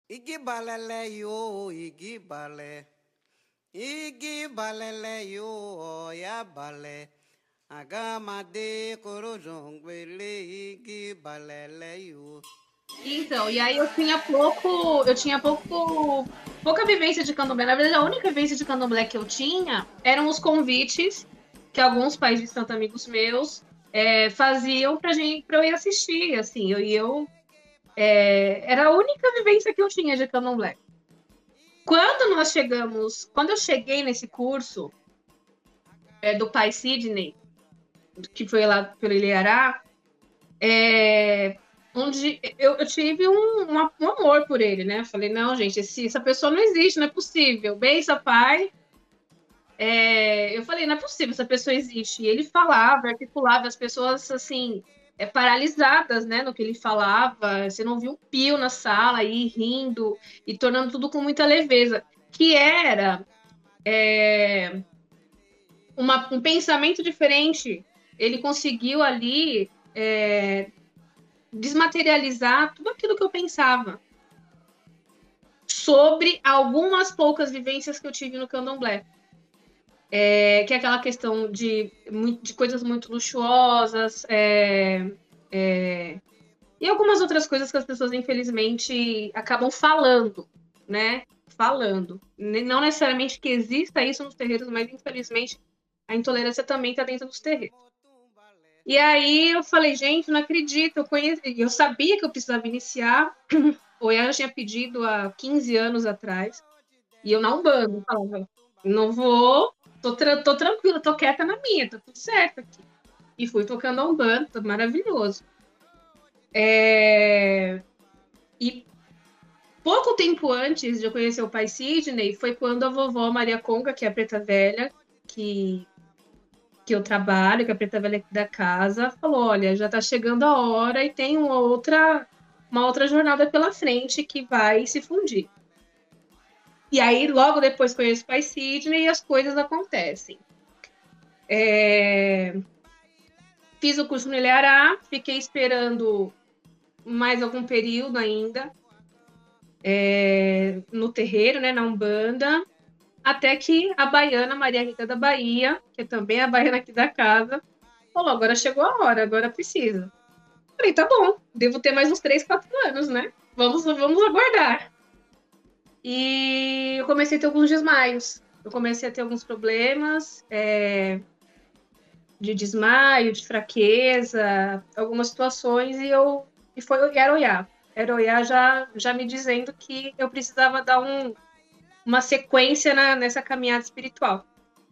Igi balele yo, igi bale. Igi balele yo, oya bale. Agamade corojongwele, igi balele yo. Então, e aí pouca vivência de candomblé. Na verdade, a única vivência de candomblé que eu tinha eram os convites que alguns pais de santo amigos meus faziam pra eu ir assistir, assim, era a única vivência que eu tinha de candomblé. Quando eu cheguei nesse curso do pai Sidney, que foi lá pelo Ilhará, onde eu tive um amor por ele, né? Falei, não, gente, essa pessoa não existe, não é possível. Bença, pai. Eu falei, não é possível, essa pessoa existe. E ele falava, articulava, as pessoas, assim, paralisadas, né, no que ele falava. Você não viu um pio na sala, aí rindo e tornando tudo com muita leveza. Que era um pensamento diferente. Ele conseguiu ali desmaterializar tudo aquilo que eu pensava sobre algumas poucas vivências que eu tive no candomblé. Que é aquela questão de coisas muito luxuosas, e algumas outras coisas que as pessoas, infelizmente, acabam falando, né? Falando. Não necessariamente que exista isso nos terreiros, mas, infelizmente, a intolerância também está dentro dos terreiros. E aí eu falei, gente, não acredito, eu sabia que eu precisava iniciar, o Ian tinha pedido há 15 anos atrás, e eu na Umbanda, falava, não vou, tô tranquila, tô quieta na minha, tá tudo certo aqui. E fui tocando a Umbanda, tudo maravilhoso. E pouco tempo antes de eu conhecer o pai Sidney, foi quando a vovó Maria Conga, que é a preta velha, que eu trabalho, que é a preta velha aqui da casa, falou: olha, já está chegando a hora e tem uma outra jornada pela frente que vai se fundir. E aí, logo depois conheço o pai Sidney e as coisas acontecem. Fiz o curso no Ilhará, fiquei esperando mais algum período ainda no terreiro, né, na Umbanda, até que a baiana Maria Rita da Bahia, que também é a baiana aqui da casa, falou: agora chegou a hora, agora precisa. Falei, tá bom, devo ter mais uns 3, 4 anos, né? Vamos aguardar. E eu comecei a ter alguns desmaios. Eu comecei a ter alguns problemas de desmaio, de fraqueza, algumas situações, e foi o Yaroyá. Yaroyá já me dizendo que eu precisava dar uma sequência nessa caminhada espiritual.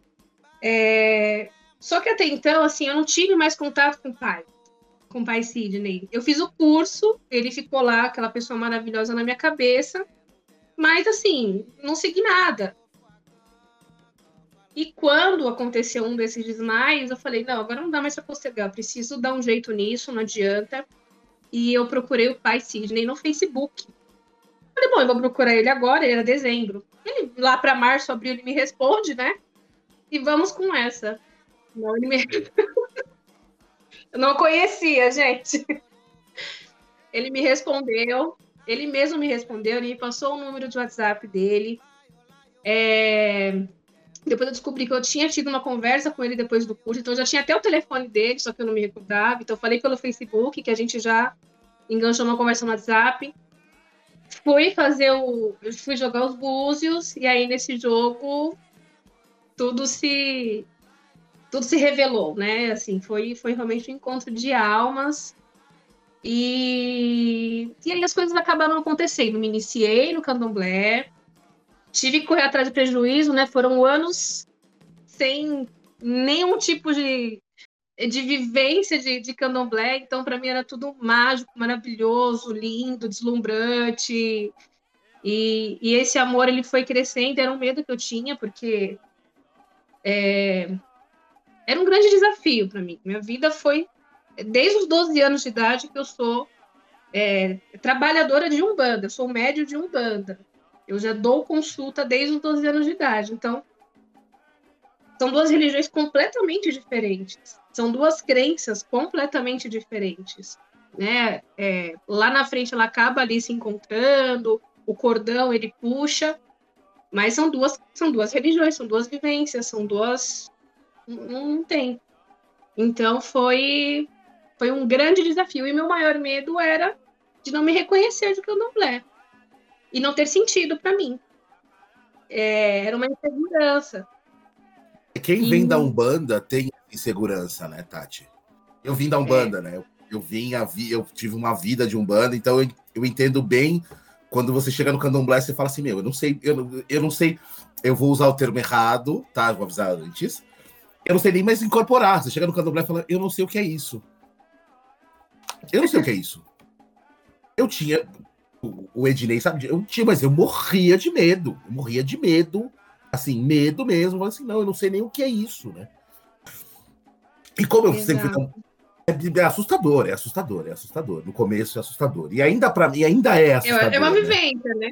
Só que até então, assim, eu não tive mais contato com o pai Sidney. Eu fiz o curso, ele ficou lá, aquela pessoa maravilhosa na minha cabeça, mas assim, não segui nada. E quando aconteceu um desses desmaios, eu falei, não, agora não dá mais para postergar, preciso dar um jeito nisso, não adianta. E eu procurei o pai Sidney no Facebook. Falei, bom, eu vou procurar ele agora, ele era dezembro. Ele, lá para março, abril, ele me responde, né? E vamos com essa. Não, eu não conhecia, gente. Ele me respondeu, ele mesmo me respondeu, ele me passou o número de WhatsApp dele. Depois eu descobri que eu tinha tido uma conversa com ele depois do curso, então eu já tinha até o telefone dele, só que eu não me recordava. Então eu falei pelo Facebook, que a gente já enganchou uma conversa no WhatsApp. Fui jogar os búzios, e aí nesse jogo tudo se tudo se revelou, né? Assim, foi realmente um encontro de almas. E aí as coisas acabaram acontecendo. Me iniciei no candomblé, tive que correr atrás de prejuízo, né? Foram anos sem nenhum tipo de vivência de candomblé, então para mim era tudo mágico, maravilhoso, lindo, deslumbrante. E esse amor ele foi crescendo, era um medo que eu tinha, porque era um grande desafio para mim. Minha vida foi desde os 12 anos de idade que eu sou trabalhadora de Umbanda, eu sou médio de Umbanda. Eu já dou consulta desde os 12 anos de idade. Então, são duas religiões completamente diferentes. São duas crenças completamente diferentes. Né? Lá na frente ela acaba ali se encontrando, o cordão ele puxa, mas são duas religiões, são duas vivências, são duas. Não tem. Então foi um grande desafio. E meu maior medo era de não me reconhecer de candomblé e não ter sentido para mim. Era uma insegurança. Quem vem da Umbanda tem insegurança, né, Tati? Eu vim da Umbanda, né? Eu tive uma vida de Umbanda, então eu entendo bem quando você chega no candomblé, você fala assim, eu não sei, eu vou usar o termo errado, tá? Vou avisar antes. Eu não sei nem mais incorporar. Você chega no candomblé e fala, eu não sei o que é isso. Eu não sei o que é isso. Eu tinha, o Ednei sabe, mas eu morria de medo. Eu morria de medo, assim, medo mesmo. Eu falei assim, não, eu não sei nem o que é isso, né? E como eu sempre fui é assustador. No começo é assustador. E ainda para mim ainda é assustador. É uma vivência, né?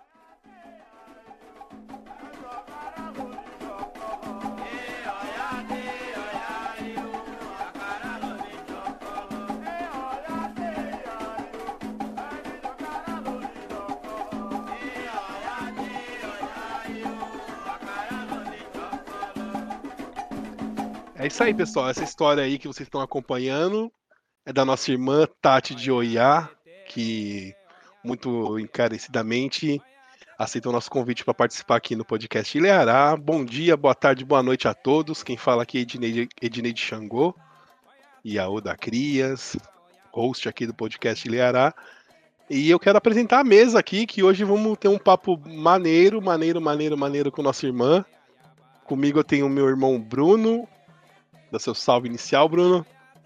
É isso aí, pessoal. Essa história aí que vocês estão acompanhando é da nossa irmã Tati de Oiá, que muito encarecidamente aceitou o nosso convite para participar aqui no podcast Ilhará. Bom dia, boa tarde, boa noite a todos. Quem fala aqui é Ednei de Xangô, Iaô da Crias, host aqui do podcast Ilhará. E eu quero apresentar a mesa aqui, que hoje vamos ter um papo maneiro com nossa irmã. Comigo eu tenho o meu irmão Bruno. Dá seu salve inicial, Bruno.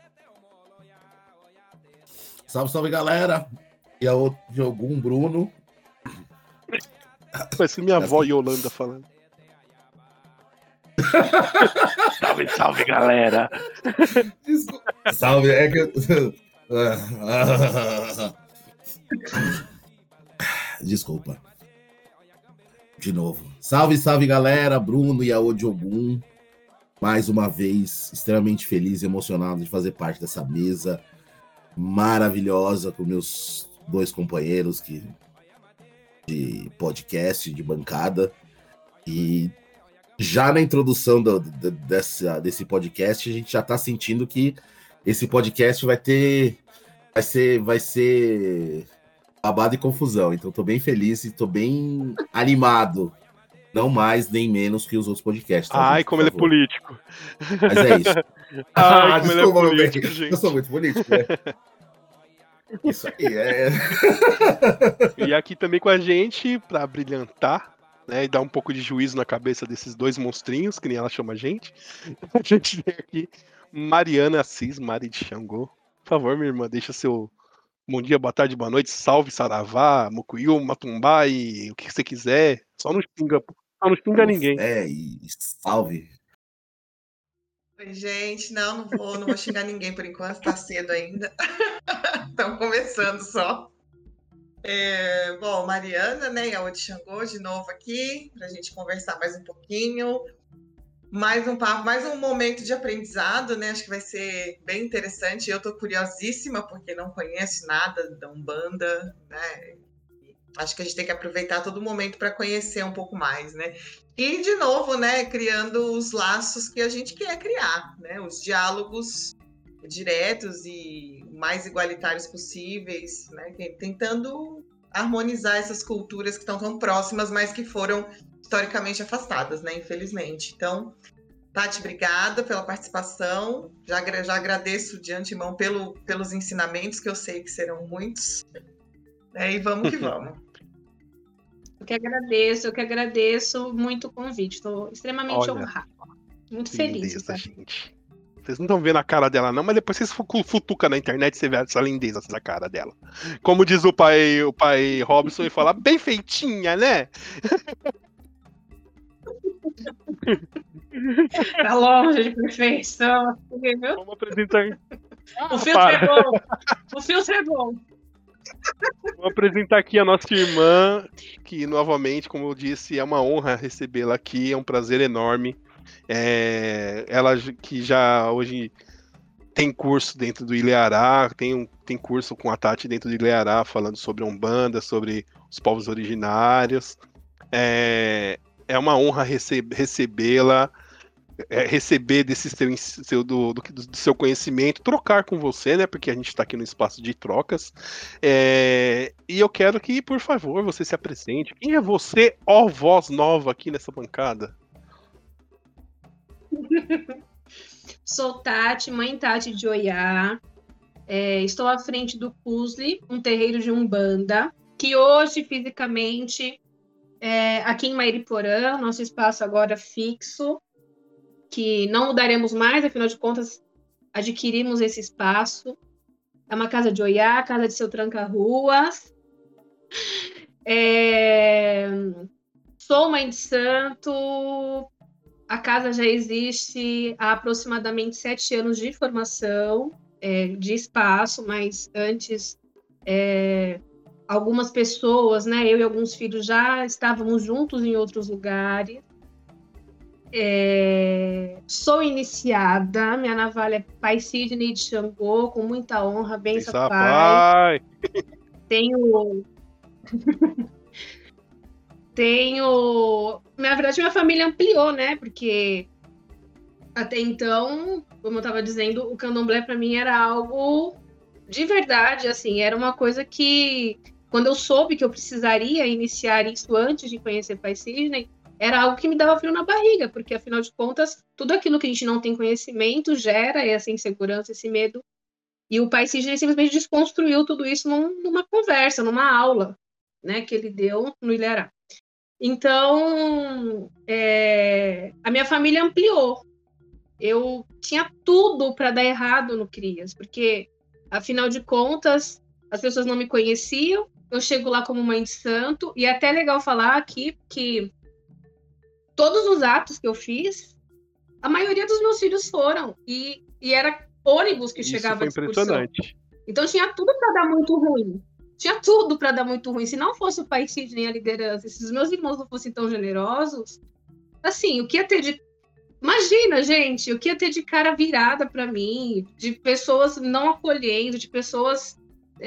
Salve, galera. E a outro de algum Bruno. Parece minha avó Yolanda falando. Salve, galera. Desculpa. Salve, é que Desculpa. De novo. Salve, galera. Bruno e a Odiogun. Mais uma vez, extremamente feliz e emocionado de fazer parte dessa mesa maravilhosa com meus dois companheiros de podcast, de bancada. E já na introdução desse podcast, a gente já está sentindo que esse podcast vai ser babado e confusão. Então, estou bem feliz e estou bem animado. Não mais nem menos que os outros podcasts. Tá, Ai, gente, como ele é político. Mas é isso. Ai, como desculpa, ele é político, gente. Eu sou muito político, né? Isso aí é. E aqui também com a gente, para brilhantar, né, e dar um pouco de juízo na cabeça desses dois monstrinhos, que nem ela chama a gente tem aqui Mariana Assis, Mari de Xangô. Por favor, minha irmã, deixa seu bom dia, boa tarde, boa noite, salve, saravá, mucuyu, matumbá e o que você quiser. Só não xinga ninguém. E salve. Oi, gente, não vou xingar ninguém por enquanto, tá cedo ainda. Estamos começando só. Bom, Mariana, né, e a Odi Xangô de novo aqui, pra gente conversar mais um pouquinho. Mais um papo, mais um momento de aprendizado, né? Acho que vai ser bem interessante. Eu tô curiosíssima, porque não conheço nada da Umbanda, né? Acho que a gente tem que aproveitar todo momento para conhecer um pouco mais, né? E, de novo, né, criando os laços que a gente quer criar, né? Os diálogos diretos e mais igualitários possíveis, né? Tentando harmonizar essas culturas que estão tão próximas, mas que foram historicamente afastadas, né? Infelizmente. Então, Tati, obrigada pela participação. Já agradeço de antemão pelos ensinamentos, que eu sei que serão muitos. E vamos que vamos. Eu que agradeço muito o convite. Estou extremamente honrada. Muito feliz. Lindeza, gente. Vocês não estão vendo a cara dela, não, mas depois vocês futucam na internet, você vê essa lindeza, essa cara dela. Como diz o pai Robson, ele fala, bem feitinha, né? Tá longe de perfeição. Viu? Vamos apresentar. O filtro é bom. O filtro é bom. Vou apresentar aqui a nossa irmã, que novamente, como eu disse, é uma honra recebê-la aqui, é um prazer enorme. Ela que já hoje tem curso dentro do Ilhará, tem curso com a Tati dentro do Ilhará, falando sobre Umbanda, sobre os povos originários. É uma honra recebê-la, receber desse do seu conhecimento, trocar com você, né? Porque a gente está aqui no espaço de trocas. E eu quero que, por favor, você se apresente. Quem é você, ó voz nova aqui nessa bancada? Sou Tati, mãe Tati de Oiá. Estou à frente do Cusli, um terreiro de Umbanda, que hoje, fisicamente, aqui em Mairiporã, nosso espaço agora fixo, que não mudaremos mais, afinal de contas, adquirimos esse espaço. É uma casa de Oiá, casa de seu tranca-ruas. Sou mãe de santo. A casa já existe há aproximadamente 7 anos de formação, de espaço, mas antes algumas pessoas, né, eu e alguns filhos já estávamos juntos em outros lugares. Sou iniciada, minha navalha é Pai Sidney de Xangô, com muita honra, benção, pai. Na verdade, minha família ampliou, né? Porque até então, como eu estava dizendo, o candomblé para mim era algo de verdade, assim, era uma coisa que, quando eu soube que eu precisaria iniciar isso antes de conhecer Pai Sidney, era algo que me dava frio na barriga, porque, afinal de contas, tudo aquilo que a gente não tem conhecimento gera essa insegurança, esse medo. E o Pai Sidney simplesmente desconstruiu tudo isso numa conversa, numa aula, né, que ele deu no Ilhará. Então, a minha família ampliou. Eu tinha tudo para dar errado no Crias, porque, afinal de contas, as pessoas não me conheciam, eu chego lá como mãe de santo, e é até legal falar aqui que todos os atos que eu fiz, a maioria dos meus filhos foram, e era ônibus que chegava à discussão. Impressionante. Então tinha tudo para dar muito ruim. Tinha tudo para dar muito ruim. Se não fosse o Pai Sidney a liderança, se os meus irmãos não fossem tão generosos, assim, o que ia ter de... Imagina, gente, o que ia ter de cara virada para mim, de pessoas não acolhendo, de pessoas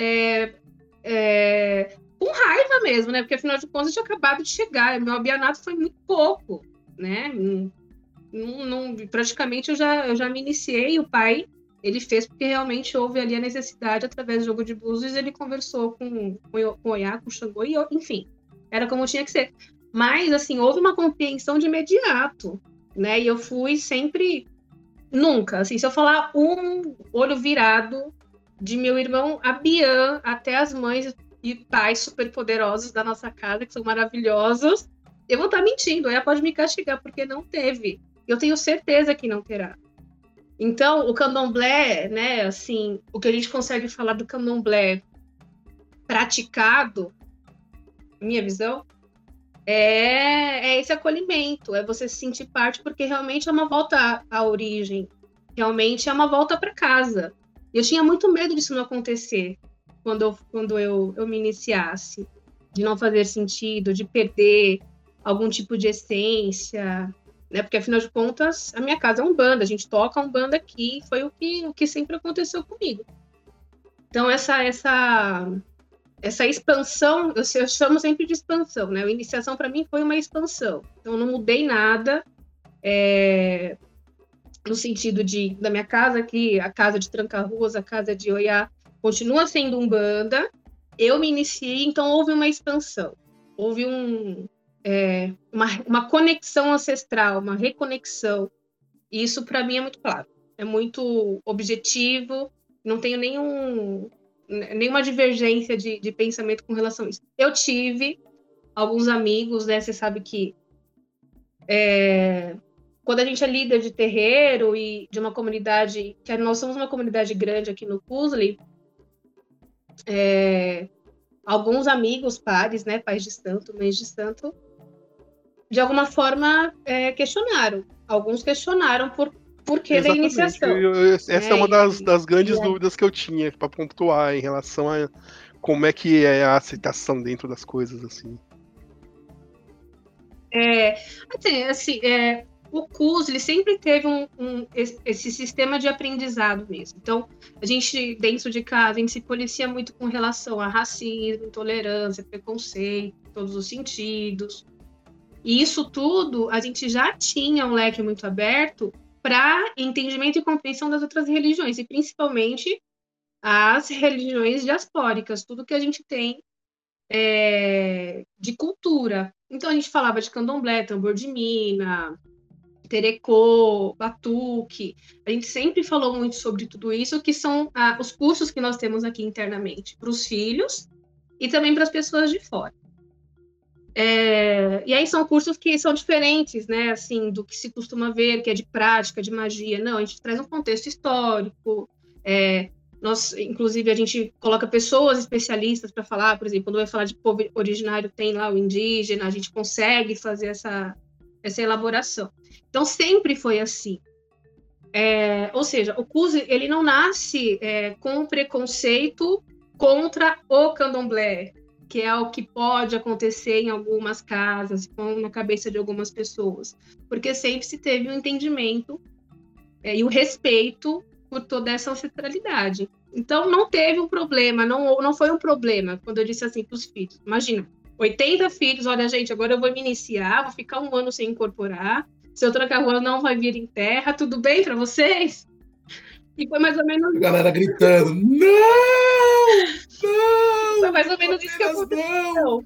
com raiva mesmo, né? Porque, afinal de contas, eu tinha acabado de chegar. Meu abianato foi muito pouco, né? Praticamente eu já me iniciei. O pai, ele fez porque realmente houve ali a necessidade, através do jogo de búzios, ele conversou com o Oiá, com o Xangô, e enfim, era como tinha que ser. Mas, assim, houve uma compreensão de imediato, né? E eu fui sempre... Nunca, assim, se eu falar um olho virado de meu irmão Abian até as mães e pais superpoderosos da nossa casa, que são maravilhosos, eu vou estar mentindo. Ela pode me castigar porque não teve. Eu tenho certeza que não terá. Então, o candomblé, né, assim, o que a gente consegue falar do candomblé praticado, minha visão, é esse acolhimento, é você se sentir parte, porque realmente é uma volta à origem, realmente é uma volta para casa. Eu tinha muito medo disso não acontecer quando eu me iniciasse, de não fazer sentido, de perder algum tipo de essência, né? Porque, afinal de contas, a minha casa é Umbanda, a gente toca Umbanda aqui, foi o que sempre aconteceu comigo. Então, essa expansão, eu chamo sempre de expansão, né? A iniciação, para mim, foi uma expansão. Então, eu não mudei nada, no sentido da minha casa aqui, a casa de Tranca-Ruas, a casa de Oiá, continua sendo Umbanda. Eu me iniciei, então houve uma expansão. Houve uma conexão ancestral, uma reconexão. E isso, para mim, é muito claro. É muito objetivo, não tenho nenhuma divergência de pensamento com relação a isso. Eu tive alguns amigos, né? Você sabe que quando a gente é líder de terreiro e de uma comunidade, que nós somos uma comunidade grande aqui no Cusli, alguns amigos, pares, né, pais de santo, mães de santo, de alguma forma questionaram. Alguns questionaram por que da iniciação. Essa é uma das grandes dúvidas que eu tinha para pontuar em relação a como é que é a aceitação dentro das coisas, assim. o CUS, ele sempre teve esse sistema de aprendizado mesmo. Então, a gente, dentro de casa, a gente se policia muito com relação a racismo, intolerância, preconceito, em todos os sentidos. E isso tudo, a gente já tinha um leque muito aberto para entendimento e compreensão das outras religiões, e principalmente as religiões diaspóricas, tudo que a gente tem de cultura. Então, a gente falava de candomblé, tambor de mina, terecô, batuque. A gente sempre falou muito sobre tudo isso, que são os cursos que nós temos aqui internamente, para os filhos e também para as pessoas de fora. E aí são cursos que são diferentes, né, assim, do que se costuma ver, que é de prática, de magia. Não, a gente traz um contexto histórico. Inclusive, a gente coloca pessoas especialistas para falar, por exemplo, quando vai falar de povo originário, tem lá o indígena, a gente consegue fazer essa elaboração. Então, sempre foi assim. Ou seja, o CUS, ele não nasce com preconceito contra o candomblé, que é o que pode acontecer em algumas casas, na cabeça de algumas pessoas, porque sempre se teve um entendimento e o respeito por toda essa ancestralidade. Então, não teve um problema, não foi um problema quando eu disse assim para os filhos. Imagina, 80 filhos, olha, gente, agora eu vou me iniciar, vou ficar 1 ano sem incorporar, se eu trocar a rua não vai vir em terra, tudo bem para vocês? E foi mais ou menos... A galera gritando, não! Foi mais ou menos isso que aconteceu.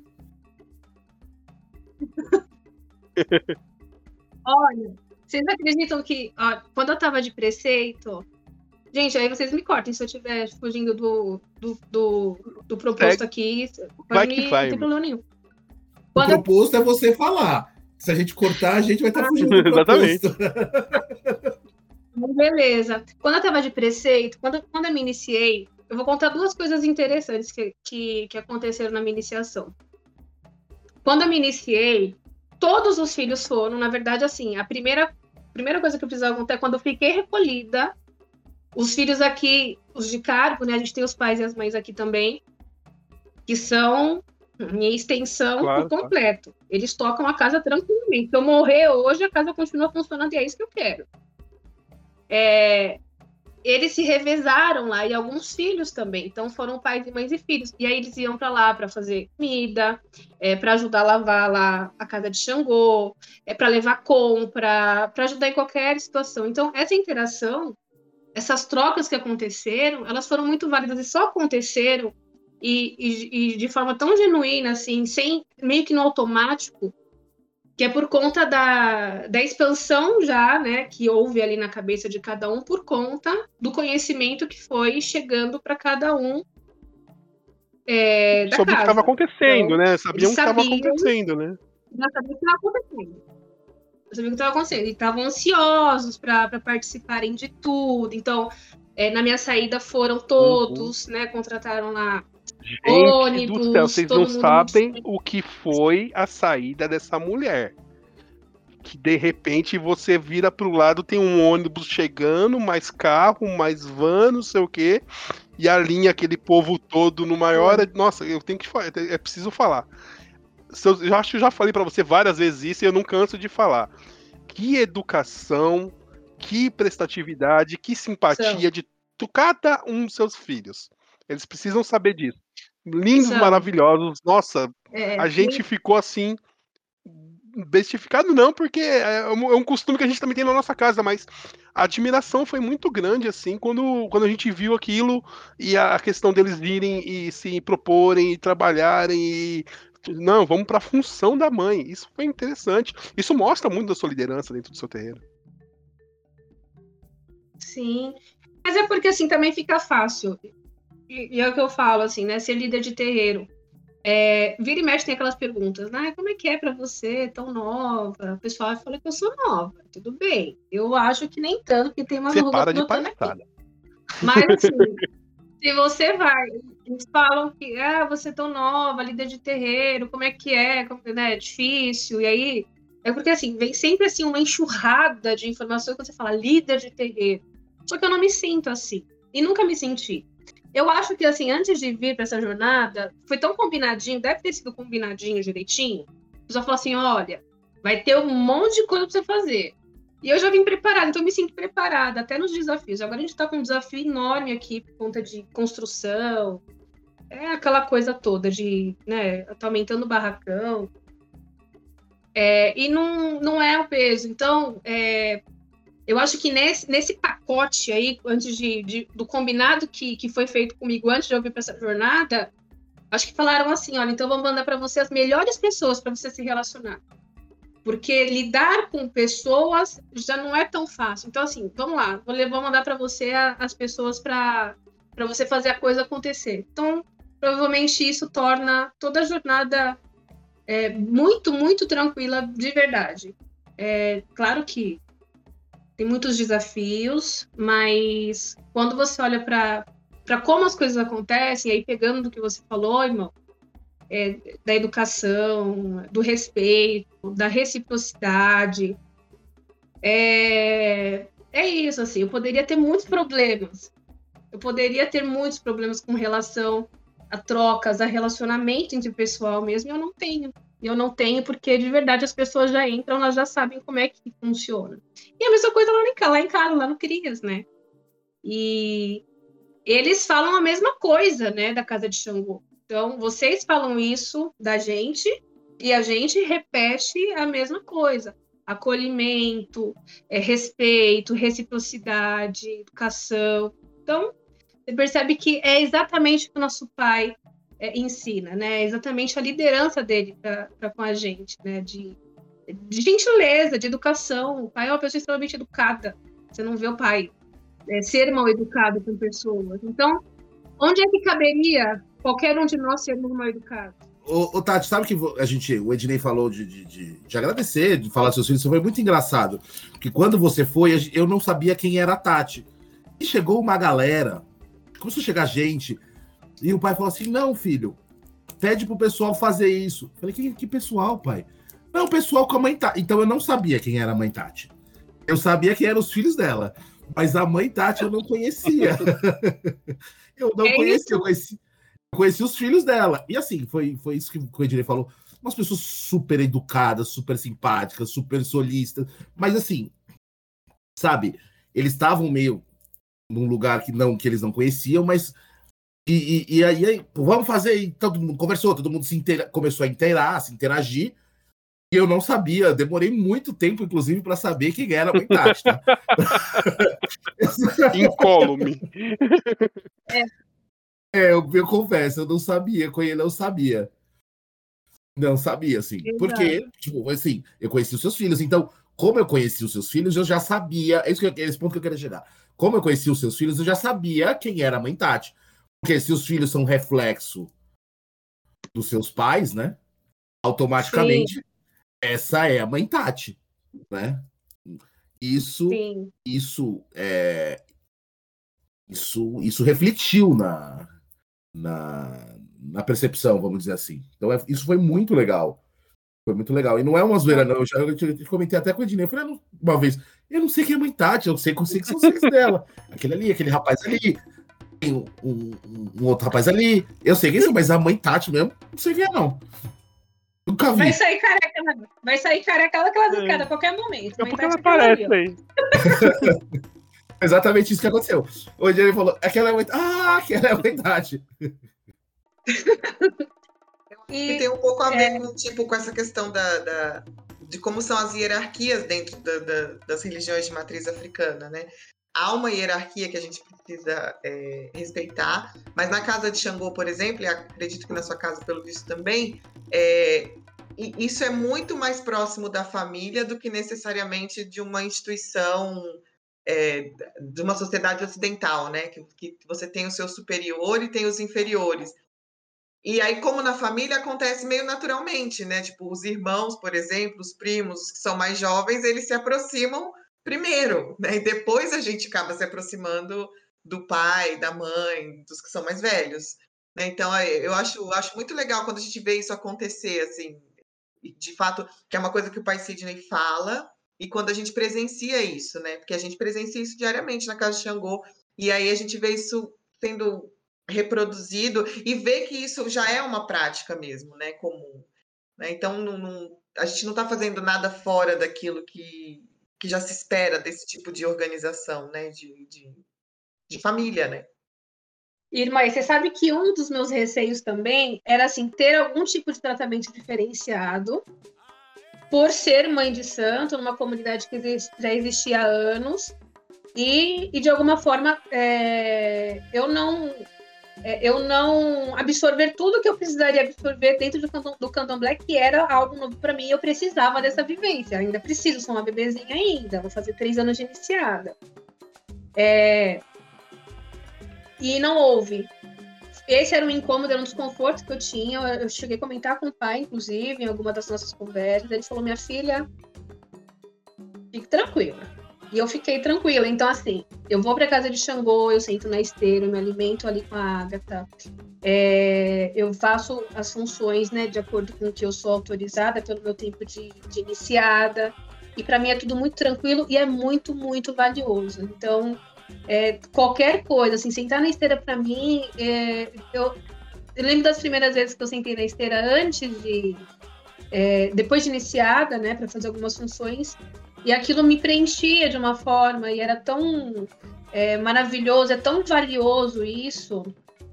Olha, vocês acreditam que quando eu estava de preceito... Gente, aí vocês me cortem se eu estiver fugindo do proposto aqui. Vai que vai. Não tem problema nenhum. O proposto é você falar. Se a gente cortar, a gente vai estar fugindo do proposto. Exatamente. Beleza. Quando eu estava de preceito, quando eu me iniciei, eu vou contar 2 coisas interessantes que aconteceram na minha iniciação. Quando eu me iniciei, todos os filhos foram, na verdade, assim, a primeira coisa que eu precisava contar é quando eu fiquei recolhida. Os filhos aqui, os de cargo, né? A gente tem os pais e as mães aqui também, que são minha extensão por completo. Claro. Eles tocam a casa tranquilamente. Se eu morrer hoje, a casa continua funcionando e é isso que eu quero. Eles se revezaram lá, e alguns filhos também. Então, foram pais e mães e filhos. E aí, eles iam para lá para fazer comida, para ajudar a lavar lá a casa de Xangô, para levar compra, para ajudar em qualquer situação. Então, essa interação, essas trocas que aconteceram, elas foram muito válidas e só aconteceram e de forma tão genuína, assim, sem, meio que no automático, que é por conta da expansão já, né, que houve ali na cabeça de cada um, por conta do conhecimento que foi chegando para cada um da sobre o que estava acontecendo, então, né? Sabiam o que estava acontecendo, né? Já sabiam o que estava acontecendo. Sabiam o que estava acontecendo. E estavam ansiosos para participarem de tudo. Então, na minha saída foram todos, né? Contrataram lá ônibus. Do céu, vocês não sabem o que foi a saída dessa mulher. Que de repente você vira pro lado, tem um ônibus chegando, mais carro, mais van, não sei o quê. E alinha aquele povo todo no maior. Nossa, eu tenho que falar, é preciso falar. Eu acho que eu já falei pra você várias vezes isso e eu não canso de falar. Que educação, que prestatividade, que simpatia de cada um dos seus filhos. Eles precisam saber disso. Lindos, maravilhosos. Nossa, a gente ficou assim, bestificado não, porque é um costume que a gente também tem na nossa casa, mas a admiração foi muito grande, assim, quando a gente viu aquilo e a questão deles virem e se proporem e trabalharem e não, vamos para a função da mãe. Isso foi interessante. Isso mostra muito da sua liderança dentro do seu terreiro. Sim. Mas é porque, assim, também fica fácil. E é o que eu falo, assim, né? Ser líder de terreiro. Vira e mexe tem aquelas perguntas, né? Como é que é para você, tão nova? O pessoal fala que eu sou nova. Tudo bem. Eu acho que nem tanto, porque tem uma Você para de palhaçada. Mas, assim, se você vai... Eles falam que você é tão nova, líder de terreiro, como é que é, né? É difícil, e aí... É porque, assim, vem sempre, assim, uma enxurrada de informações quando você fala líder de terreiro. Só que eu não me sinto assim, e nunca me senti. Eu acho que, assim, antes de vir para essa jornada, foi tão combinadinho, deve ter sido combinadinho direitinho, o pessoal falou assim, olha, vai ter um monte de coisa para você fazer, E eu já vim preparada, então eu me sinto preparada, até nos desafios. Agora a gente está com um desafio enorme aqui por conta de construção, aquela coisa toda de, né, tá aumentando o barracão. E não é o peso. Então, eu acho que nesse pacote aí, antes do combinado que foi feito comigo antes de eu vir para essa jornada, acho que falaram assim, olha, então vamos mandar para você as melhores pessoas para você se relacionar. Porque lidar com pessoas já não é tão fácil. Então, assim, vamos lá, vou mandar para você as pessoas para você fazer a coisa acontecer. Então, provavelmente isso torna toda a jornada muito, muito tranquila de verdade. Claro que tem muitos desafios, mas quando você olha para como as coisas acontecem, aí pegando do que você falou, irmão, da educação, do respeito, da reciprocidade. É isso, assim, eu poderia ter muitos problemas. Eu poderia ter muitos problemas com relação a trocas, a relacionamento interpessoal mesmo, e eu não tenho. Eu não tenho porque, de verdade, as pessoas já entram, elas já sabem como é que funciona. E a mesma coisa lá em casa, lá no Crias, né? E eles falam a mesma coisa, né, da Casa de Xangô. Então, vocês falam isso da gente e a gente repete a mesma coisa. Acolhimento, respeito, reciprocidade, educação. Então, você percebe que é exatamente o que o nosso pai ensina, né? É exatamente a liderança dele para com a gente, né? De gentileza, de educação. O pai é uma pessoa extremamente educada. Você não vê o pai ser mal educado com pessoas. Então, onde é que caberia qualquer um de nós sermos mal educados? Ô, Tati, sabe que o Ednei falou de agradecer, de falar dos seus filhos, isso foi muito engraçado. Porque quando você foi, eu não sabia quem era a Tati. E chegou uma galera, começou a chegar gente, e o pai falou assim: não, filho, pede pro pessoal fazer isso. Eu falei: que pessoal, pai? Não, o pessoal com a mãe Tati. Então eu não sabia quem era a mãe Tati. Eu sabia quem eram os filhos dela. Mas a mãe Tati eu não conhecia. Eu não conhecia, eu conheci os filhos dela. E assim, foi isso que o Ednei falou. Umas pessoas super educadas, super simpáticas, super solistas. Mas assim, sabe, eles estavam meio num lugar que eles não conheciam, mas. E aí, vamos fazer. E todo mundo conversou, todo mundo começou a se interagir. E eu não sabia, demorei muito tempo, inclusive, para saber quem era a mãe Tati, tá? Incólume. Eu confesso, eu não sabia, com ele eu sabia. Não sabia, assim. Exato. Porque, tipo, assim, eu conheci os seus filhos, então, como eu conheci os seus filhos, eu já sabia. Esse ponto que eu queria chegar. Como eu conheci os seus filhos, eu já sabia quem era a mãe Tati. Porque se os filhos são reflexo dos seus pais, né? Automaticamente, sim, essa é a mãe Tati, né? Isso refletiu na percepção, vamos dizer assim. Então, isso foi muito legal. Foi muito legal. E não é uma zoeira, não. Eu comentei até com o Ednei. Eu falei, uma vez, eu não sei quem é a mãe Tati, eu sei que são os filhos dela. Aquele ali, aquele rapaz ali, tem um outro rapaz ali. Eu sei quem são, mas a mãe Tati mesmo, não sei quem é, não. Nunca vi. Vai sair careca daquela zicada a qualquer momento. É porque ela aparece aí. Exatamente isso que aconteceu. Hoje ele falou, aquela é a mãe Tati. E tem um pouco a ver com essa questão de como são as hierarquias dentro das religiões de matriz africana, né? Há uma hierarquia que a gente precisa respeitar, mas na casa de Xangô, por exemplo, e acredito que na sua casa, pelo visto, também, isso é muito mais próximo da família do que necessariamente de uma instituição, de uma sociedade ocidental, né? Que você tem o seu superior e tem os inferiores. E aí, como na família, acontece meio naturalmente, né? Tipo, os irmãos, por exemplo, os primos, os que são mais jovens, eles se aproximam primeiro, né? E depois a gente acaba se aproximando do pai, da mãe, dos que são mais velhos, né? Então, eu acho muito legal quando a gente vê isso acontecer, assim, de fato, que é uma coisa que o pai Sidney fala, e quando a gente presencia isso, né? Porque a gente presencia isso diariamente na casa de Xangô, e aí a gente vê isso sendo reproduzido e ver que isso já é uma prática mesmo, né, comum, né? Então a gente não está fazendo nada fora daquilo que que já se espera desse tipo de organização, né? De família, né? Irmã, e você sabe que um dos meus receios também era assim, ter algum tipo de tratamento diferenciado por ser mãe de santo numa comunidade que já existia há anos e de alguma forma eu não absorver tudo que eu precisaria absorver dentro do candomblé, que era algo novo para mim, eu precisava dessa vivência, ainda preciso, sou uma bebezinha ainda, vou fazer 3 anos de iniciada. E não houve. Esse era um incômodo, era um desconforto que eu tinha. Eu cheguei a comentar com o pai, inclusive, em alguma das nossas conversas. Ele falou, minha filha, fique tranquila. E eu fiquei tranquila. Então, assim, eu vou para casa de Xangô, eu sento na esteira, eu me alimento ali com a Ágata. Eu faço as funções, né, de acordo com o que eu sou autorizada pelo meu tempo de iniciada. E para mim é tudo muito tranquilo e é muito, muito valioso. Então, qualquer coisa, assim, sentar na esteira para mim, eu lembro das primeiras vezes que eu sentei na esteira depois de iniciada, né, para fazer algumas funções, e aquilo me preenchia de uma forma, e era tão maravilhoso, é tão valioso isso,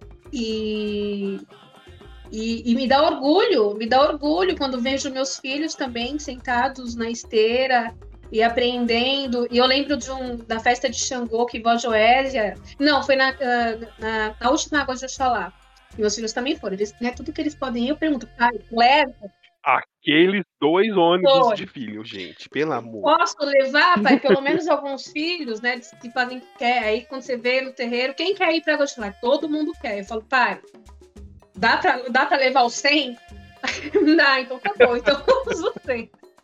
e me dá orgulho quando vejo meus filhos também sentados na esteira, e aprendendo. E eu lembro da festa de Xangô, que Vó Joésia... Não, foi na última Água de Oxalá. E meus filhos também foram. Eles, né, tudo que eles podem ir, eu pergunto, pai, leva? Aqueles 2 ônibus de filho, gente, pelo amor. Posso levar, pai? Pelo menos alguns filhos, né, que fazem que quer. Aí quando você vê no terreiro, quem quer ir para Água de Oxalá? Todo mundo quer. Eu falo, pai, dá pra levar os 100? Dá, então tá bom. Então vamos os 100.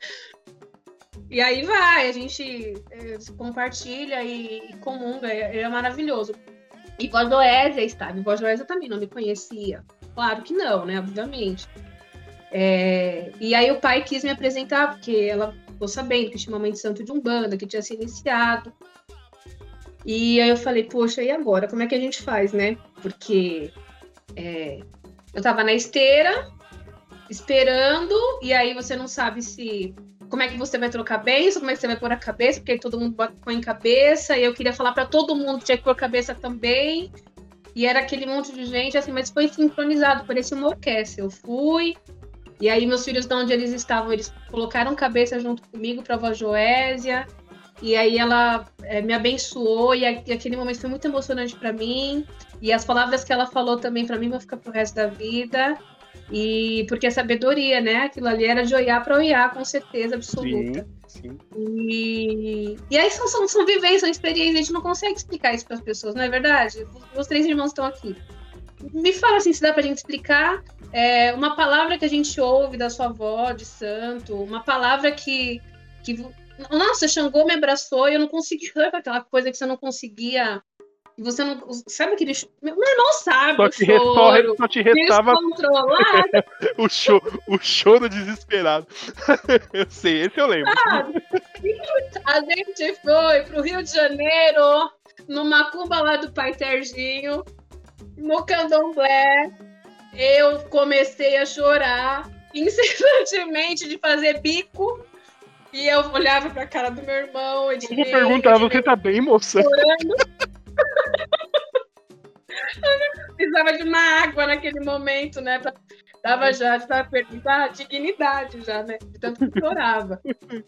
E aí vai, a gente compartilha e comunga, é maravilhoso. E Vó Joésia estava, Vó Joésia também não me conhecia. Claro que não, né, obviamente. E aí o pai quis me apresentar, porque ela ficou sabendo que tinha uma mãe de santo de Umbanda, que tinha se iniciado. E aí eu falei, poxa, e agora? Como é que a gente faz, né? Porque eu tava na esteira, esperando, e aí você não sabe como é que você vai trocar bênção, como é que você vai pôr a cabeça, porque aí todo mundo põe cabeça, e eu queria falar para todo mundo que tinha que pôr cabeça também, e era aquele monte de gente, assim, mas foi sincronizado, parecia uma orquestra. Eu fui, e aí meus filhos, de onde eles estavam, eles colocaram cabeça junto comigo para a Vó Joésia, e aí ela me abençoou, e aquele momento foi muito emocionante para mim, e as palavras que ela falou também para mim vão ficar pro resto da vida. E porque a sabedoria, né? Aquilo ali era de olhar para olhar, com certeza absoluta. Sim. E aí são vivências, são experiências, a gente não consegue explicar isso para as pessoas, não é verdade? Os 3 irmãos estão aqui. Me fala assim, se dá para a gente explicar uma palavra que a gente ouve da sua avó de santo, uma palavra que nossa, Xangô me abraçou e eu não conseguia, aquela coisa que você não conseguia. Você não sabe aquele. Meu irmão sabe. Só te restava o choro desesperado. Eu sei, esse eu lembro. A gente foi pro Rio de Janeiro, no macumba lá do pai Serginho, no candomblé. Eu comecei a chorar incessantemente, de fazer bico. E eu olhava pra cara do meu irmão. Eu perguntava, você tá bem, moça? Chorando. Precisava de uma água naquele momento, né? Tava perguntar dignidade já, né? De tanto que chorava.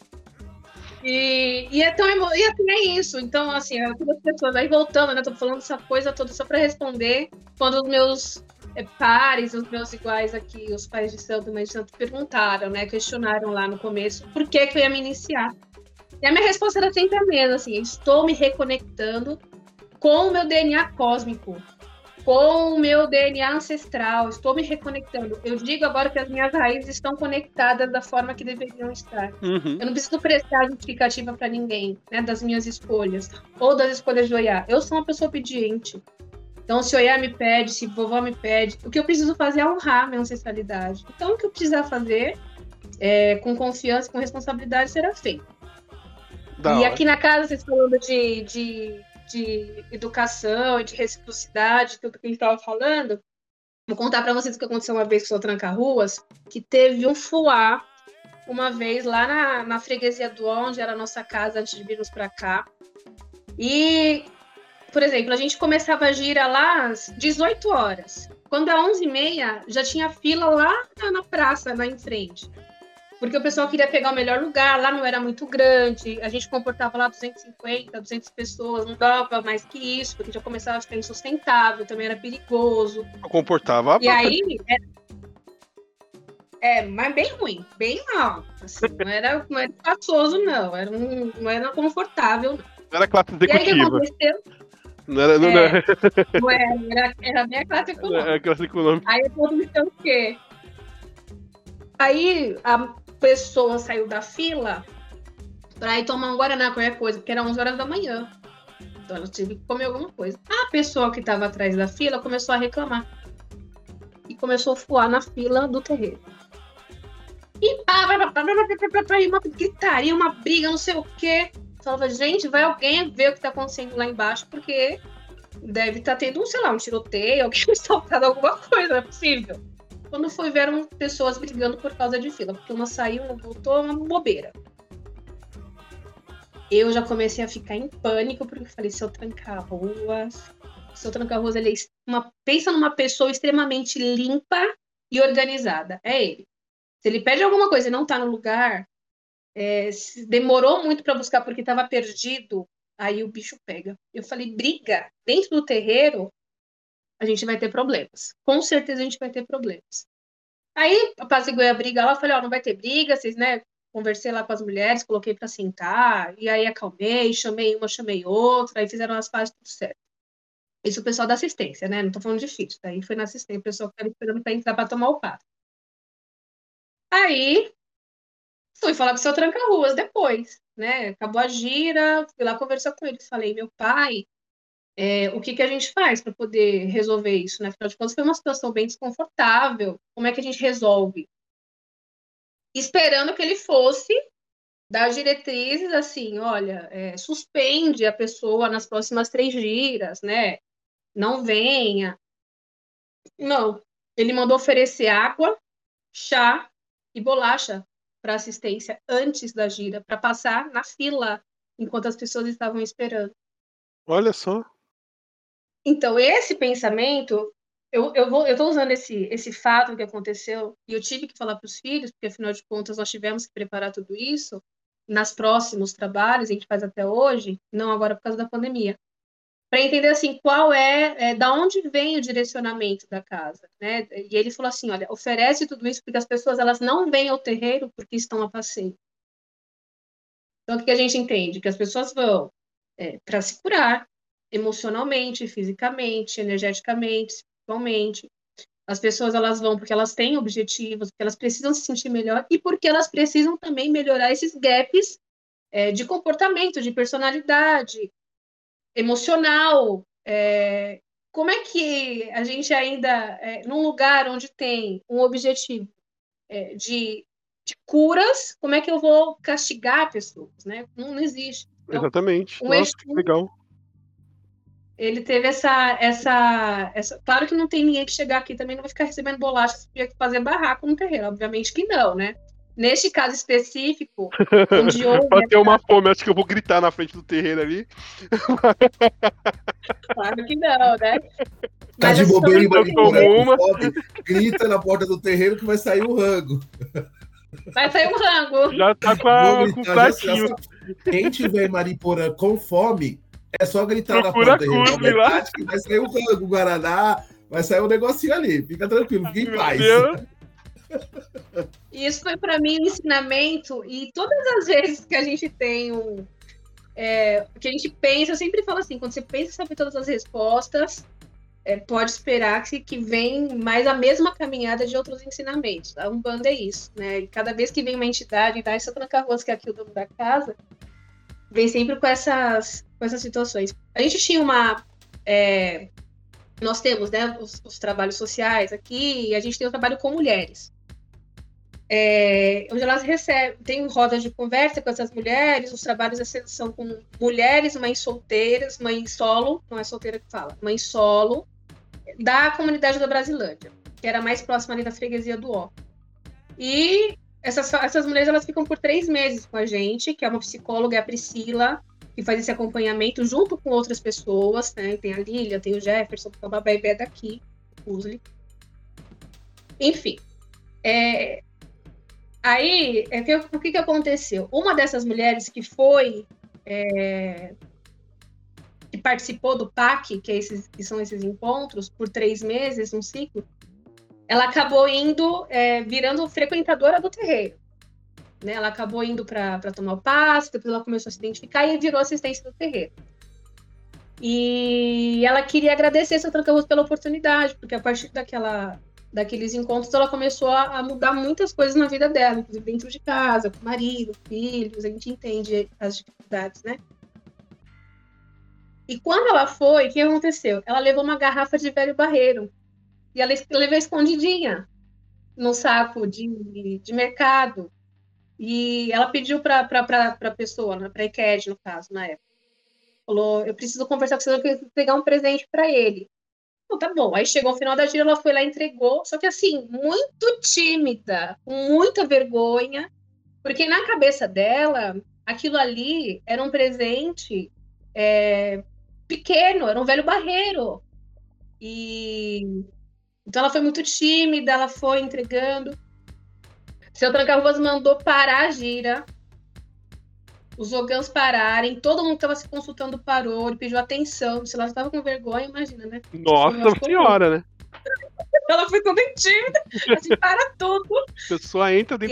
E é isso. Então, assim, todas as pessoas aí voltando, né? Tô falando essa coisa toda só para responder quando os meus pares, os meus iguais aqui, os pais de santo, mãe de santo, perguntaram, né? Questionaram lá no começo por que eu ia me iniciar. E a minha resposta era sempre a mesma, assim, estou me reconectando com o meu DNA cósmico, com o meu DNA ancestral, estou me reconectando. Eu digo agora que as minhas raízes estão conectadas da forma que deveriam estar. Uhum. Eu não preciso prestar justificativa para ninguém, né, das minhas escolhas, ou das escolhas de Oiá. Eu sou uma pessoa obediente. Então, se Oiá me pede, se vovó me pede, o que eu preciso fazer é honrar minha ancestralidade. Então, o que eu precisar fazer, com confiança, com responsabilidade, será feito. E aqui na casa, vocês falando de educação e de reciprocidade, tudo que a gente estava falando, vou contar para vocês o que aconteceu uma vez com o Tranca-Ruas, que teve um fuá uma vez lá na freguesia do onde era a nossa casa antes de virmos para cá. E, por exemplo, a gente começava a gira lá às 18 horas. Quando é 11h30, já tinha fila lá na praça, lá em frente. Porque o pessoal queria pegar o melhor lugar, lá não era muito grande, a gente comportava lá 250, 200 pessoas, não dava mais que isso, porque já começava a ficar insustentável, também era perigoso. Eu comportava. E aí, mas bem ruim, bem mal. Assim, não era espaçoso, não, não era confortável, não. Não era classe E aí, o que executiva. aconteceu? Não era. Era a minha classe econômica. Era classe econômica. Aí aconteceu o quê? Aí a pessoa saiu da fila para ir tomar um Guaraná, qualquer coisa, porque era 11 horas da manhã. Então ela teve que comer alguma coisa. A pessoa que estava atrás da fila começou a reclamar. E começou a fuar na fila do terreiro. E uma gritaria, uma briga, não sei o quê. Falava, gente, vai alguém ver o que está acontecendo lá embaixo, porque deve estar tendo, sei lá, um tiroteio, alguém saltado alguma coisa, não é possível. Quando foi, vieram pessoas brigando por causa de fila, porque uma saiu, não voltou, uma bobeira. Eu já comecei a ficar em pânico, porque eu falei, seu tranca-ruas, ele pensa numa pessoa extremamente limpa e organizada, é ele. Se ele pede alguma coisa e não tá no lugar, se demorou muito para buscar porque estava perdido, aí o bicho pega. Eu falei, briga dentro do terreiro, a gente vai ter problemas. Com certeza a gente vai ter problemas. Aí, apaziguei a briga lá, falei, não vai ter briga, vocês, né? Conversei lá com as mulheres, coloquei para sentar, e aí acalmei, chamei uma, chamei outra, aí fizeram as pazes, tudo certo. Isso o pessoal da assistência, né? Não tô falando de filhos, daí foi na assistência, o pessoal que estava esperando para entrar para tomar o passo. Aí, fui falar com o seu tranca-ruas depois, né? Acabou a gira, fui lá conversar com ele, falei, meu pai, o que a gente faz para poder resolver isso, né? Afinal de contas, foi uma situação bem desconfortável. Como é que a gente resolve? Esperando que ele fosse dar diretrizes assim, olha, suspende a pessoa nas próximas 3 giras, né? Não venha. Não. Ele mandou oferecer água, chá e bolacha para assistência antes da gira, para passar na fila enquanto as pessoas estavam esperando. Olha só. Então, esse pensamento, eu estou usando esse fato que aconteceu, e eu tive que falar para os filhos, porque afinal de contas nós tivemos que preparar tudo isso nas próximos trabalhos, a gente faz até hoje, não agora por causa da pandemia, para entender assim qual da onde vem o direcionamento da casa, né? E ele falou assim, olha, oferece tudo isso porque as pessoas elas não vêm ao terreiro porque estão a passeio. Então, o que a gente entende? Que as pessoas vão para se curar, emocionalmente, fisicamente, energeticamente, espiritualmente. As pessoas elas vão porque elas têm objetivos, porque elas precisam se sentir melhor e porque elas precisam também melhorar esses gaps de comportamento, de personalidade, emocional. Como é que a gente ainda, num lugar onde tem um objetivo de curas, como é que eu vou castigar pessoas, né? Não existe. Então, exatamente. Nossa, que legal. Ele teve essa. Claro que não tem ninguém que chegar aqui também não vai ficar recebendo bolacha se tiver que fazer barraco no terreiro. Obviamente que não, né? Neste caso específico, onde houve. Bateu uma fome, acho que eu vou gritar na frente do terreiro ali. Claro que não, né? Tá de bobeira em Mariporã, grita na porta do terreiro que vai sair o rango. Vai sair um rango. Já tá com o pratinho. Quem tiver em Mariporã com fome, é só gritar na porta do terreiro. Que vai sair o rango, o Guaraná, vai sair um negocinho ali. Fica tranquilo, fica em paz. Isso foi para mim um ensinamento, e todas as vezes que a gente tem que a gente pensa, eu sempre falo assim, quando você pensa em saber todas as respostas, pode esperar que vem mais a mesma caminhada de outros ensinamentos. A Umbanda é isso, né? E cada vez que vem uma entidade, dá essa tranca-ruas que é aqui o dono da casa, vem sempre com essas situações. A gente tinha nós temos, né, os trabalhos sociais aqui, e a gente tem o trabalho com mulheres. Onde elas tem rodas de conversa com essas mulheres, os trabalhos são com mulheres, mães solteiras, mãe solo, não é solteira que fala, mãe solo, da comunidade da Brasilândia, que era mais próxima ali da freguesia do Ó. E essas mulheres, elas ficam por 3 meses com a gente, que é uma psicóloga, é a Priscila, que faz esse acompanhamento junto com outras pessoas, né? Tem a Lília, tem o Jefferson, que é uma bebê daqui, Usli. Enfim. Aí, o que aconteceu? Uma dessas mulheres que foi... que participou do PAC, que são esses encontros, por 3 meses, um ciclo, ela acabou virando frequentadora do terreiro. Né? Ela acabou indo para tomar o passe, depois ela começou a se identificar e virou assistente do terreiro. E ela queria agradecer seu Tranca-Rua pela oportunidade, porque a partir daqueles encontros ela começou a mudar muitas coisas na vida dela, inclusive dentro de casa, com o marido, filhos, a gente entende as dificuldades, né? E quando ela foi, o que aconteceu? Ela levou uma garrafa de velho barreiro. E ela levou escondidinha num saco de mercado. E ela pediu para a pessoa, né, para a Iked, no caso, na época. Falou, eu preciso conversar com você, eu quero pegar um presente para ele. Então, tá bom. Aí chegou o final da gira, ela foi lá e entregou. Só que assim, muito tímida, com muita vergonha. Porque na cabeça dela, aquilo ali era um presente... pequeno, era um velho barreiro. Então ela foi muito tímida, ela foi entregando. Seu Tranca-Ruas mandou parar a gira, os Ogãs pararem, todo mundo que estava se consultando parou, ele pediu atenção, se ela estava com vergonha, imagina, né? Nossa senhora, né? Ela foi toda tímida, assim, para tudo. A pessoa entra dentro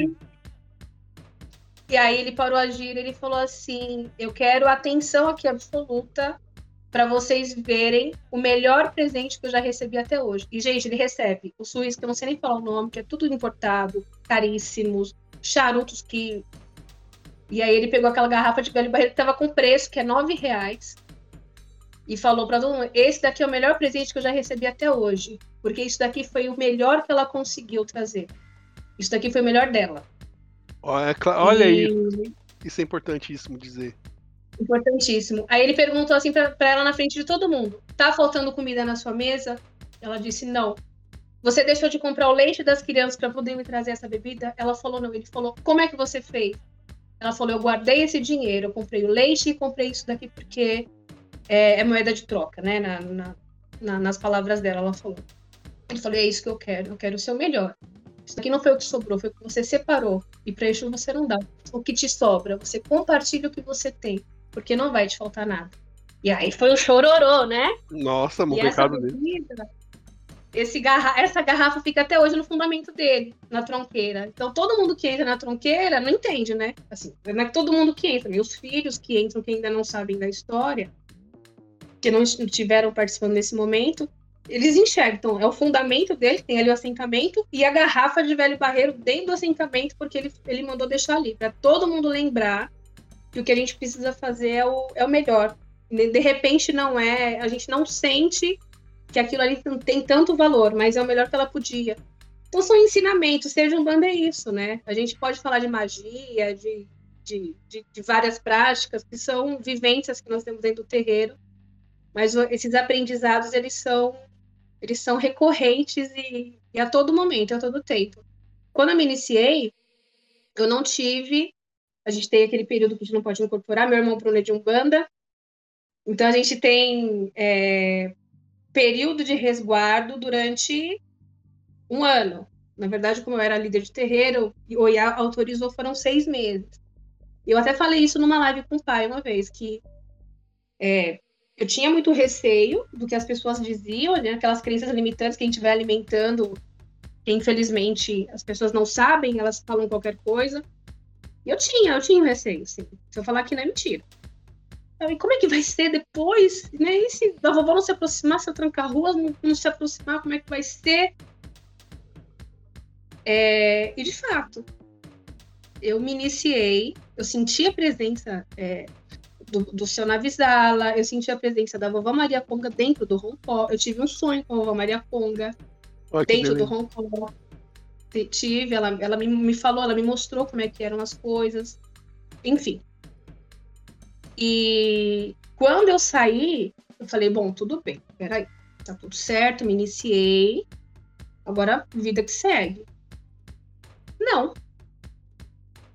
E aí ele parou a gira, ele falou assim, eu quero atenção aqui absoluta para vocês verem o melhor presente que eu já recebi até hoje. E, gente, ele recebe o suíço, que eu não sei nem falar o nome, que é tudo importado, caríssimos, charutos que... E aí ele pegou aquela garrafa de velho barreiro que estava com preço, que é R$9, e falou para todo mundo, esse daqui é o melhor presente que eu já recebi até hoje, porque isso daqui foi o melhor que ela conseguiu trazer. Isso daqui foi o melhor dela. Olha isso é importantíssimo dizer. Importantíssimo. Aí ele perguntou assim pra ela na frente de todo mundo, tá faltando comida na sua mesa? Ela disse não. Você deixou de comprar o leite das crianças para poder me trazer essa bebida? Ela falou não. Ele falou, como é que você fez? Ela falou, eu guardei esse dinheiro, eu comprei o leite e comprei isso daqui porque é moeda de troca, né? Nas palavras dela, ela falou. Ele falou, é isso que eu quero o seu melhor. Isso aqui não foi o que sobrou, foi o que você separou. E para isso você não dá. O que te sobra, você compartilha o que você tem, porque não vai te faltar nada. E aí foi um chororô, né? Nossa, o pecado dele. Essa garrafa fica até hoje no fundamento dele, na tronqueira. Então todo mundo que entra na tronqueira não entende, né? Assim, não é todo mundo que entra. Meus filhos que entram, que ainda não sabem da história, que não estiveram participando nesse momento, eles enxergam. Então, é o fundamento dele, tem ali o assentamento, e a garrafa de velho barreiro dentro do assentamento, porque ele mandou deixar ali, para todo mundo lembrar que o que a gente precisa fazer é o melhor. De repente, não é, a gente não sente que aquilo ali tem tanto valor, mas é o melhor que ela podia. Então, são ensinamentos, seja Umbanda é isso, né? A gente pode falar de magia, de várias práticas, que são vivências que nós temos dentro do terreiro, mas esses aprendizados, eles são recorrentes e a todo momento, a todo tempo. Quando eu me iniciei, eu não tive... A gente tem aquele período que a gente não pode incorporar. Meu irmão Bruno é de Umbanda. Então, a gente tem período de resguardo durante 1 ano. Na verdade, como eu era líder de terreiro, o OIA autorizou, foram 6 meses. Eu até falei isso numa live com o pai uma vez, que eu tinha muito receio do que as pessoas diziam, né? Aquelas crenças limitantes que a gente vai alimentando, que infelizmente as pessoas não sabem, elas falam qualquer coisa. E eu tinha um receio, assim. Se eu falar que não é mentira. E como é que vai ser depois? Né? E se a vovó não se aproximar, se eu trancar ruas, não se aproximar, como é que vai ser? E de fato, eu me iniciei, eu senti a presença do seu Navisala, eu senti a presença da vovó Maria Conga dentro do Roncó. Eu tive um sonho com a vovó Maria Conga dentro do Roncó. Tive, ela me falou, ela me mostrou como é que eram as coisas, enfim. E quando eu saí, eu falei, bom, tudo bem, peraí, tá tudo certo, me iniciei, agora vida que segue. Não,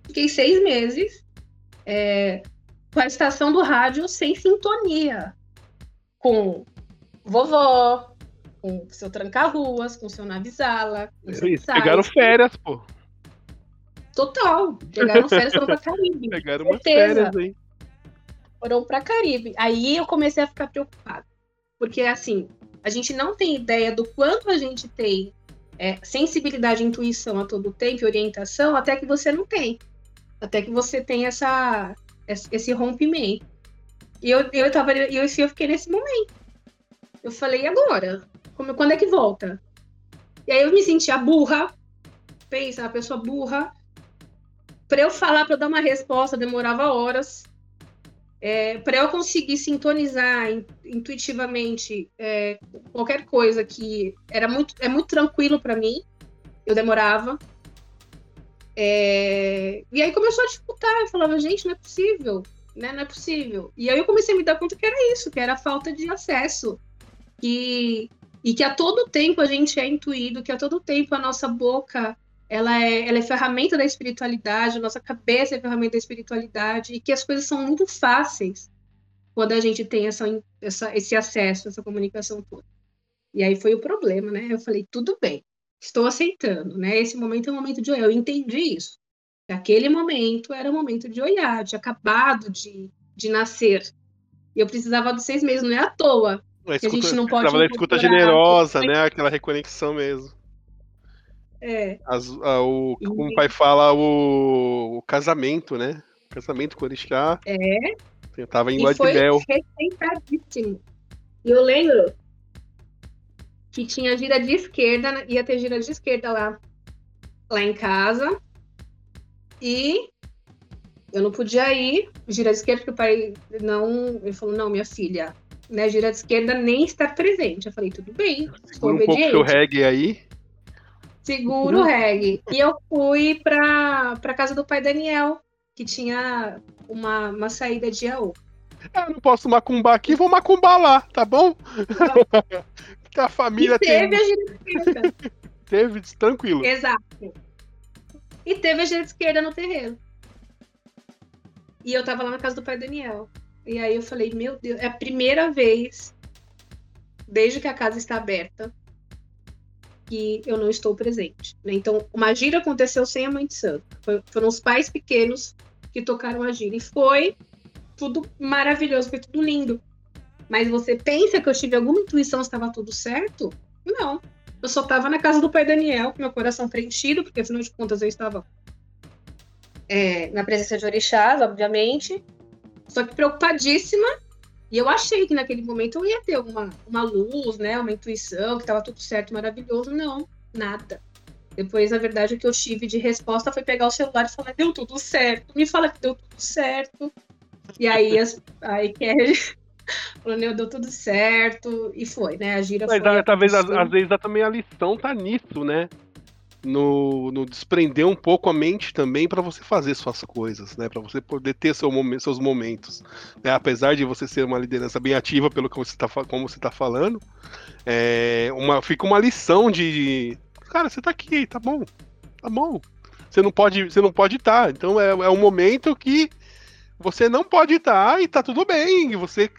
Fiquei 6 meses com a estação do rádio sem sintonia. Com vovó, com seu tranca-ruas, com seu Navisala, com seu Eles pegaram férias, pô. Total. Pegaram férias, foram pra Caribe. Pegaram umas férias aí. Foram pra Caribe. Aí eu comecei a ficar preocupada. Porque, assim, a gente não tem ideia do quanto a gente tem sensibilidade e intuição a todo tempo, e orientação, até que você não tem. Até que você tem esse rompimento. E eu fiquei nesse momento. Eu falei, e agora? Quando é que volta? E aí eu me sentia burra. Pensa, uma pessoa burra. Para eu falar, para eu dar uma resposta, demorava horas. Para eu conseguir sintonizar intuitivamente qualquer coisa que é muito tranquilo para mim, eu demorava. E aí começou a disputar. Eu falava, gente, não é possível, né? Não é possível. E aí eu comecei a me dar conta que era isso, que era a falta de acesso. E que a todo tempo a gente é intuído, que a todo tempo a nossa boca ela é ferramenta da espiritualidade, a nossa cabeça é ferramenta da espiritualidade, e que as coisas são muito fáceis quando a gente tem esse acesso, essa comunicação toda. E aí foi o problema, né? Eu falei, tudo bem, estou aceitando, né? Esse momento é um momento de olhar. Eu entendi isso. Aquele momento era o momento de olhar, tinha acabado de nascer. E eu precisava dos 6 meses, não é à toa. Que a gente não pode Tava da escuta generosa, né? Aquela reconexão mesmo. Como o pai fala, o casamento, né? O casamento com o orixá. Eu tava em lua de mel. Foi respeitadíssimo. E eu lembro que tinha gira de esquerda, ia ter gira de esquerda lá em casa. E eu não podia ir gira de esquerda, porque o pai ele falou, não, minha filha, né, gira de esquerda nem estar presente. Eu falei, tudo bem, estou obediente. Um pouco seu reggae aí. Seguro o reggae. E eu fui pra casa do pai Daniel, que tinha uma saída de AU. Eu não posso macumbar aqui, vou macumbar lá, tá bom? Que a família e teve a gira de esquerda. Teve, tranquilo. Exato. E teve a gira de esquerda no terreiro. E eu tava lá na casa do pai Daniel. E aí eu falei, meu Deus, é a primeira vez, desde que a casa está aberta, que eu não estou presente. Né? Então, uma gira aconteceu sem a mãe de santo. Foram os pais pequenos que tocaram a gira. E foi tudo maravilhoso, foi tudo lindo. Mas você pensa que eu tive alguma intuição se estava tudo certo? Não. Eu só estava na casa do pai Daniel, com meu coração preenchido, porque afinal de contas eu estava na presença de orixás, obviamente. Só que preocupadíssima. E eu achei que naquele momento eu ia ter uma luz, né? Uma intuição, que estava tudo certo, maravilhoso. Não, nada. Depois, na verdade, o que eu tive de resposta foi pegar o celular e falar, deu tudo certo. Me fala que deu tudo certo. E aí Kelly falou, deu tudo certo. E foi, né? A gira foi. Mas talvez, às vezes, também a lição tá nisso, né? No desprender um pouco a mente também para você fazer suas coisas, né? Para você poder ter seus momentos. Né? Apesar de você ser uma liderança bem ativa, pelo que como você tá falando, fica uma lição de cara, você tá aqui, tá bom. Você não pode estar. Então é um momento que você não pode estar e tá tudo bem. Você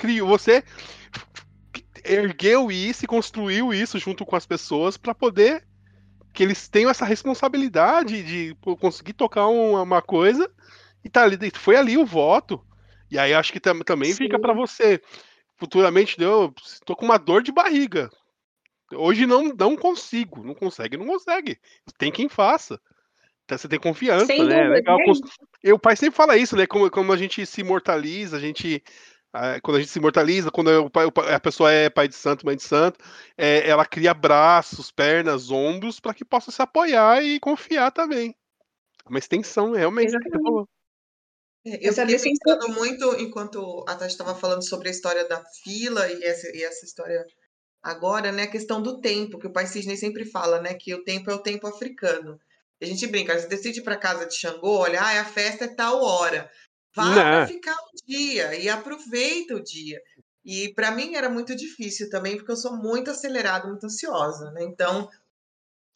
ergueu isso e construiu isso junto com as pessoas para poder que eles tenham essa responsabilidade de conseguir tocar uma coisa e tá ali, foi ali o voto. E aí acho que também fica para você. Futuramente, tô com uma dor de barriga. Hoje não consigo. Não consegue. Tem quem faça. Então, você tem confiança, sem né? dúvida, Legal. O pai sempre fala isso, né? Como a gente se imortaliza, quando a gente se imortaliza, quando a pessoa é pai de santo, mãe de santo, ela cria braços, pernas, ombros, para que possa se apoiar e confiar também. Uma extensão, realmente, que você falou. Eu fiquei pensando muito, enquanto a Tati estava falando sobre a história da fila e essa história agora, né? A questão do tempo, que o pai Sidney sempre fala, né? Que o tempo é o tempo africano. A gente brinca, você decide ir para casa de Xangô, olha, a festa é tal hora. Vá para ficar um dia e aproveita o dia. E para mim era muito difícil também, porque eu sou muito acelerada, muito ansiosa, né? Então,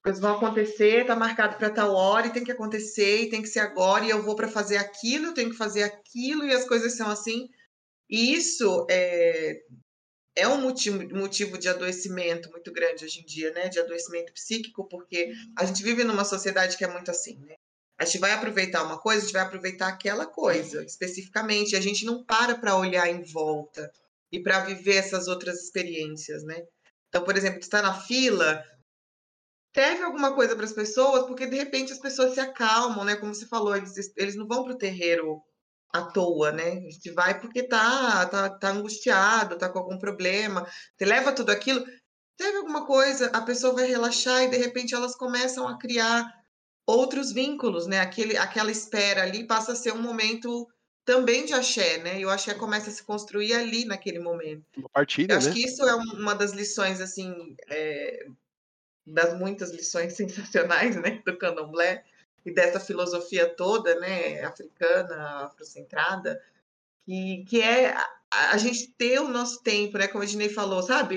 coisas vão acontecer, tá marcado para tal hora e tem que acontecer e tem que ser agora e eu vou para fazer aquilo, eu tenho que fazer aquilo e as coisas são assim. E isso é um motivo de adoecimento muito grande hoje em dia, né? De adoecimento psíquico, porque a gente vive numa sociedade que é muito assim, né? A gente vai aproveitar uma coisa, a gente vai aproveitar aquela coisa especificamente, e a gente não para olhar em volta e para viver essas outras experiências, né? Então, por exemplo, tu está na fila, serve alguma coisa para as pessoas, porque de repente as pessoas se acalmam, né? Como você falou, eles não vão para o terreiro à toa, né? A gente vai porque tá angustiado, tá com algum problema. Você leva tudo aquilo, serve alguma coisa, a pessoa vai relaxar e de repente elas começam a criar outros vínculos, né? Aquela espera ali passa a ser um momento também de axé, né? E o axé começa a se construir ali naquele momento. Uma Eu partilha, acho né? que isso é uma das lições, assim, das muitas lições sensacionais, né, do candomblé e dessa filosofia toda, né, africana, afrocentrada, que é a gente ter o nosso tempo, né, como a Dinei falou, sabe?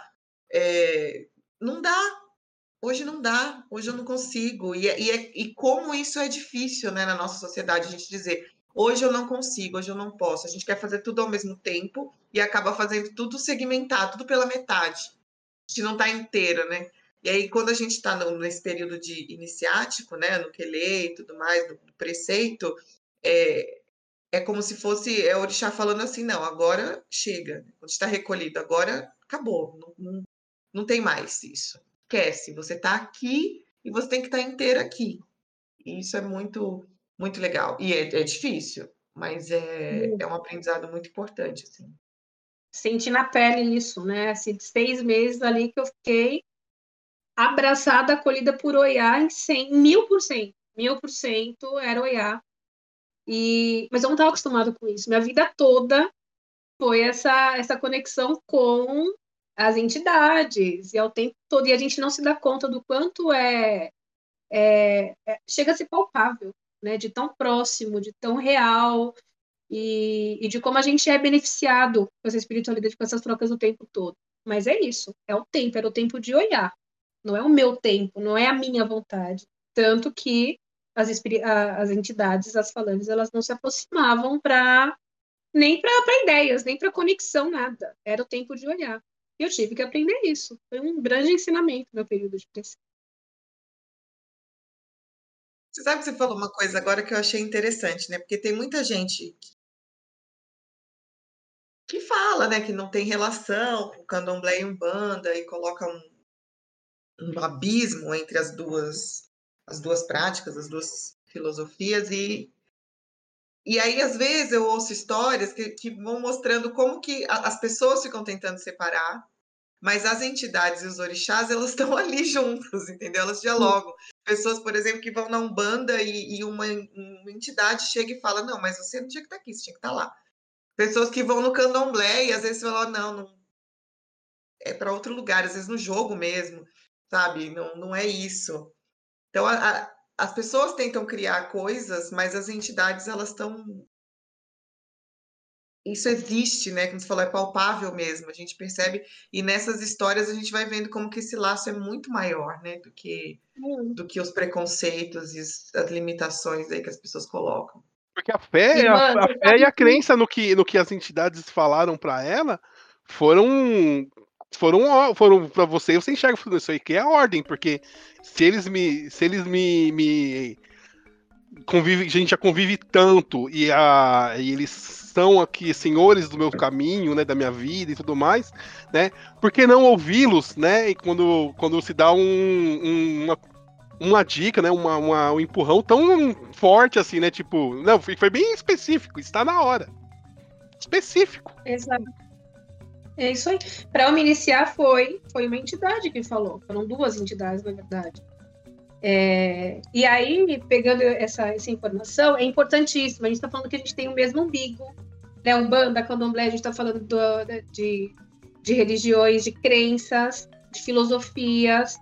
Não dá, hoje não dá, hoje eu não consigo. E como isso é difícil, né, na nossa sociedade, a gente dizer, hoje eu não consigo, hoje eu não posso. A gente quer fazer tudo ao mesmo tempo e acaba fazendo tudo segmentado, tudo pela metade. A gente não está inteira, né? E aí, quando a gente está nesse período de iniciático, né, no quelê e tudo mais, do preceito, é como se fosse o orixá falando assim, não, agora chega, quando está recolhido, agora acabou, não tem mais isso. Esquece, você está aqui e você tem que estar inteira aqui. E isso é muito, muito legal. E é difícil, mas é um aprendizado muito importante, assim. Senti na pele isso, né? Assim, 6 meses ali que eu fiquei abraçada, acolhida por Oiá em 100, 1000%. 1000% era Oiá. Mas eu não estava acostumada com isso. Minha vida toda foi essa conexão com as entidades e ao tempo todo. E a gente não se dá conta do quanto chega a ser palpável, né? De tão próximo, de tão real e de como a gente é beneficiado com essa espiritualidade, com essas trocas o tempo todo. Mas é isso, é o tempo, era o tempo de olhar. Não é o meu tempo, não é a minha vontade. Tanto que as entidades, as falanges, elas não se aproximavam nem para ideias, nem para conexão, nada. Era o tempo de olhar. E eu tive que aprender isso. Foi um grande ensinamento no meu período de preceito. Você sabe que você falou uma coisa agora que eu achei interessante, né? Porque tem muita gente que fala, né, que não tem relação com candomblé e umbanda e coloca um abismo entre as duas práticas, as duas filosofias e aí às vezes eu ouço histórias que vão mostrando como que as pessoas ficam tentando separar, mas as entidades e os orixás elas estão ali juntos, entendeu? Elas dialogam. Pessoas, por exemplo, que vão na umbanda e uma entidade chega e fala, não, mas você não tinha que estar aqui, você tinha que estar lá. Pessoas que vão no candomblé e às vezes falam, não é para outro lugar, às vezes no jogo mesmo, sabe? Não é isso. Então, as pessoas tentam criar coisas, mas as entidades, elas estão... Isso existe, né? Como você falou, é palpável mesmo, a gente percebe. E nessas histórias a gente vai vendo como que esse laço é muito maior, né? Do que os preconceitos e as limitações aí que as pessoas colocam. Porque a fé, Irmã, a você fé e sabe a crença no que as entidades falaram para ela foram para você enxerga isso aí que é a ordem, porque se eles me convive, a gente já convive tanto e eles são aqui senhores do meu caminho, né, da minha vida e tudo mais, né? Por que não ouvi-los, né? E quando se dá uma dica, né? Um empurrão tão forte assim, né? Tipo, não, foi bem específico, está na hora. Específico. Exato. É isso aí. Para eu me iniciar foi uma entidade que falou. Foram 2 entidades, na verdade. E aí, pegando essa informação, é importantíssimo. A gente está falando que a gente tem o mesmo umbigo, né? Umbanda, Candomblé, a gente está falando de religiões, de crenças, de filosofias,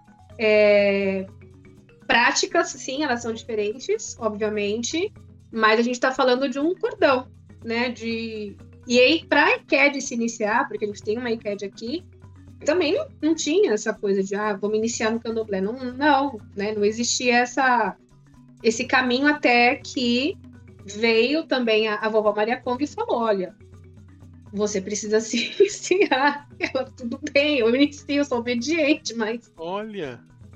práticas, sim, elas são diferentes, obviamente, mas a gente está falando de um cordão, né? E aí, para a ICED se iniciar, porque a gente tem uma ICED aqui, também não tinha essa coisa de, vou me iniciar no candomblé. Não, né? Não existia esse caminho até que veio também a vovó Maria Conga e falou, olha, você precisa se iniciar. Ela, tudo bem, eu inicio, eu sou obediente, mas... Olha...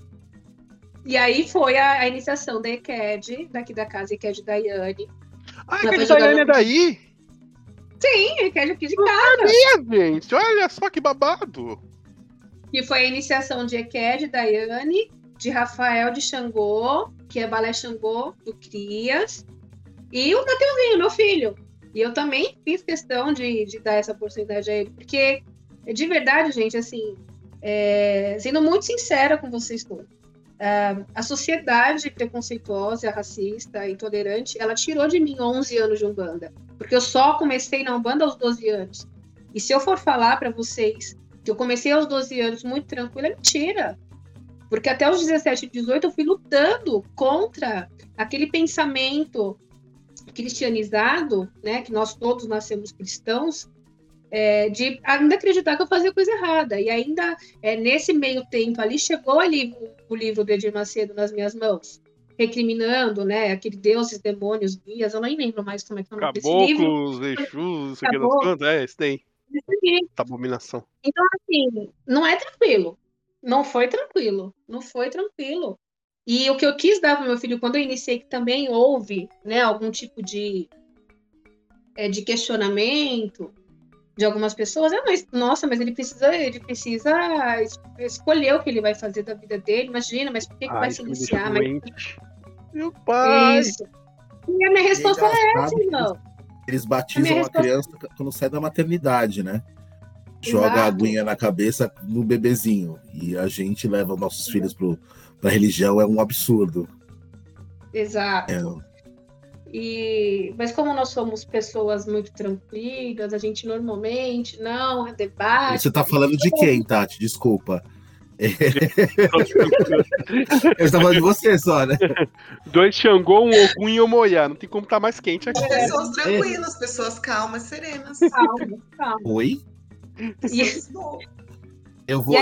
E aí foi a iniciação da EQED, daqui da casa EQED Daiane. A EQED Daiane é daí? Sim, a EQED aqui de casa. Gente, olha só que babado. E foi a iniciação de EQED Daiane, de Rafael de Xangô, que é Balé Xangô do Crias, e o Mateuzinho, meu filho. E eu também fiz questão de dar essa oportunidade a ele, porque, de verdade, gente, assim, sendo muito sincera com vocês todos, a sociedade preconceituosa, racista, intolerante, ela tirou de mim 11 anos de Umbanda, porque eu só comecei na Umbanda aos 12 anos. E se eu for falar para vocês que eu comecei aos 12 anos muito tranquila, é mentira. Porque até os 17 e 18 eu fui lutando contra aquele pensamento cristianizado, né, que nós todos nascemos cristãos, de ainda acreditar que eu fazia coisa errada. E ainda, nesse meio tempo ali, chegou ali o livro do Edir Macedo nas minhas mãos, recriminando, né, aquele deuses, demônios, guias, eu nem lembro mais como é que é o nome desse livro. Caboclos, Exus, isso aqui das plantas, esse daí. Essa abominação. Então, assim, não é tranquilo. Não foi tranquilo. Não foi tranquilo. E o que eu quis dar para meu filho, quando eu iniciei, que também houve, né, algum tipo de questionamento de algumas pessoas, mas ele precisa escolher o que ele vai fazer da vida dele, imagina, mas por que vai se iniciar? Meu pai! Isso. E a minha resposta é essa, irmão. Eles batizam a criança quando sai da maternidade, né? Joga a aguinha na cabeça no bebezinho. E a gente leva nossos filhos pra religião, é um absurdo. Exato. Mas como nós somos pessoas muito tranquilas, a gente normalmente não debate. Você tá falando de quem, Tati? Desculpa. Eu estava falando de você só, né? 2 Xangô, um Ogum e um Moiá. Não tem como estar mais quente aqui. Pessoas tranquilas, pessoas calmas, serenas. Calma. Oi? Eu vou, e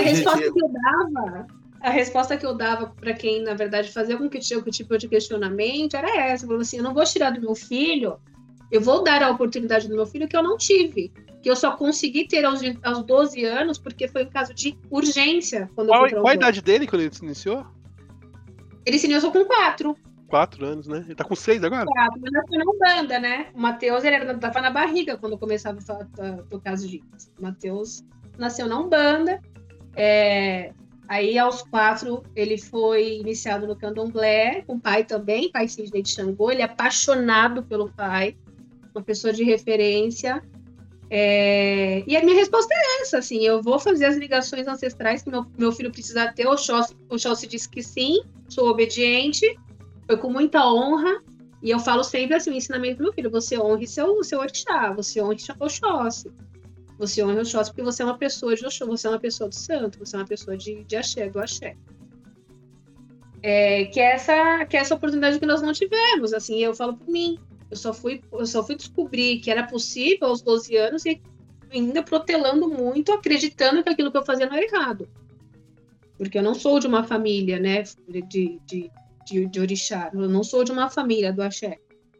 a resposta que eu dava para quem, na verdade, fazia com que tinha o tipo de questionamento era essa. Eu falava assim, eu não vou tirar do meu filho, eu vou dar a oportunidade do meu filho que eu não tive. Que eu só consegui ter aos 12 anos porque foi um caso de urgência. Qual a idade dele quando ele se iniciou? Ele se iniciou com 4. 4 anos, né? Ele tá com 6 agora? 4, mas nasceu na Umbanda, né? O Matheus, ele tava na barriga quando começava a tocar as dicas. O Matheus nasceu na Umbanda. Aí, aos 4, ele foi iniciado no candomblé, com o pai também, pai Sidney de Xangô. Ele é apaixonado pelo pai, uma pessoa de referência. E a minha resposta é essa, assim, eu vou fazer as ligações ancestrais que meu filho precisa ter. O Xóssi disse que sim, sou obediente, foi com muita honra, e eu falo sempre assim, o ensinamento do meu filho, você honre seu orixá, você honre o Xóssi, você honra o Xóssi porque você é uma pessoa de Oxô, você é uma pessoa do santo, você é uma pessoa de axé, do axé. Que é essa oportunidade que nós não tivemos, assim, eu falo por mim. Eu só fui descobrir que era possível aos 12 anos e ainda protelando muito, acreditando que aquilo que eu fazia não era errado. Porque eu não sou de uma família, né, de orixá, eu não sou de uma família do axé.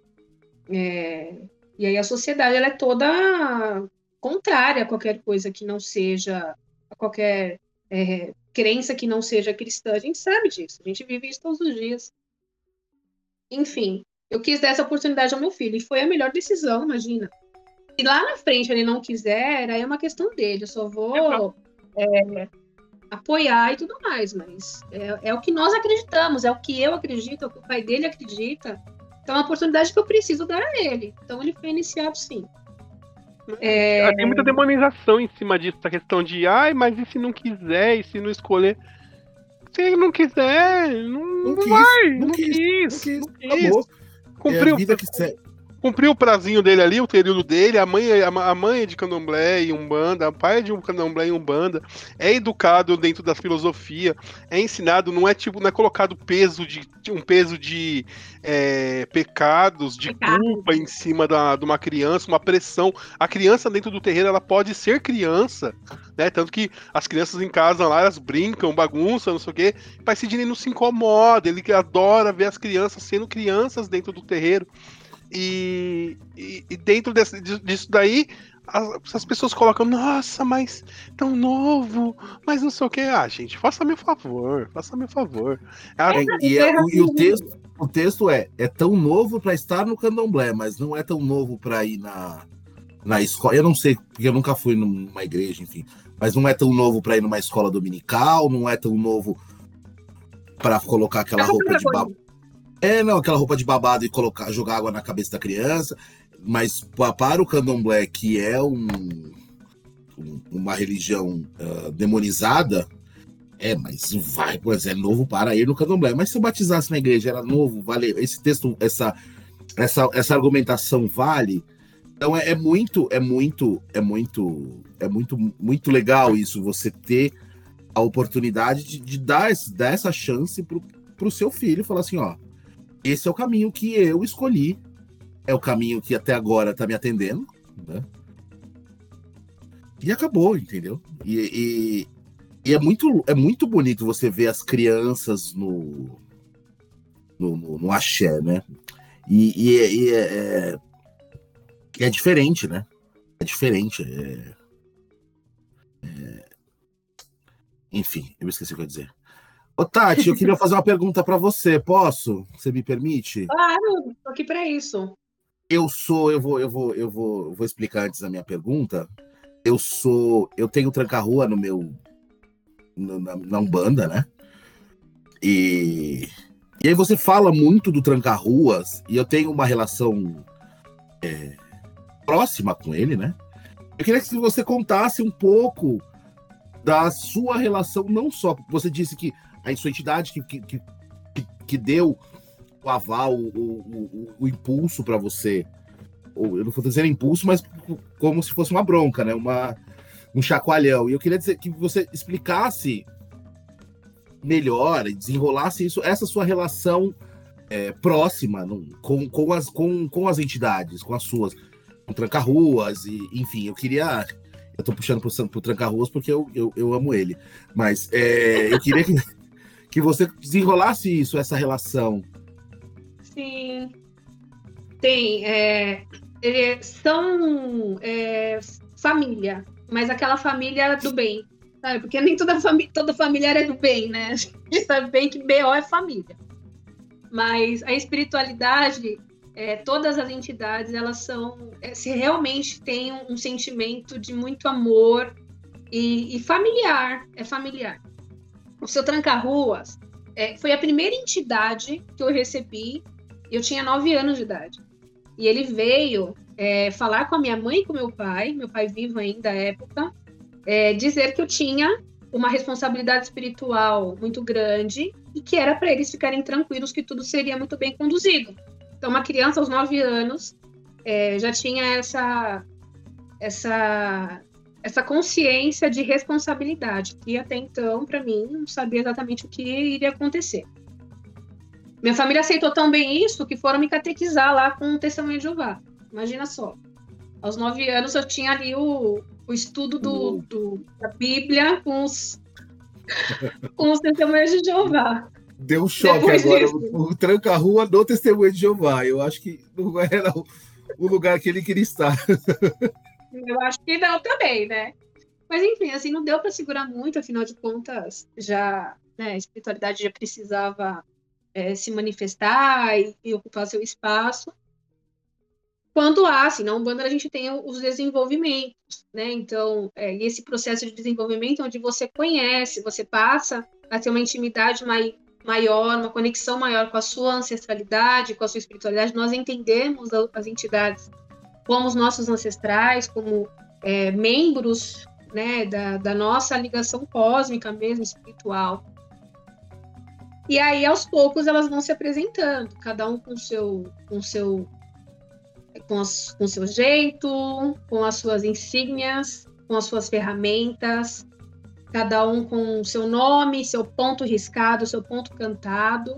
E aí a sociedade ela é toda contrária a qualquer coisa que não seja, a qualquer crença que não seja cristã. A gente sabe disso, a gente vive isso todos os dias. Enfim. Eu quis dar essa oportunidade ao meu filho, e foi a melhor decisão, imagina. Se lá na frente ele não quiser, aí é uma questão dele, eu só vou apoiar e tudo mais, mas é o que nós acreditamos, é o que eu acredito, é o que o pai dele acredita, então é uma oportunidade que eu preciso dar a ele, então ele foi iniciado sim. Tem muita demonização em cima disso, essa questão de, mas e se não quiser, e se não escolher? Se ele não quiser, não quis. Acabou. Cumpriu cumpriu o prazinho dele ali, o período dele, a mãe é de candomblé e umbanda, o pai é de um candomblé e umbanda, é educado dentro da filosofia, é ensinado, não é colocado um peso de pecados, de culpa em cima de uma criança, uma pressão. A criança dentro do terreiro, ela pode ser criança, né? Tanto que as crianças em casa lá, elas brincam, bagunçam, não sei o quê. O Pai Sidney não se incomoda, ele adora ver as crianças sendo crianças dentro do terreiro. E dentro disso daí, as pessoas colocam, nossa, mas tão novo, mas não sei o que. Ah, gente, faça-me um favor, faça-me um favor. E o texto é tão novo para estar no candomblé, mas não é tão novo para ir na escola. Eu não sei, porque eu nunca fui numa igreja, enfim. Mas não é tão novo para ir numa escola dominical, não é tão novo para colocar aquela roupa de babado. Não, aquela roupa de babado e jogar água na cabeça da criança. Mas para o candomblé, que é uma religião demonizada, mas pois é novo para ir no candomblé. Mas se eu batizasse na igreja, era novo, vale. Esse texto, essa argumentação vale. Então muito legal isso, você ter a oportunidade de dar essa chance pro seu filho, falar assim, ó, esse é o caminho que eu escolhi, é o caminho que até agora tá me atendendo, né? E acabou, entendeu? E é muito bonito você ver as crianças no axé, né? E é diferente, né? É diferente. Enfim, eu esqueci o que eu ia dizer. Ô, Tati, eu queria fazer uma pergunta para você. Posso? Você me permite? Claro, tô aqui para isso. Eu vou explicar antes a minha pergunta. Eu tenho tranca-rua na Umbanda, né? E aí você fala muito do tranca-ruas, e eu tenho uma relação próxima com ele, né? Eu queria que você contasse um pouco da sua relação, não só, você disse que a sua entidade que deu o aval, o impulso para você, eu não vou dizer impulso, mas como se fosse uma bronca, né? Um chacoalhão. E eu queria dizer que você explicasse melhor e desenrolasse essa sua relação próxima com as entidades, com as suas, com tranca-ruas, e enfim, eu tô puxando pro tranca-ruas porque eu amo ele, mas eu queria que você desenrolasse essa relação. Sim, tem, eles são família, mas aquela família do bem, sabe? Porque nem toda familiar é do bem, né? A gente sabe bem que BO é família. Mas a espiritualidade, todas as entidades, elas são, se realmente tem um sentimento de muito amor e familiar, é familiar. O seu Tranca-Ruas foi a primeira entidade que eu recebi, eu tinha 9 anos de idade. E ele veio falar com a minha mãe e com meu pai vivo ainda à época, dizer que eu tinha uma responsabilidade espiritual muito grande e que era para eles ficarem tranquilos que tudo seria muito bem conduzido. Então, uma criança aos 9 anos já tinha essa consciência de responsabilidade, que até então, para mim, não sabia exatamente o que iria acontecer. Minha família aceitou tão bem isso que foram me catequizar lá com o Testemunho de Jeová. Imagina só. Aos 9 anos eu tinha ali o estudo da Bíblia com os Testemunhos de Jeová. Deu um choque depois agora. O tranca-rua do Testemunho de Jeová. Eu acho que não era o lugar que ele queria estar. Eu acho que não também, né? Mas enfim, assim, não deu para segurar muito, afinal de contas, já, né, a espiritualidade já precisava se manifestar e ocupar seu espaço. Quando assim, na Umbanda a gente tem os desenvolvimentos, né? Então, esse processo de desenvolvimento onde você conhece, você passa a ter uma intimidade maior, uma conexão maior com a sua ancestralidade, com a sua espiritualidade, nós entendemos as entidades como os nossos ancestrais, como membros, né, da nossa ligação cósmica mesmo, espiritual. E aí, aos poucos, elas vão se apresentando, cada um com com o seu jeito, com as suas insígnias, com as suas ferramentas, cada um com o seu nome, seu ponto riscado, seu ponto cantado.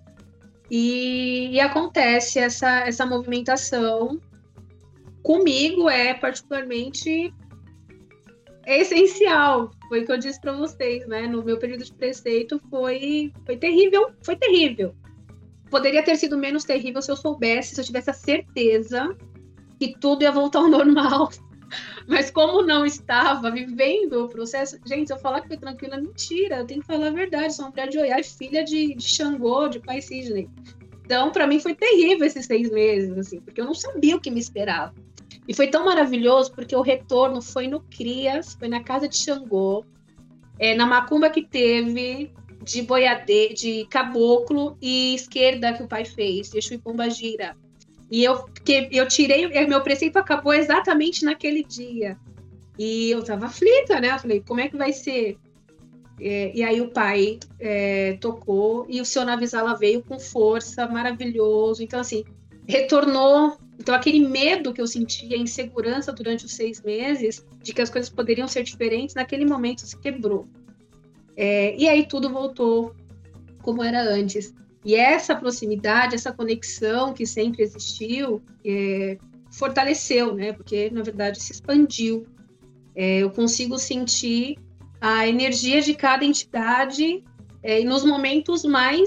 E acontece essa movimentação. Comigo particularmente essencial. Foi o que eu disse para vocês, né? No meu período de preceito foi terrível, foi terrível. Poderia ter sido menos terrível se eu soubesse, se eu tivesse a certeza que tudo ia voltar ao normal. Mas como não estava vivendo o processo... Gente, se eu falar que foi tranquila, mentira. Eu tenho que falar a verdade. Sou uma mulher de Oiá, filha de Xangô, de Pai Sidney. Então, para mim, foi terrível esses 6 meses, assim, porque eu não sabia o que me esperava. E foi tão maravilhoso, porque o retorno foi no Crias, foi na casa de Xangô, na macumba que teve... de boiadê, de caboclo e esquerda que o pai fez, Exu e Pombagira. E eu tirei, meu preceito acabou exatamente naquele dia. E eu tava aflita, né? Eu falei, como é que vai ser? E aí o pai tocou e o Senhor Navisala veio com força, maravilhoso. Então, assim, retornou. Então, aquele medo que eu sentia, insegurança durante os 6 meses, de que as coisas poderiam ser diferentes, naquele momento se quebrou. E aí tudo voltou como era antes. E essa proximidade, essa conexão que sempre existiu, fortaleceu, né? Porque, na verdade, se expandiu. Eu consigo sentir a energia de cada entidade e nos momentos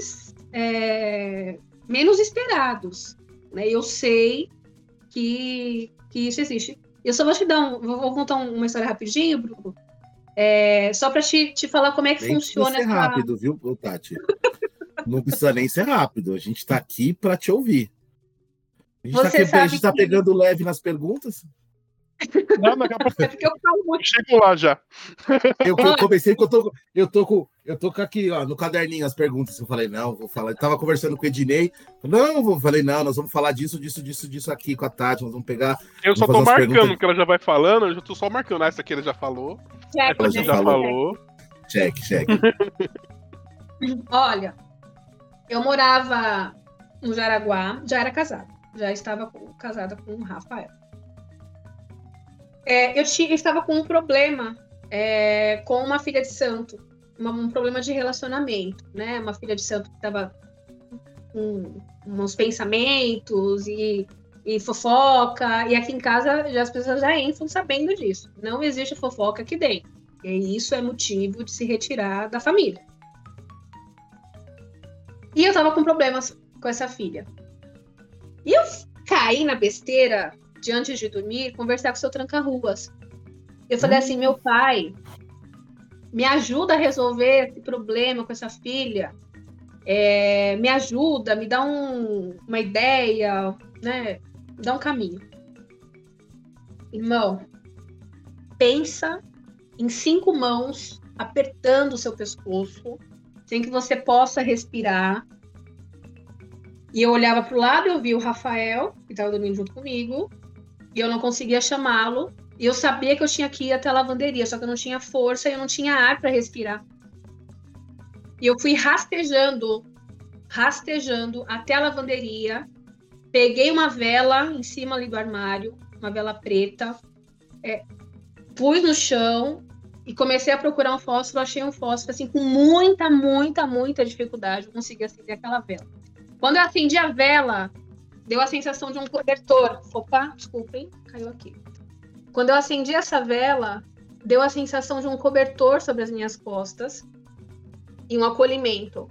menos esperados. Né? Eu sei que isso existe. Eu só vou contar uma história rapidinho, Bruno. Só para te falar como é que Nem funciona precisa ser rápido, viu, Tati? Não precisa nem ser rápido. A gente está aqui para te ouvir. A gente está pegando leve nas perguntas. Não, daqui a pouco eu chego lá já. Eu comecei que eu tô com aqui, ó, no caderninho as perguntas. Eu falei, não, vou falar. Eu tava conversando com o Ednei. Falei, não, nós vamos falar disso aqui com a Tati. Nós vamos pegar. Eu só tô marcando que ela já vai falando. Eu já tô só marcando. Essa aqui ela já falou. Ela já falou. Check. Olha, eu morava no Jaraguá, já era casada. Já estava casada com o Rafael. Eu estava com um problema com uma filha de santo, um problema de relacionamento, né? Uma filha de santo que estava com uns pensamentos e fofoca, e aqui em casa as pessoas já entram sabendo disso. Não existe fofoca aqui dentro. E isso é motivo de se retirar da família. E eu estava com problemas com essa filha. E eu caí na besteira de, antes de dormir, conversar com o seu tranca-ruas. Eu falei assim, meu pai, me ajuda a resolver esse problema com essa filha. Me ajuda, me dá uma ideia, né? Me dá um caminho. Irmão, pensa em 5 mãos apertando o seu pescoço, sem que você possa respirar. E eu olhava para o lado e eu vi o Rafael, que estava dormindo junto comigo, e eu não conseguia chamá-lo. E eu sabia que eu tinha que ir até a lavanderia, só que eu não tinha força e eu não tinha ar para respirar. E eu fui rastejando até a lavanderia, peguei uma vela em cima ali do armário, uma vela preta, pus no chão e comecei a procurar um fósforo. Achei um fósforo assim, com muita dificuldade, eu consegui acender aquela vela. Quando eu acendi a vela, deu a sensação de um cobertor. Opa, desculpem, caiu aqui. Quando eu acendi essa vela, deu a sensação de um cobertor sobre as minhas costas e um acolhimento.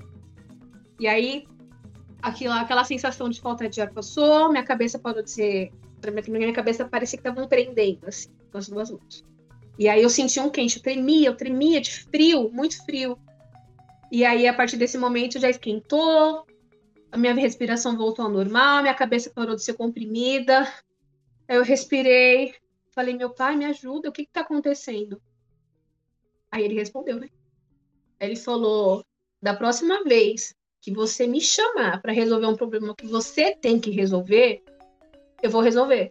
E aí, aquela sensação de falta de ar passou, minha cabeça parou de ser... Minha cabeça parecia que estavam prendendo, assim, com as 2 mãos. E aí eu senti um quente, eu tremia de frio, muito frio. E aí, a partir desse momento, já esquentou, a minha respiração voltou ao normal, minha cabeça parou de ser comprimida. Aí eu respirei, falei, meu pai, me ajuda, o que está acontecendo? Aí ele respondeu, né? Aí ele falou, da próxima vez que você me chamar para resolver um problema que você tem que resolver, eu vou resolver.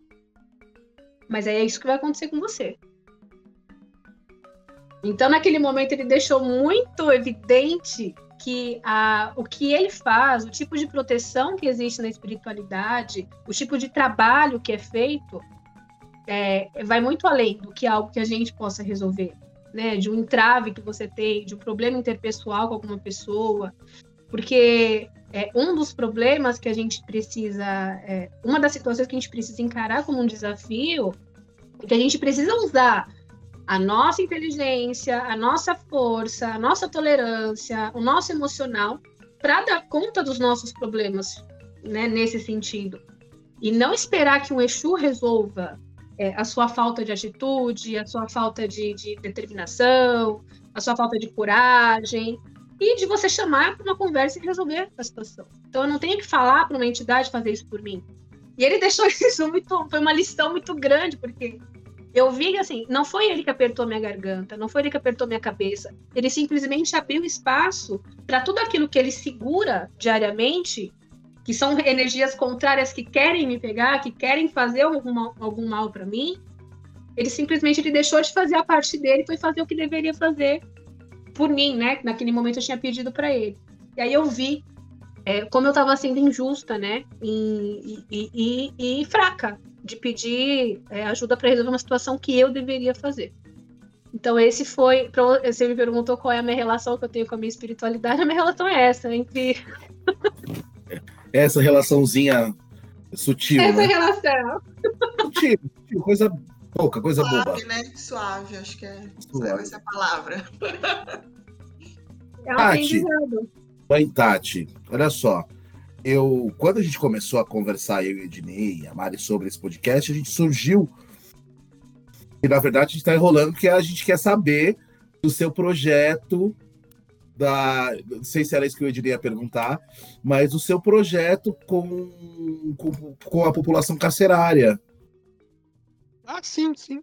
Mas aí é isso que vai acontecer com você. Então, naquele momento, ele deixou muito evidente que o que ele faz, o tipo de proteção que existe na espiritualidade, o tipo de trabalho que é feito, vai muito além do que algo que a gente possa resolver, né? De um entrave que você tem, de um problema interpessoal com alguma pessoa, porque um dos problemas que a gente precisa, uma das situações que a gente precisa encarar como um desafio, é que a gente precisa usar a nossa inteligência, a nossa força, a nossa tolerância, o nosso emocional para dar conta dos nossos problemas, né, nesse sentido. E não esperar que um Exu resolva a sua falta de atitude, a sua falta de determinação, a sua falta de coragem, e de você chamar para uma conversa e resolver a situação. Então, eu não tenho que falar para uma entidade fazer isso por mim. E ele deixou isso foi uma lição muito grande, porque eu vi que, assim, não foi ele que apertou minha garganta, não foi ele que apertou minha cabeça. Ele simplesmente abriu espaço para tudo aquilo que ele segura diariamente, que são energias contrárias que querem me pegar, que querem fazer algum mal para mim. Ele simplesmente deixou de fazer a parte dele e foi fazer o que deveria fazer por mim, né? Naquele momento eu tinha pedido para ele. E aí eu vi como eu estava sendo injusta, né? E fraca de pedir ajuda para resolver uma situação que eu deveria fazer. Então, esse foi. Você me perguntou qual é a minha relação que eu tenho com a minha espiritualidade. A minha relação é essa, entre. Essa relaçãozinha sutil. Essa né? relação. Sutil, coisa pouca, coisa Suave, boba. né? Suave, acho que Suave. essa é a palavra. É um Tati, aprendizado. mãe Tati, olha só. Quando a gente começou a conversar, eu e a Ednei e a Mari, sobre esse podcast, a gente surgiu. E, na verdade, a gente está enrolando porque a gente quer saber do seu projeto. Não sei se era isso que o Ednei ia perguntar, mas o seu projeto com a população carcerária. Ah, sim. Sim.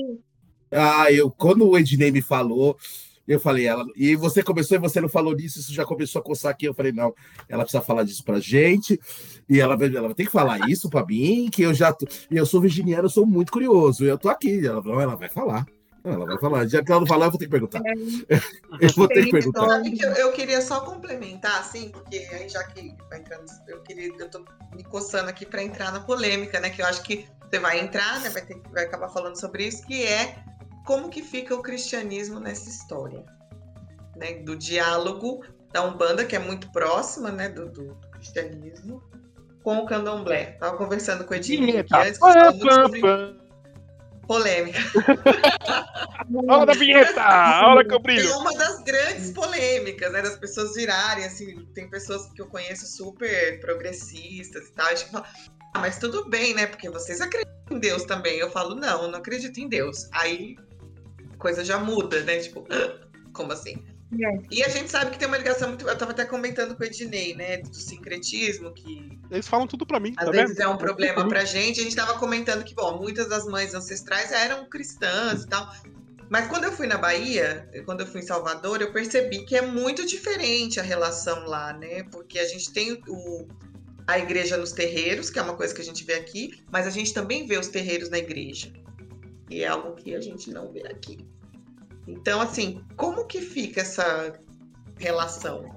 Quando o Ednei me falou, eu falei, e você começou e você não falou nisso, isso já começou a coçar aqui. Eu falei, não, ela precisa falar disso pra gente, e ela vai ter que falar isso pra mim, que eu sou virginiano, eu sou muito curioso, eu tô aqui. Ela vai falar. Ela vai falar. Já que ela não falar, eu vou ter que perguntar. Eu vou ter que perguntar. Sabe que eu queria só complementar, assim, porque aí já que vai entrando, eu tô me coçando aqui para entrar na polêmica, né? Que eu acho que você vai entrar, né? Vai acabar falando sobre isso, que é como que fica o cristianismo nessa história, né? Do diálogo da Umbanda, que é muito próxima, né? Do cristianismo, com o candomblé. Tava conversando com o Edinho aqui antes, falando sobre polêmica. Hora da vinheta! Hora que eu brilho! É uma das grandes polêmicas, né? Das pessoas virarem, assim, tem pessoas que eu conheço super progressistas e tal, e tipo, mas tudo bem, né? Porque vocês acreditam em Deus também. Eu falo, não acredito em Deus. Aí a coisa já muda, né? Tipo, como assim? E a gente sabe que tem uma ligação muito. Eu tava até comentando com o Ednei, né? Do sincretismo, que eles falam tudo pra mim, às vezes é um problema pra gente. A gente tava comentando que, bom, muitas das mães ancestrais eram cristãs e tal. Mas quando eu fui na Bahia, quando eu fui em Salvador, eu percebi que é muito diferente a relação lá, né? Porque a gente tem a igreja nos terreiros, que é uma coisa que a gente vê aqui, mas a gente também vê os terreiros na igreja. E é algo que a gente não vê aqui. Então, assim, como que fica essa relação?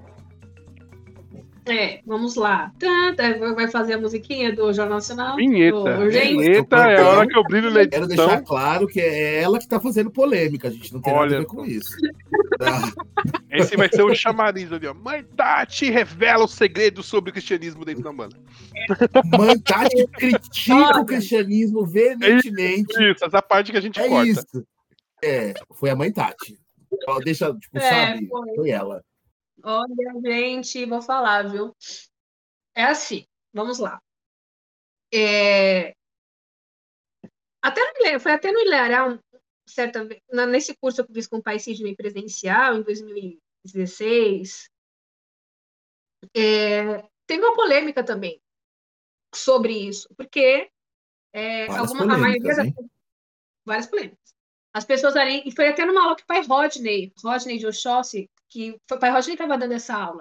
Vamos lá. Vai fazer a musiquinha do Jornal Nacional? Vinheta é a hora que eu brilho na edição. Quero deixar claro que é ela que está fazendo polêmica, a gente não tem nada a ver com isso. Esse vai ser o chamariz ali, ó. Mãe Tati revela o segredo sobre o cristianismo dentro da banda. Mãe Tati critica o cristianismo veementemente. Isso, essa parte que a gente corta. Isso. Foi a Mãe Tati. Deixa, sabe? Foi ela. Olha, gente, vou falar, viu? É assim, vamos lá. Foi até no Ilharão, certa vez, nesse curso que eu fiz com o Pai Sidney presencial, em 2016, teve uma polêmica também sobre isso, porque a maioria das várias polêmicas. As pessoas ali, e foi até numa aula que o Pai Rodney de Oxóssi, que o Pai Rodney estava dando essa aula.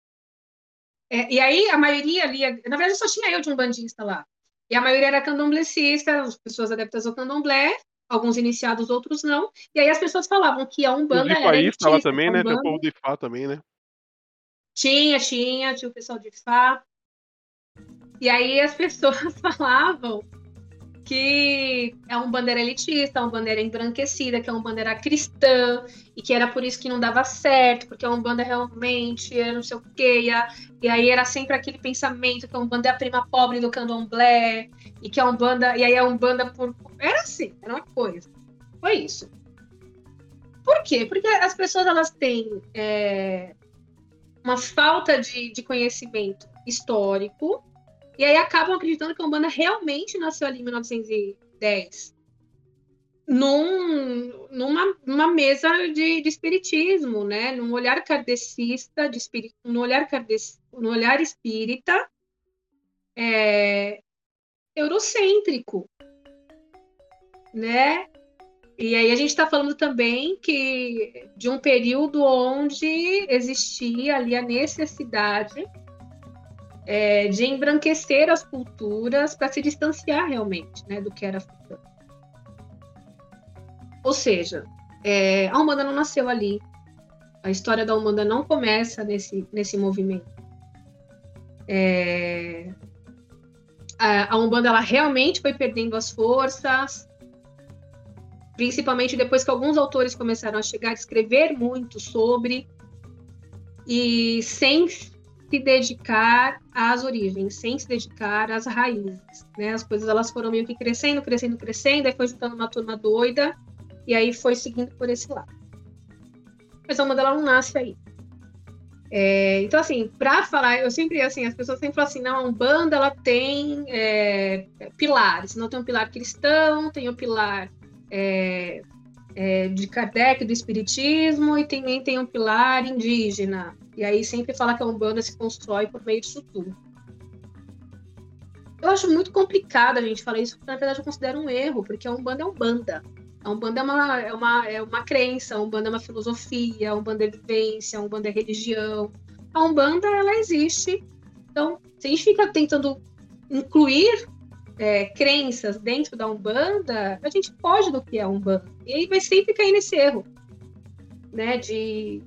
E aí, a maioria ali, na verdade, só tinha eu de umbandista lá. E a maioria era candomblecista, as pessoas adeptas ao candomblé, alguns iniciados, outros não. E aí as pessoas falavam que a Umbanda era elitista. Fala também, né? Tem o povo do Ifá também, né? Tinha o pessoal de Fá. E aí as pessoas falavam que é um bandeira elitista, uma bandeira embranquecida, que é uma bandeira cristã, e que era por isso que não dava certo, porque a Umbanda realmente era não sei o quê, e aí era sempre aquele pensamento que a Umbanda é a prima pobre do candomblé, e que a Umbanda, e aí a Umbanda por... Era assim, era uma coisa. Foi isso. Por quê? Porque as pessoas, elas têm uma falta de conhecimento histórico, e aí acabam acreditando que a Umbanda realmente nasceu ali em 1910, numa mesa de espiritismo, né? Num olhar kardecista, no olhar espírita, eurocêntrico, né? E aí a gente está falando também de um período onde existia ali a necessidade de embranquecer as culturas para se distanciar realmente, né, do que era africano. Ou seja, a Umbanda não nasceu ali. A história da Umbanda não começa nesse movimento. A Umbanda, ela realmente foi perdendo as forças, principalmente depois que alguns autores começaram a chegar a escrever muito sobre, e sem se dedicar às origens, sem se dedicar às raízes, né? As coisas, elas foram meio que crescendo, aí foi juntando uma turma doida, e aí foi seguindo por esse lado. Mas a Umbanda, ela não nasce aí. Então, assim, para falar, eu sempre, assim, as pessoas sempre falam assim, não, a Umbanda, ela tem pilares, não tem um pilar cristão, tem o pilar de Kardec, do Espiritismo, e também tem um pilar indígena. E aí sempre fala que a Umbanda se constrói por meio disso tudo. Eu acho muito complicado a gente falar isso, porque na verdade eu considero um erro, porque a Umbanda é Umbanda. A Umbanda é uma crença, a Umbanda é uma filosofia, a Umbanda é vivência, a Umbanda é religião. A Umbanda, ela existe. Então, se a gente fica tentando incluir crenças dentro da Umbanda, a gente foge do que é a Umbanda. E aí vai sempre cair nesse erro, né, de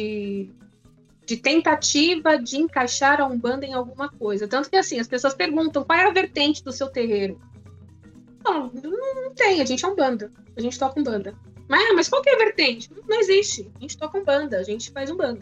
tentativa de encaixar a Umbanda em alguma coisa. Tanto que, assim, as pessoas perguntam qual é a vertente do seu terreiro. Não tem, a gente é Umbanda. A gente toca Umbanda. Mas qual que é a vertente? Não existe. A gente toca Umbanda, a gente faz Umbanda.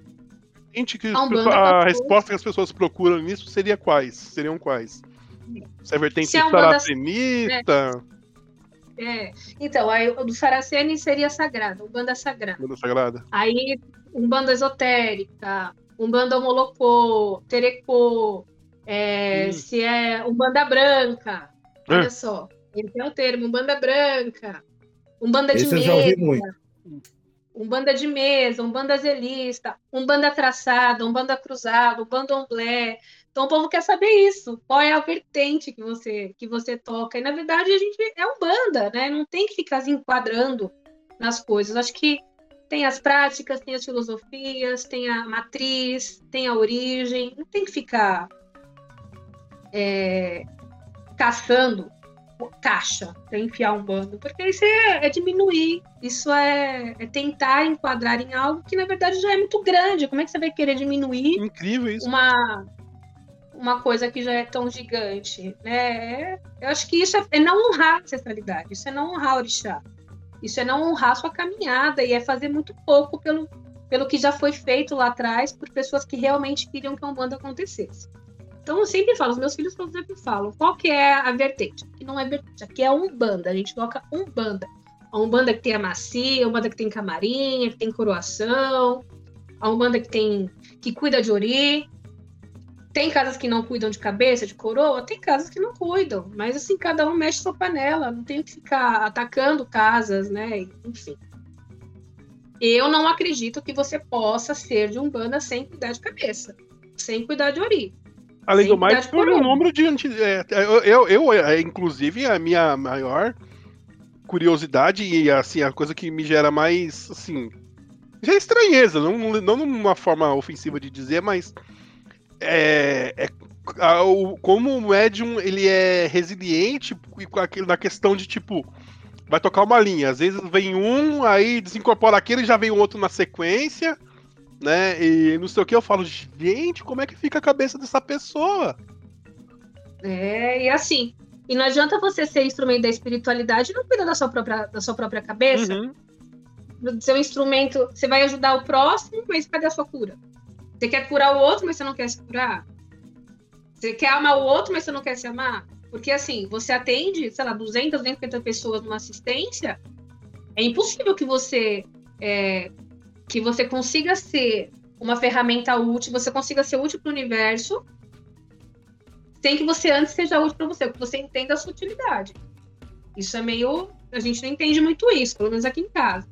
A resposta que as pessoas procuram nisso seriam quais? Se a vertente saracenita... Então, aí, o do Saraceni seria sagrado, Umbanda sagrada. Umbanda sagrada. Aí, Umbanda esotérica, Umbanda Omolocô, Terecô, se é Umbanda branca, olha só, esse é o termo, Umbanda branca, Umbanda de mesa, eu já ouvi muito. Umbanda de mesa, Umbanda zelista, Umbanda traçada, Umbanda cruzada, Umbanda omblé. Então o povo quer saber isso, qual é a vertente que você toca. E na verdade a gente é Umbanda, né? Não tem que ficar se enquadrando nas coisas. Acho que tem as práticas, tem as filosofias, tem a matriz, tem a origem. Não tem que ficar caçando caixa para enfiar um bando, porque isso é diminuir, isso é tentar enquadrar em algo que na verdade já é muito grande. Como é que você vai querer diminuir Incrível isso. uma coisa que já é tão gigante, né? Eu acho que isso é não honrar a ancestralidade, isso é não honrar o orixá, isso é não honrar a sua caminhada, e é fazer muito pouco pelo que já foi feito lá atrás por pessoas que realmente queriam que a Umbanda acontecesse. Então eu sempre falo, os meus filhos sempre falam, qual que é a vertente? Aqui não é vertente, aqui é Umbanda, a gente toca Umbanda. A Umbanda que tem a macia, a Umbanda que tem camarinha, que tem coroação, a Umbanda que cuida de ori. Tem casas que não cuidam de cabeça, de coroa, tem casas que não cuidam, mas assim, cada um mexe sua panela, não tem que ficar atacando casas, né? Enfim. Eu não acredito que você possa ser de Umbanda sem cuidar de cabeça, sem cuidar de ori. Além do mais, por um número de... inclusive, a minha maior curiosidade e, assim, a coisa que me gera mais, assim... Já é estranheza, não numa forma ofensiva de dizer, mas... como o médium, ele é resiliente na questão de, tipo... Vai tocar uma linha, às vezes vem um, aí desincorpora aquele e já vem o outro na sequência... né? E não sei o que, eu falo, gente, como é que fica a cabeça dessa pessoa? E assim, e não adianta você ser instrumento da espiritualidade e não cuidar da sua própria cabeça. Uhum. Do seu instrumento, você vai ajudar o próximo, mas cadê a sua cura? Você quer curar o outro, mas você não quer se curar? Você quer amar o outro, mas você não quer se amar? Porque assim, você atende, sei lá, 200, 250 pessoas numa assistência, é impossível que você consiga ser uma ferramenta útil, você consiga ser útil para o universo, sem que você antes seja útil para você, que você entenda a sua utilidade. Isso é meio... A gente não entende muito isso, pelo menos aqui em casa.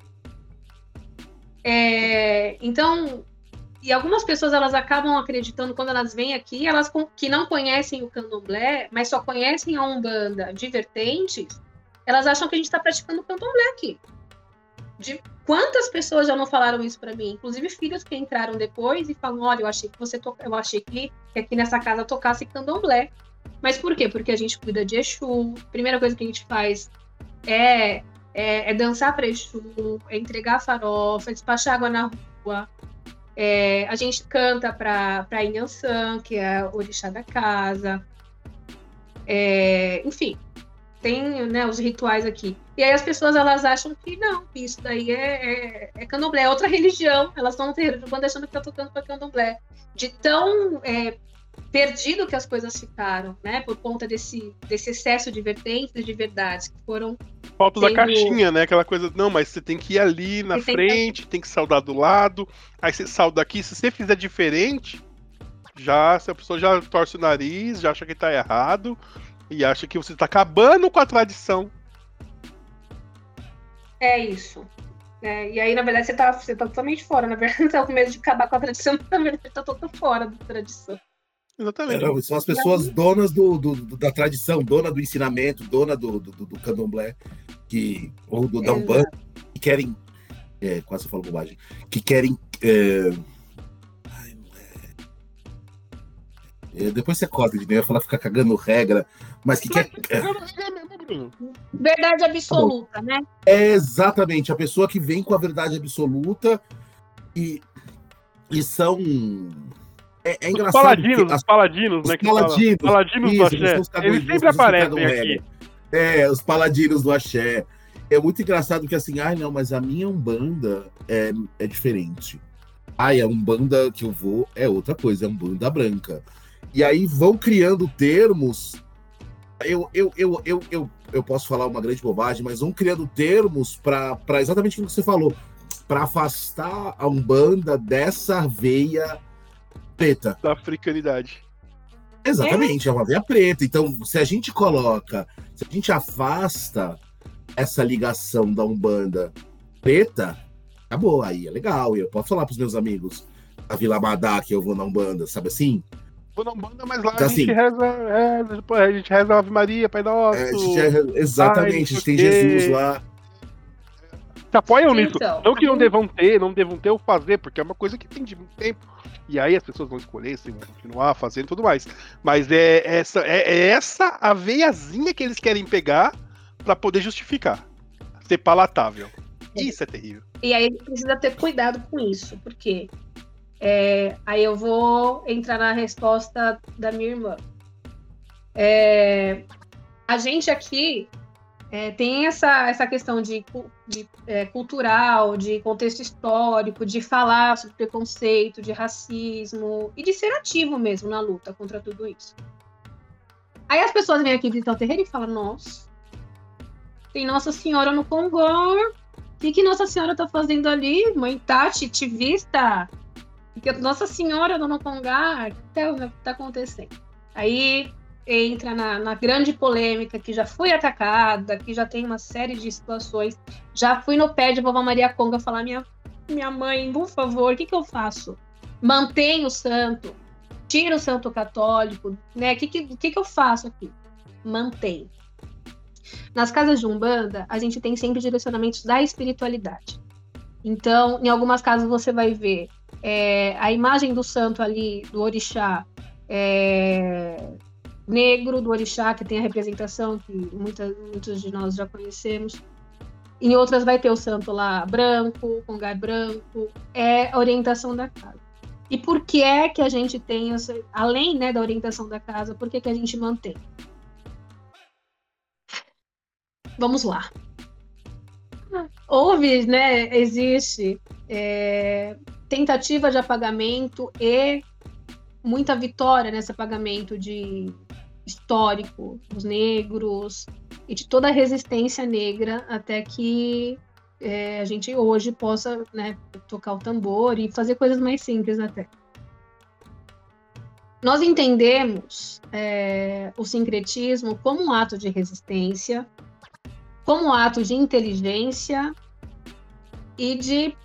Então, e algumas pessoas elas acabam acreditando quando elas vêm aqui, elas que não conhecem o candomblé, mas só conhecem a Umbanda de vertentes, elas acham que a gente está praticando o candomblé aqui. Quantas pessoas já não falaram isso para mim? Inclusive filhos que entraram depois e falam, olha, eu achei que aqui nessa casa tocasse candomblé. Mas por quê? Porque a gente cuida de Exu. A primeira coisa que a gente faz é dançar para Exu, é entregar farofa, despachar água na rua. A gente canta para Inhansã, que é a orixá da casa. Enfim, tem, né, os rituais aqui. E aí as pessoas elas acham que não, isso daí é candomblé, é outra religião. Elas estão no terreiro de Umbanda achando que está tocando para candomblé. De tão perdido que as coisas ficaram, né? Por conta desse excesso de vertentes e de verdades que foram... Falta da caixinha, né? Aquela coisa, não, mas você tem que ir ali na frente, tem que saudar do lado, aí você sauda aqui, se você fizer diferente, se a pessoa já torce o nariz, já acha que tá errado, e acha que você tá acabando com a tradição. É isso. E aí, na verdade, você tá totalmente fora. Na verdade, você tá com medo de acabar com a tradição, mas na verdade tá totalmente fora da tradição. Exatamente. São as pessoas donas da tradição, dona do ensinamento, dona do candomblé, ou da Umbanda, que querem... quase eu falo bobagem. Que querem... depois você corta de novo, eu ia falar ficar cagando regra, mas que quer... Verdade absoluta, né? Exatamente, a pessoa que vem com a verdade absoluta e são... É engraçado. Os paladinos, né? Paladinos do axé. Eles sempre aparecem aqui. Os paladinos do axé. É muito engraçado que assim, não, mas a minha Umbanda é diferente. A Umbanda que eu vou é outra coisa, é Umbanda branca. E aí vão criando termos. Eu posso falar uma grande bobagem, mas vão criando termos para exatamente aquilo que você falou, para afastar a Umbanda dessa veia preta. Da africanidade. Exatamente, é uma veia preta. Então, se a gente afasta essa ligação da Umbanda preta, acabou, aí é legal. Eu posso falar pros meus amigos da Vila Madá que eu vou na Umbanda, sabe assim? Vou na Umbanda, mas lá então, a gente reza a Ave Maria, Pai Nosso. Exatamente, a gente tem Jesus lá. Se apoiam nisso. Não que não devam ter o fazer, porque é uma coisa que tem de muito tempo. E aí as pessoas vão escolher se vão continuar fazendo e tudo mais. Mas é essa a veiazinha que eles querem pegar para poder justificar. Ser palatável. Isso é terrível. E aí a gente precisa ter cuidado com isso, porque aí eu vou entrar na resposta da minha irmã. A gente aqui tem essa questão de cultural, de contexto histórico, de falar sobre preconceito, de racismo e de ser ativo mesmo na luta contra tudo isso. Aí as pessoas vêm aqui visitar o terreiro e falam, nossa, tem Nossa Senhora no Congor, o que Nossa Senhora tá fazendo ali? Mãe Tati, ativista? Porque Nossa Senhora no Congar, o que tá acontecendo? Aí entra na grande polêmica que já foi atacada, que já tem uma série de situações. Já fui no pé de Vovó Maria Conga falar, minha mãe, por favor, o que eu faço? Mantenho o santo, tira o santo católico, né? O que eu faço aqui? Mantém. Nas casas de Umbanda, a gente tem sempre direcionamentos da espiritualidade. Então, em algumas casas você vai ver a imagem do santo ali, do orixá, negro, do orixá, que tem a representação que muitos de nós já conhecemos. Em outras vai ter o santo lá branco, congar branco, é a orientação da casa. E por que é que a gente tem, além, né, da orientação da casa, por que a gente mantém? Vamos lá. Houve, né, existe tentativa de apagamento e muita vitória nesse apagamento histórico dos negros e de toda a resistência negra até que a gente hoje possa, né, tocar o tambor e fazer coisas mais simples até. Nós entendemos o sincretismo como um ato de resistência, como um ato de inteligência e de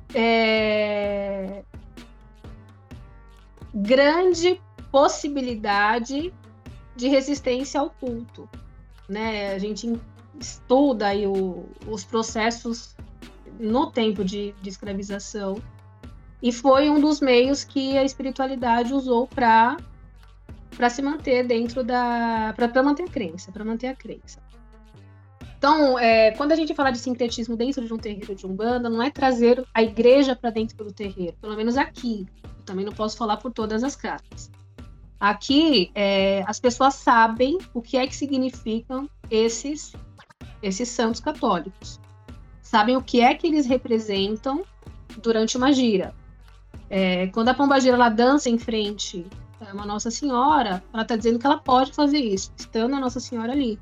grande possibilidade de resistência ao culto, né? A gente estuda aí os processos no tempo de escravização e foi um dos meios que a espiritualidade usou para se manter dentro para manter a crença. Então, quando a gente fala de sincretismo dentro de um terreiro de Umbanda, não é trazer a igreja para dentro do terreiro, pelo menos aqui. Eu também não posso falar por todas as casas. Aqui, as pessoas sabem o que é que significam esses santos católicos. Sabem o que é que eles representam durante uma gira. Quando a pombagira ela dança em frente a uma Nossa Senhora, ela está dizendo que ela pode fazer isso, estando a Nossa Senhora ali.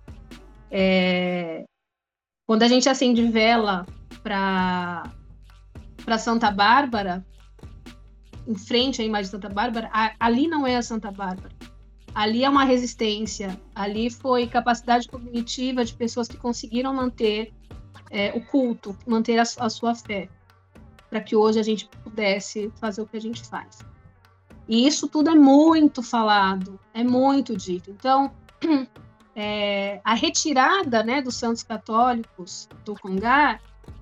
Quando a gente acende vela para Santa Bárbara, em frente à imagem de Santa Bárbara, ali não é a Santa Bárbara. Ali é uma resistência, ali foi capacidade cognitiva de pessoas que conseguiram manter o culto, manter a sua fé, para que hoje a gente pudesse fazer o que a gente faz. E isso tudo é muito falado, é muito dito. Então, a retirada, né, dos santos católicos do Congar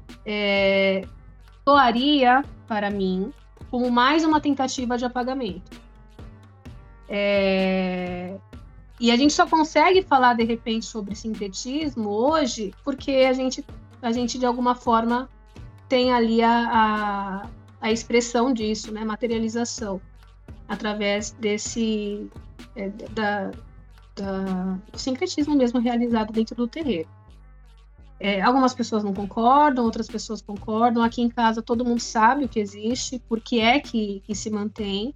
soaria, para mim, como mais uma tentativa de apagamento. E a gente só consegue falar, de repente, sobre sincretismo hoje porque a gente de alguma forma, tem ali a expressão disso, né, materialização, através desse do sincretismo mesmo realizado dentro do terreiro. Algumas pessoas não concordam, outras pessoas concordam. Aqui em casa todo mundo sabe o que existe, por que é que se mantém.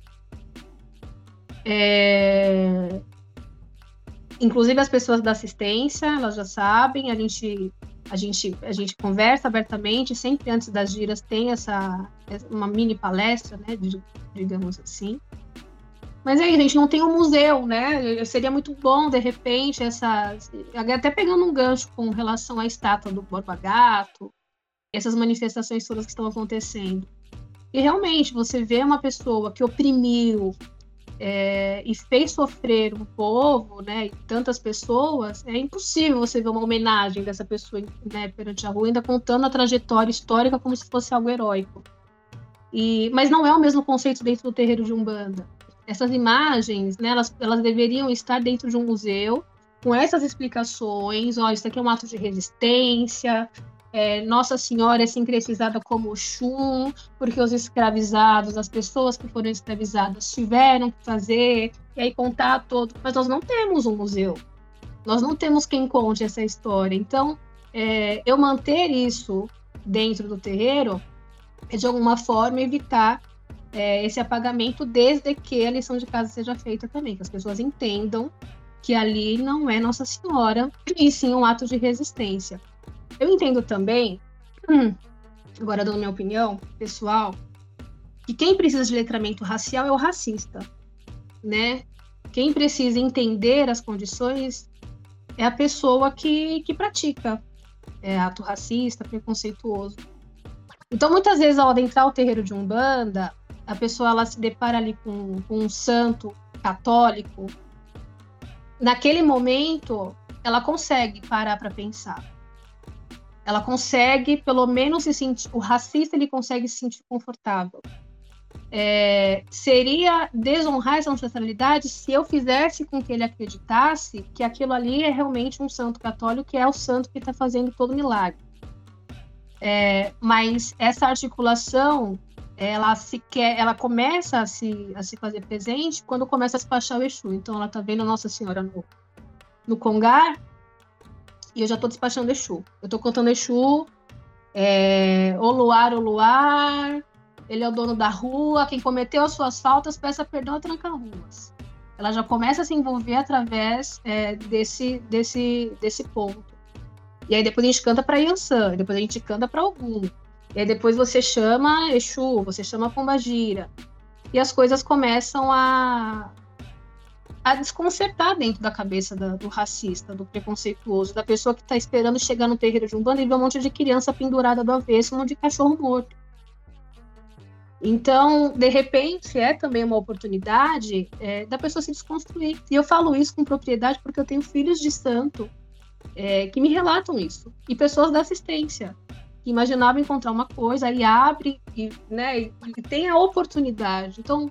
Inclusive as pessoas da assistência, elas já sabem, a gente conversa abertamente, sempre antes das giras tem uma mini palestra, né, digamos assim. Mas aí, a gente não tem um museu, né? Seria muito bom, de repente, até pegando um gancho com relação à estátua do Borba Gato, essas manifestações todas que estão acontecendo. E realmente, você vê uma pessoa que oprimiu e fez sofrer um povo, né, e tantas pessoas, é impossível você ver uma homenagem dessa pessoa, né, perante a rua, ainda contando a trajetória histórica como se fosse algo heróico. Mas não é o mesmo conceito dentro do terreiro de Umbanda. Essas imagens, né, elas deveriam estar dentro de um museu, com essas explicações. Isso aqui é um ato de resistência, Nossa Senhora é sincretizada como Oxum, porque os escravizados, as pessoas que foram escravizadas tiveram que fazer, e aí contar todo. Mas nós não temos um museu, nós não temos quem conte essa história. Então, eu manter isso dentro do terreiro é, de alguma forma, evitar esse apagamento, desde que a lição de casa seja feita também, que as pessoas entendam que ali não é Nossa Senhora, e sim um ato de resistência. Eu entendo também, agora dando minha opinião pessoal, que quem precisa de letramento racial é o racista, né? Quem precisa entender as condições é a pessoa que pratica ato racista, preconceituoso. Então, muitas vezes, ao adentrar o terreiro de Umbanda, a pessoa ela se depara ali com um santo católico. Naquele momento, ela consegue parar para pensar. Ela consegue, pelo menos, se sentir... O racista, ele consegue se sentir confortável. Seria desonrar essa ancestralidade se eu fizesse com que ele acreditasse que aquilo ali é realmente um santo católico, que é o santo que está fazendo todo milagre. Mas essa articulação, ela começa a se fazer presente quando começa a se baixar o Exu. Então, ela está vendo a Nossa Senhora no Congar, e eu já estou despachando Exu. Eu estou contando Exu, o luar, ele é o dono da rua, quem cometeu as suas faltas, peça perdão a tranca-ruas. Ela já começa a se envolver através desse ponto. E aí depois a gente canta para Yansan, depois a gente canta para Ogum. E aí depois você chama Exu, você chama Pombagira. E as coisas começam a desconcertar dentro da cabeça do racista, do preconceituoso, da pessoa que está esperando chegar no terreiro de Umbanda e ver um monte de criança pendurada do avesso, um monte de cachorro morto. Então, de repente, é também uma oportunidade da pessoa se desconstruir. E eu falo isso com propriedade porque eu tenho filhos de santo que me relatam isso. E pessoas da assistência, que imaginavam encontrar uma coisa, e abre, e tem a oportunidade. Então,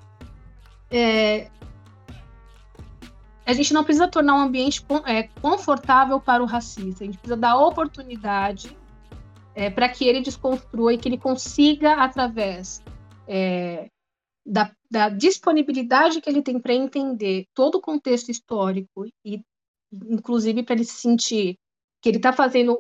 a gente não precisa tornar um ambiente confortável para o racista. A gente precisa dar oportunidade para que ele desconstrua e que ele consiga, através da disponibilidade que ele tem para entender todo o contexto histórico e, inclusive, para ele se sentir que ele está fazendo